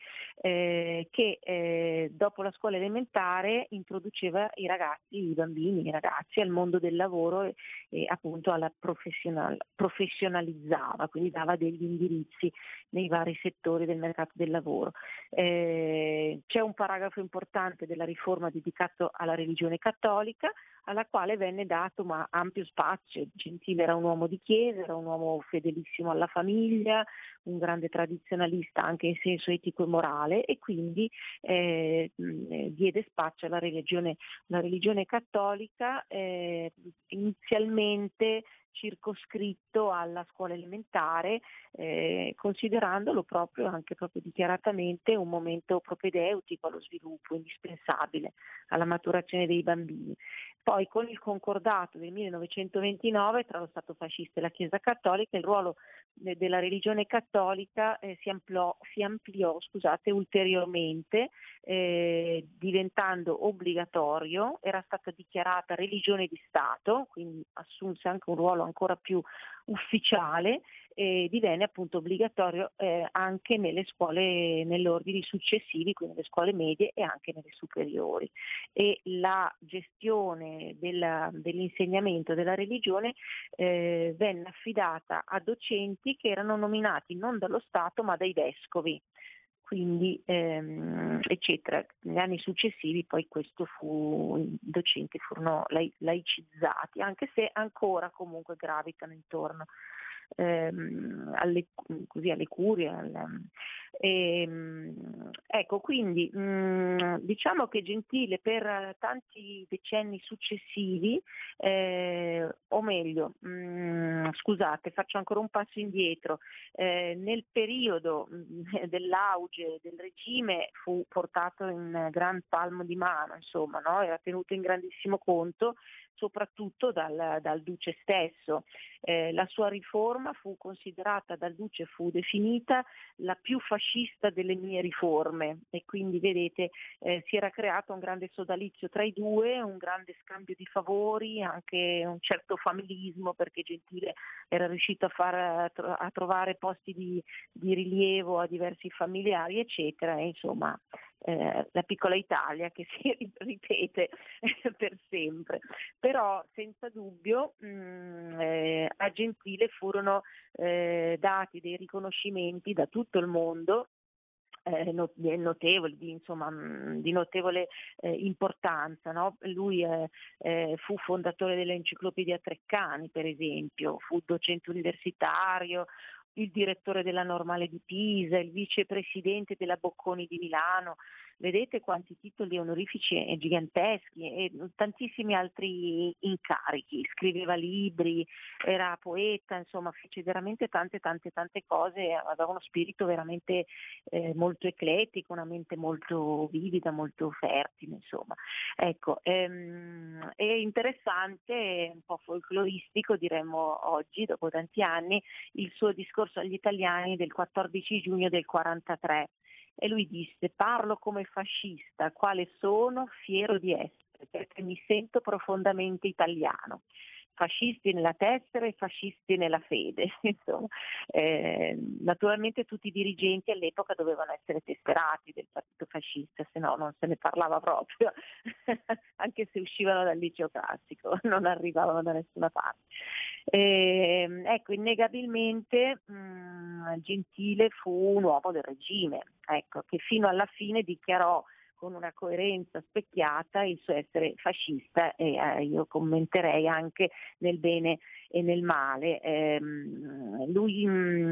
che dopo la scuola elementare introduceva i ragazzi al mondo del lavoro e appunto alla professionalizzava, quindi dava degli indirizzi nei vari settori del mercato del lavoro. C'è un paragrafo importante della riforma dedicato alla religione cattolica, alla quale venne dato ampio spazio. Gentile era un uomo di chiesa, era un uomo fedelissimo alla famiglia, un grande tradizionalista anche in senso etico e morale, e quindi diede spazio alla religione cattolica, inizialmente circoscritto alla scuola elementare, considerandolo anche proprio dichiaratamente un momento propedeutico allo sviluppo, indispensabile alla maturazione dei bambini. Poi con il concordato del 1929 tra lo Stato fascista e la Chiesa cattolica, il ruolo della religione cattolica si ampliò ulteriormente, diventando obbligatorio. Era stata dichiarata religione di Stato, quindi assunse anche un ruolo ancora più ufficiale, e divenne appunto obbligatorio anche nelle scuole, negli ordini successivi, quindi nelle scuole medie e anche nelle superiori. E la gestione dell'insegnamento della religione venne affidata a docenti che erano nominati non dallo Stato ma dai vescovi, quindi eccetera. Negli anni successivi poi i docenti furono laicizzati, anche se ancora comunque gravitano intorno alle curie. Ecco, quindi diciamo che Gentile per tanti decenni successivi, o meglio, scusate, faccio ancora un passo indietro, nel periodo dell'auge del regime fu portato in gran palmo di mano, insomma, no? Era tenuto in grandissimo conto soprattutto dal Duce stesso. La sua riforma fu considerata dal Duce, fu definita la più fascista delle mie riforme, e quindi vedete si era creato un grande sodalizio tra i due, un grande scambio di favori, anche un certo familismo, perché Gentile era riuscito a trovare posti di rilievo a diversi familiari, eccetera, e insomma la piccola Italia che si ripete per sempre. Però senza dubbio a Gentile furono dati dei riconoscimenti da tutto il mondo, notevoli, di notevole importanza, no? Lui fu fondatore dell'Enciclopedia Treccani, per esempio, fu docente universitario, il direttore della Normale di Pisa, il vicepresidente della Bocconi di Milano. Vedete quanti titoli onorifici giganteschi e tantissimi altri incarichi. Scriveva libri, era poeta, insomma fece veramente tante cose, aveva uno spirito veramente molto eclettico, una mente molto vivida, molto fertile, insomma. Ecco, è interessante, un po' folcloristico diremmo oggi, dopo tanti anni, il suo discorso agli italiani del 14 giugno del 43. E lui disse: parlo come fascista, quale sono, fiero di essere, perché mi sento profondamente italiano. Fascisti nella tessera e fascisti nella fede. Insomma, naturalmente tutti i dirigenti all'epoca dovevano essere tesserati del partito fascista, se no non se ne parlava proprio, anche se uscivano dal liceo classico, non arrivavano da nessuna parte. Ecco, innegabilmente Gentile fu un uomo del regime, ecco, che fino alla fine dichiarò con una coerenza specchiata il suo essere fascista, e io commenterei anche nel bene e nel male. Lui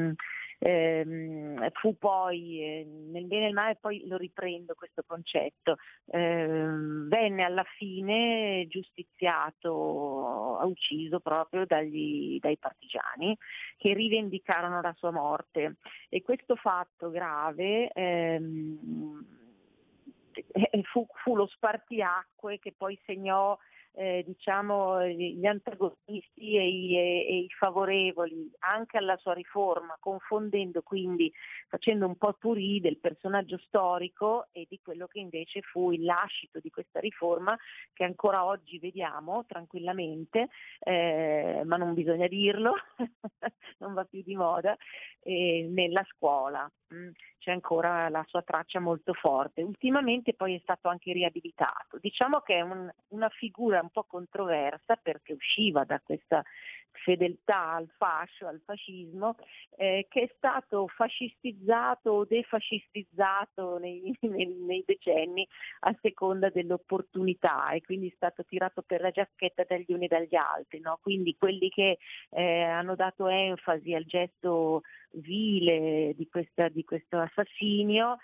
fu poi nel bene e nel male, poi lo riprendo questo concetto, venne alla fine giustiziato, ucciso proprio dai partigiani che rivendicarono la sua morte, e questo fatto grave fu lo spartiacque che poi segnò diciamo gli antagonisti e i favorevoli anche alla sua riforma, confondendo quindi, facendo un po' purì del personaggio storico e di quello che invece fu il lascito di questa riforma, che ancora oggi vediamo tranquillamente, ma non bisogna dirlo, non va più di moda, nella scuola. C'è ancora la sua traccia molto forte. Ultimamente poi è stato anche riabilitato. Diciamo che è una figura un po' controversa perché usciva da questa fedeltà al fascio, al fascismo, che è stato fascistizzato o defascistizzato nei decenni a seconda dell'opportunità, e quindi è stato tirato per la giacchetta dagli uni e dagli altri, no? Quindi quelli che hanno dato enfasi al gesto vile di questo assassinio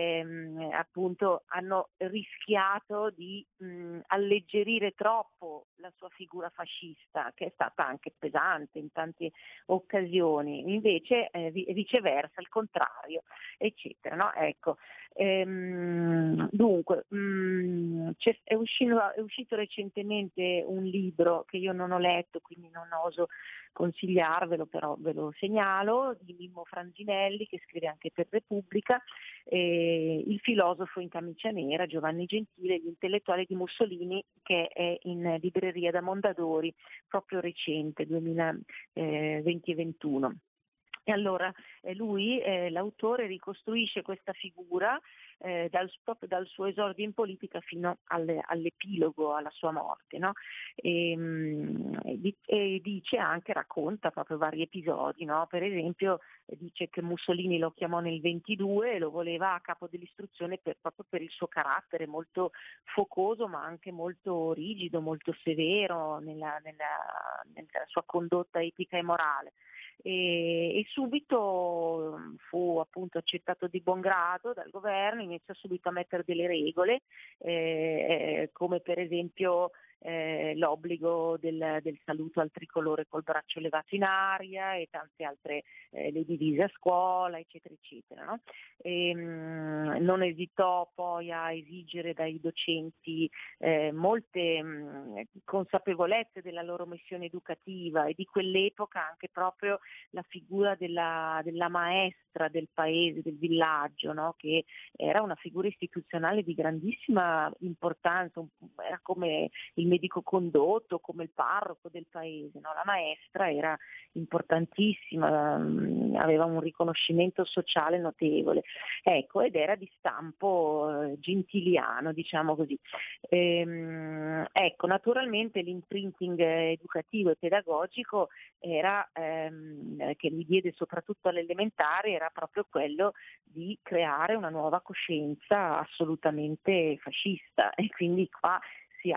appunto hanno rischiato di alleggerire troppo la sua figura fascista, che è stata anche pesante in tante occasioni, invece viceversa, il contrario, eccetera, no? Ecco. Dunque è uscito recentemente un libro che io non ho letto, quindi non oso consigliarvelo, però ve lo segnalo, di Mimmo Franginelli, che scrive anche per Repubblica, Il filosofo in camicia nera, Giovanni Gentile, gli intellettuali di Mussolini, che è in libreria da Mondadori, proprio recente, 2020 e 21. E allora lui, l'autore, ricostruisce questa figura proprio dal suo esordio in politica fino all'epilogo, alla sua morte, no? E dice anche, racconta proprio vari episodi, no? Per esempio dice che Mussolini lo chiamò nel 22 e lo voleva a capo dell'istruzione proprio per il suo carattere molto focoso, ma anche molto rigido, molto severo nella sua condotta etica e morale. E subito fu appunto accettato di buon grado dal governo, iniziò subito a mettere delle regole, come per esempio l'obbligo del saluto al tricolore col braccio levato in aria e tante altre, le divise a scuola, eccetera, eccetera, no? Non esitò poi a esigere dai docenti molte consapevolezze della loro missione educativa, e di quell'epoca anche proprio la figura della maestra del paese, del villaggio, no? Che era una figura istituzionale di grandissima importanza, era come il medico condotto, come il parroco del paese, no? La maestra era importantissima, aveva un riconoscimento sociale notevole, ecco, ed era di stampo gentiliano, diciamo così. Ecco, naturalmente l'imprinting educativo e pedagogico era che mi diede soprattutto all'elementare era proprio quello di creare una nuova coscienza assolutamente fascista, e quindi qua si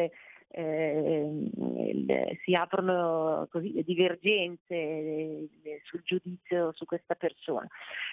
aprono così le divergenze sul giudizio su questa persona.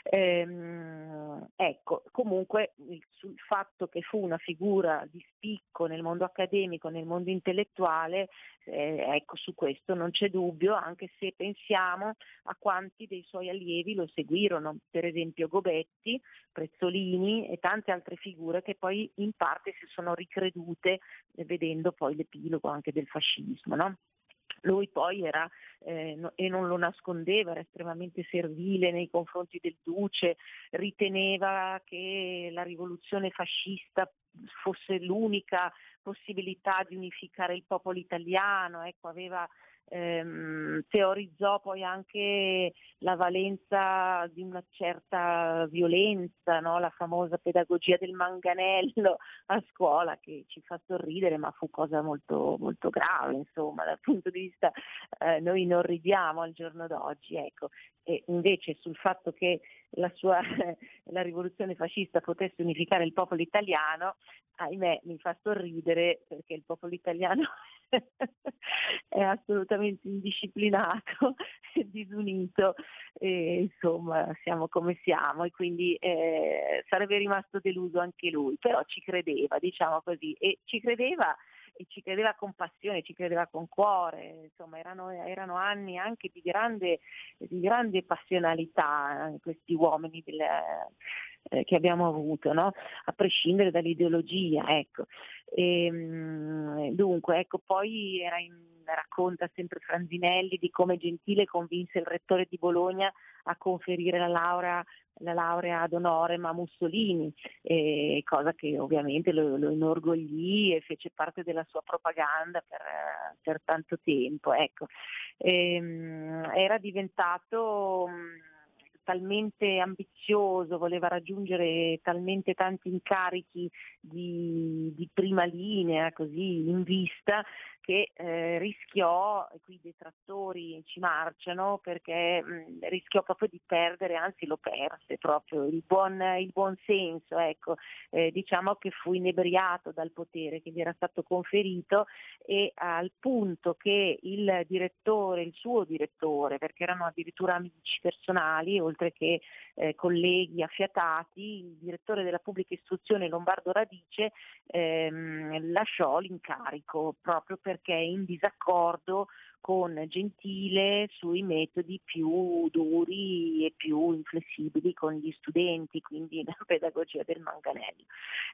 Ecco, comunque sul fatto che fu una figura di spicco nel mondo accademico, nel mondo intellettuale, ecco, su questo non c'è dubbio, anche se pensiamo a quanti dei suoi allievi lo seguirono, per esempio Gobetti, Prezzolini e tante altre figure che poi in parte si sono ricredute vedendo poi l'epilogo anche del fascismo, no? Lui poi era, e non lo nascondeva, era estremamente servile nei confronti del duce, riteneva che la rivoluzione fascista fosse l'unica possibilità di unificare il popolo italiano, ecco, teorizzò poi anche la valenza di una certa violenza, no? La famosa pedagogia del manganello a scuola, che ci fa sorridere, ma fu cosa molto, molto grave, insomma, dal punto di vista noi non ridiamo al giorno d'oggi, ecco. E invece sul fatto che la rivoluzione fascista potesse unificare il popolo italiano, ahimè, mi fa sorridere, perché il popolo italiano è assolutamente indisciplinato, disunito, e insomma siamo come siamo, e quindi sarebbe rimasto deluso anche lui, però ci credeva, diciamo così, e ci credeva e ci credeva con passione, ci credeva con cuore, insomma erano anni anche di grande passionalità, questi uomini che abbiamo avuto, no? A prescindere dall'ideologia, ecco. Dunque, ecco, poi racconta sempre Franzinelli di come Gentile convinse il rettore di Bologna a conferire la laurea ad honorem a Mussolini, cosa che ovviamente lo inorgoglì e fece parte della sua propaganda per tanto tempo. Ecco. Era diventato talmente ambizioso, voleva raggiungere talmente tanti incarichi di prima linea, così in vista, che rischiò, e qui i detrattori ci marciano, perché rischiò proprio di perdere, anzi lo perse proprio, il buon senso, ecco. Diciamo che fu inebriato dal potere che gli era stato conferito, e al punto che il suo direttore, perché erano addirittura amici personali, oltre che colleghi affiatati, il direttore della pubblica istruzione Lombardo Radice lasciò l'incarico proprio perché in disaccordo con Gentile sui metodi più duri e più inflessibili con gli studenti, quindi la pedagogia del manganello.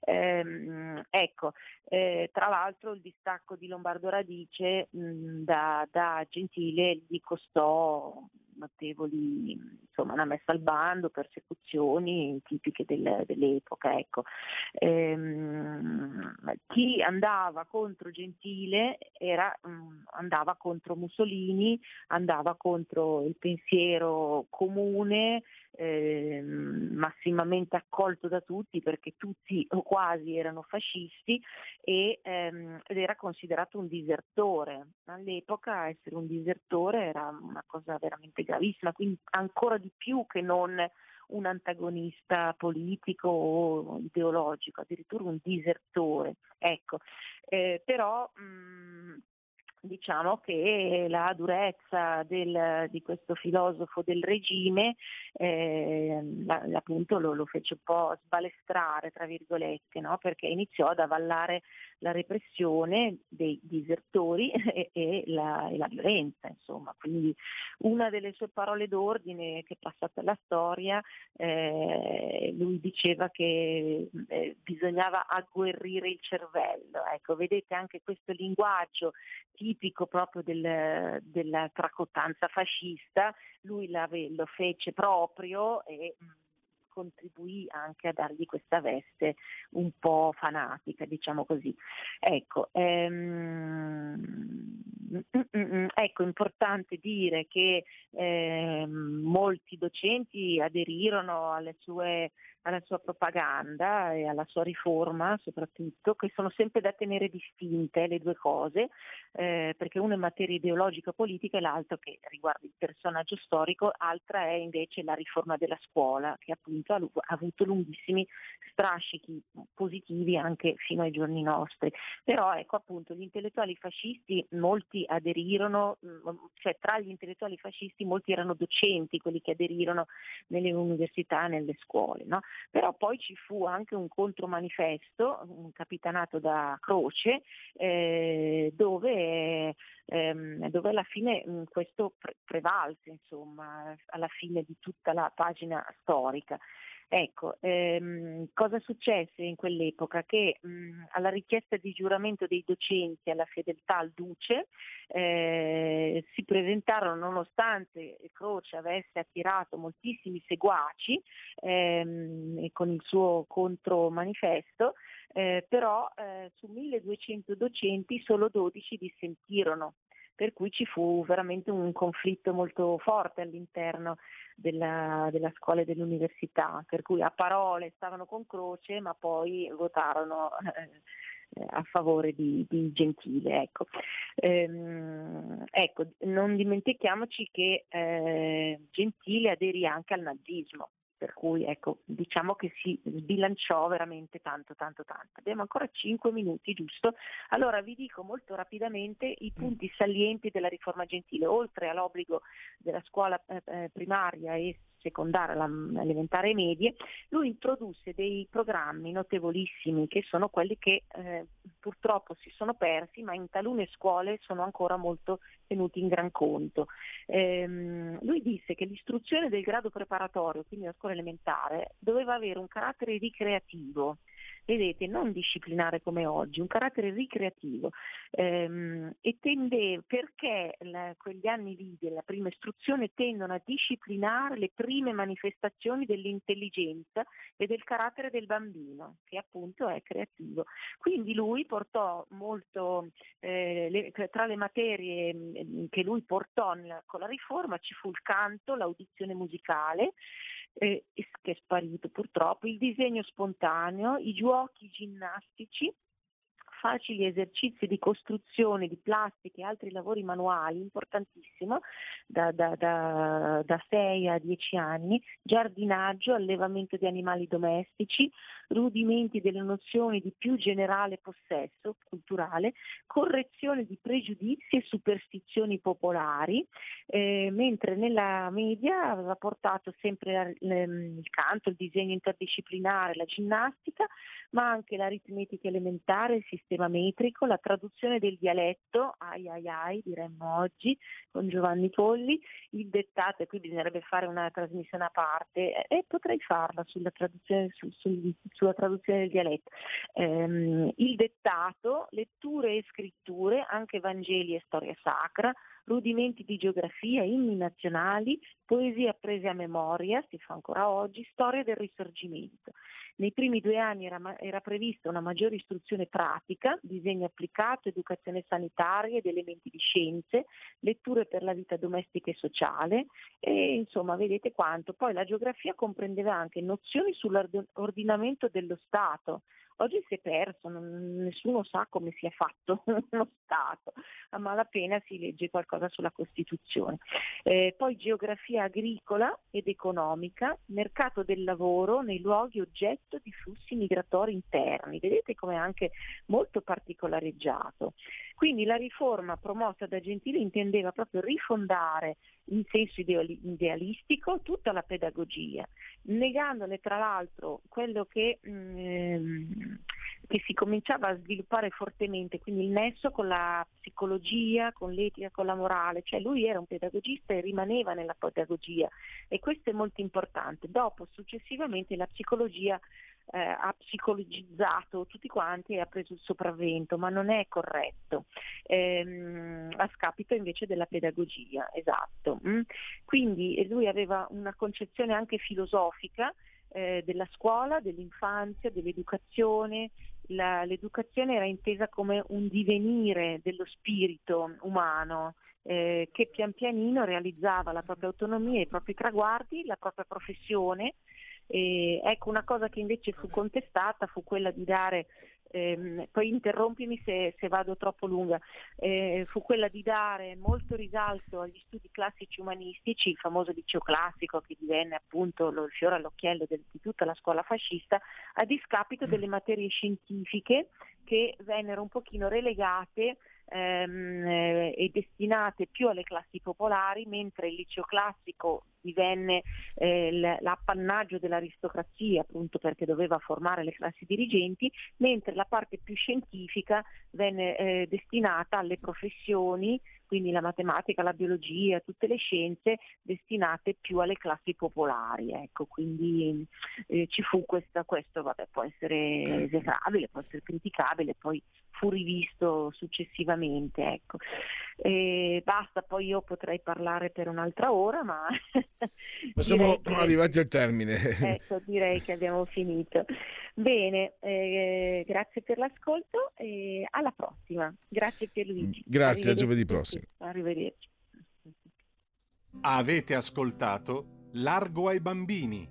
Tra l'altro il distacco di Lombardo Radice da Gentile gli costò notevoli, insomma, una messa al bando, persecuzioni tipiche dell'epoca. Ecco. Chi andava contro Gentile andava contro Mussolini, andava contro il pensiero comune, massimamente accolto da tutti, perché tutti o quasi erano fascisti, ed era considerato un disertore. All'epoca essere un disertore era una cosa veramente gravissima, quindi ancora di più che non un antagonista politico o ideologico, addirittura un disertore. Ecco. Però diciamo che la durezza di questo filosofo del regime appunto lo fece un po' sbalestrare, tra virgolette, no? Perché iniziò ad avallare la repressione dei disertori e la violenza, insomma. Quindi una delle sue parole d'ordine che è passata alla storia, lui diceva che bisognava agguerrire il cervello. Ecco, vedete anche questo linguaggio tipico proprio della tracottanza fascista, lui lo fece proprio e contribuì anche a dargli questa veste un po' fanatica, diciamo così. Ecco, ecco, importante dire che molti docenti aderirono alla sua propaganda e alla sua riforma, soprattutto, che sono sempre da tenere distinte le due cose, perché uno è materia ideologica politica e l'altro, che riguarda il personaggio storico, altra è invece la riforma della scuola, che appunto ha avuto lunghissimi strascichi positivi anche fino ai giorni nostri. Però ecco, appunto, gli intellettuali fascisti, molti aderirono, cioè tra gli intellettuali fascisti molti erano docenti, quelli che aderirono nelle università, nelle scuole, no? Però poi ci fu anche un contromanifesto capitanato da Croce, dove alla fine questo prevalse, insomma, alla fine di tutta la pagina storica. Ecco, cosa successe in quell'epoca? Che alla richiesta di giuramento dei docenti alla fedeltà al duce si presentarono, nonostante Croce avesse attirato moltissimi seguaci con il suo contromanifesto, però su 1200 docenti solo 12 dissentirono, per cui ci fu veramente un conflitto molto forte all'interno della scuola e dell'università, per cui a parole stavano con Croce ma poi votarono a favore di Gentile. Ecco. Ecco, non dimentichiamoci che Gentile aderì anche al nazismo, per cui ecco, diciamo che si sbilanciò veramente tanto. Abbiamo ancora 5 minuti, giusto? Allora vi dico molto rapidamente i punti salienti della riforma Gentile. Oltre all'obbligo della scuola primaria e secondaria, elementare e medie, lui introdusse dei programmi notevolissimi che sono quelli che purtroppo si sono persi, ma in talune scuole sono ancora molto tenuti in gran conto. Lui disse che l'istruzione del grado preparatorio, quindi la scuola elementare, doveva avere un carattere ricreativo, vedete, non disciplinare come oggi, un carattere ricreativo, e tende, perché quegli anni lì della prima istruzione tendono a disciplinare le prime manifestazioni dell'intelligenza e del carattere del bambino, che appunto è creativo. Quindi lui portò molto, tra le materie che lui portò con la riforma ci fu il canto, l'audizione musicale, che è sparito purtroppo, il disegno spontaneo, i giochi ginnastici, facili esercizi di costruzione di plastiche e altri lavori manuali, importantissimo, da 6 a 10 anni, giardinaggio, allevamento di animali domestici, rudimenti delle nozioni di più generale possesso culturale, correzione di pregiudizi e superstizioni popolari, mentre nella media aveva portato sempre il canto, il disegno interdisciplinare, la ginnastica, ma anche l'aritmetica elementare, il sistema metrico, la traduzione del dialetto, diremmo oggi, con Giovanni Polli, il dettato, e qui bisognerebbe fare una trasmissione a parte, e potrei farla sulla traduzione, sulla traduzione del dialetto, il dettato, letture e scritture, anche Vangeli e storia sacra, rudimenti di geografia, inni nazionali, poesie apprese a memoria, si fa ancora oggi, storia del Risorgimento. Nei primi 2 anni era prevista una maggiore istruzione pratica, disegno applicato, educazione sanitaria ed elementi di scienze, letture per la vita domestica e sociale, e insomma vedete quanto. Poi la geografia comprendeva anche nozioni sull'ordinamento dello Stato. Oggi si è perso, nessuno sa come sia fatto uno Stato, a malapena si legge qualcosa sulla Costituzione. Poi geografia agricola ed economica, mercato del lavoro nei luoghi oggetto di flussi migratori interni, vedete come è anche molto particolareggiato. Quindi la riforma promossa da Gentile intendeva proprio rifondare in senso idealistico tutta la pedagogia, negandone tra l'altro quello che si cominciava a sviluppare fortemente, quindi il nesso con la psicologia, con l'etica, con la morale, cioè lui era un pedagogista e rimaneva nella pedagogia, e questo è molto importante. Dopo, successivamente, la psicologia ha psicologizzato tutti quanti e ha preso il sopravvento, ma non è corretto, a scapito invece della pedagogia, esatto. Quindi lui aveva una concezione anche filosofica della scuola, dell'infanzia, dell'educazione. L'educazione era intesa come un divenire dello spirito umano, che pian pianino realizzava la propria autonomia, i propri traguardi, la propria professione. Ecco, una cosa che invece fu contestata fu quella di dare, poi interrompimi se vado troppo lunga, fu quella di dare molto risalto agli studi classici umanistici, il famoso liceo classico che divenne appunto il fiore all'occhiello di tutta la scuola fascista, a discapito delle materie scientifiche che vennero un pochino relegate e destinate più alle classi popolari, mentre il liceo classico divenne l'appannaggio dell'aristocrazia, appunto perché doveva formare le classi dirigenti, mentre la parte più scientifica venne destinata alle professioni, quindi la matematica, la biologia, tutte le scienze destinate più alle classi popolari. Ecco, quindi ci fu questo vabbè, può essere esecrabile, può essere criticabile, poi fu rivisto successivamente. Ecco. Basta, poi io potrei parlare per un'altra ora, ma
siamo arrivati al termine.
Ecco, direi che abbiamo finito. Bene, grazie per l'ascolto e alla prossima. Grazie Pierluigi.
Grazie, a giovedì prossimo.
Arrivederci.
Avete ascoltato Largo ai bambini.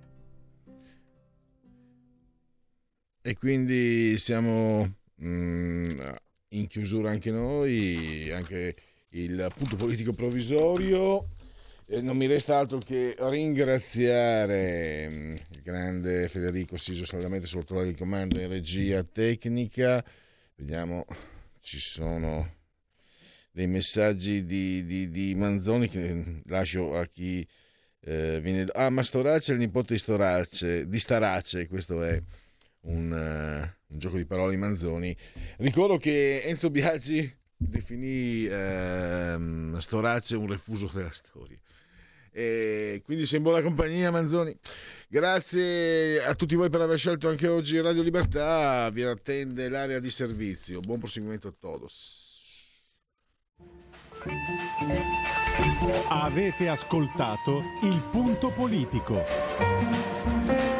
E quindi siamo in chiusura anche noi, anche il punto politico provvisorio. Non mi resta altro che ringraziare il grande Federico Siso saldamente sul trovare il comando in regia tecnica. Vediamo, ci sono dei messaggi di Manzoni che lascio a chi ma Storace è il nipote di Starace, questo è un gioco di parole di Manzoni. Ricordo che Enzo Biagi definì Storace un refuso della storia. E quindi sei in buona compagnia, Manzoni. Grazie a tutti voi per aver scelto anche oggi Radio Libertà. Vi attende l'area di servizio. Buon proseguimento a todos.
Avete ascoltato Il Punto Politico.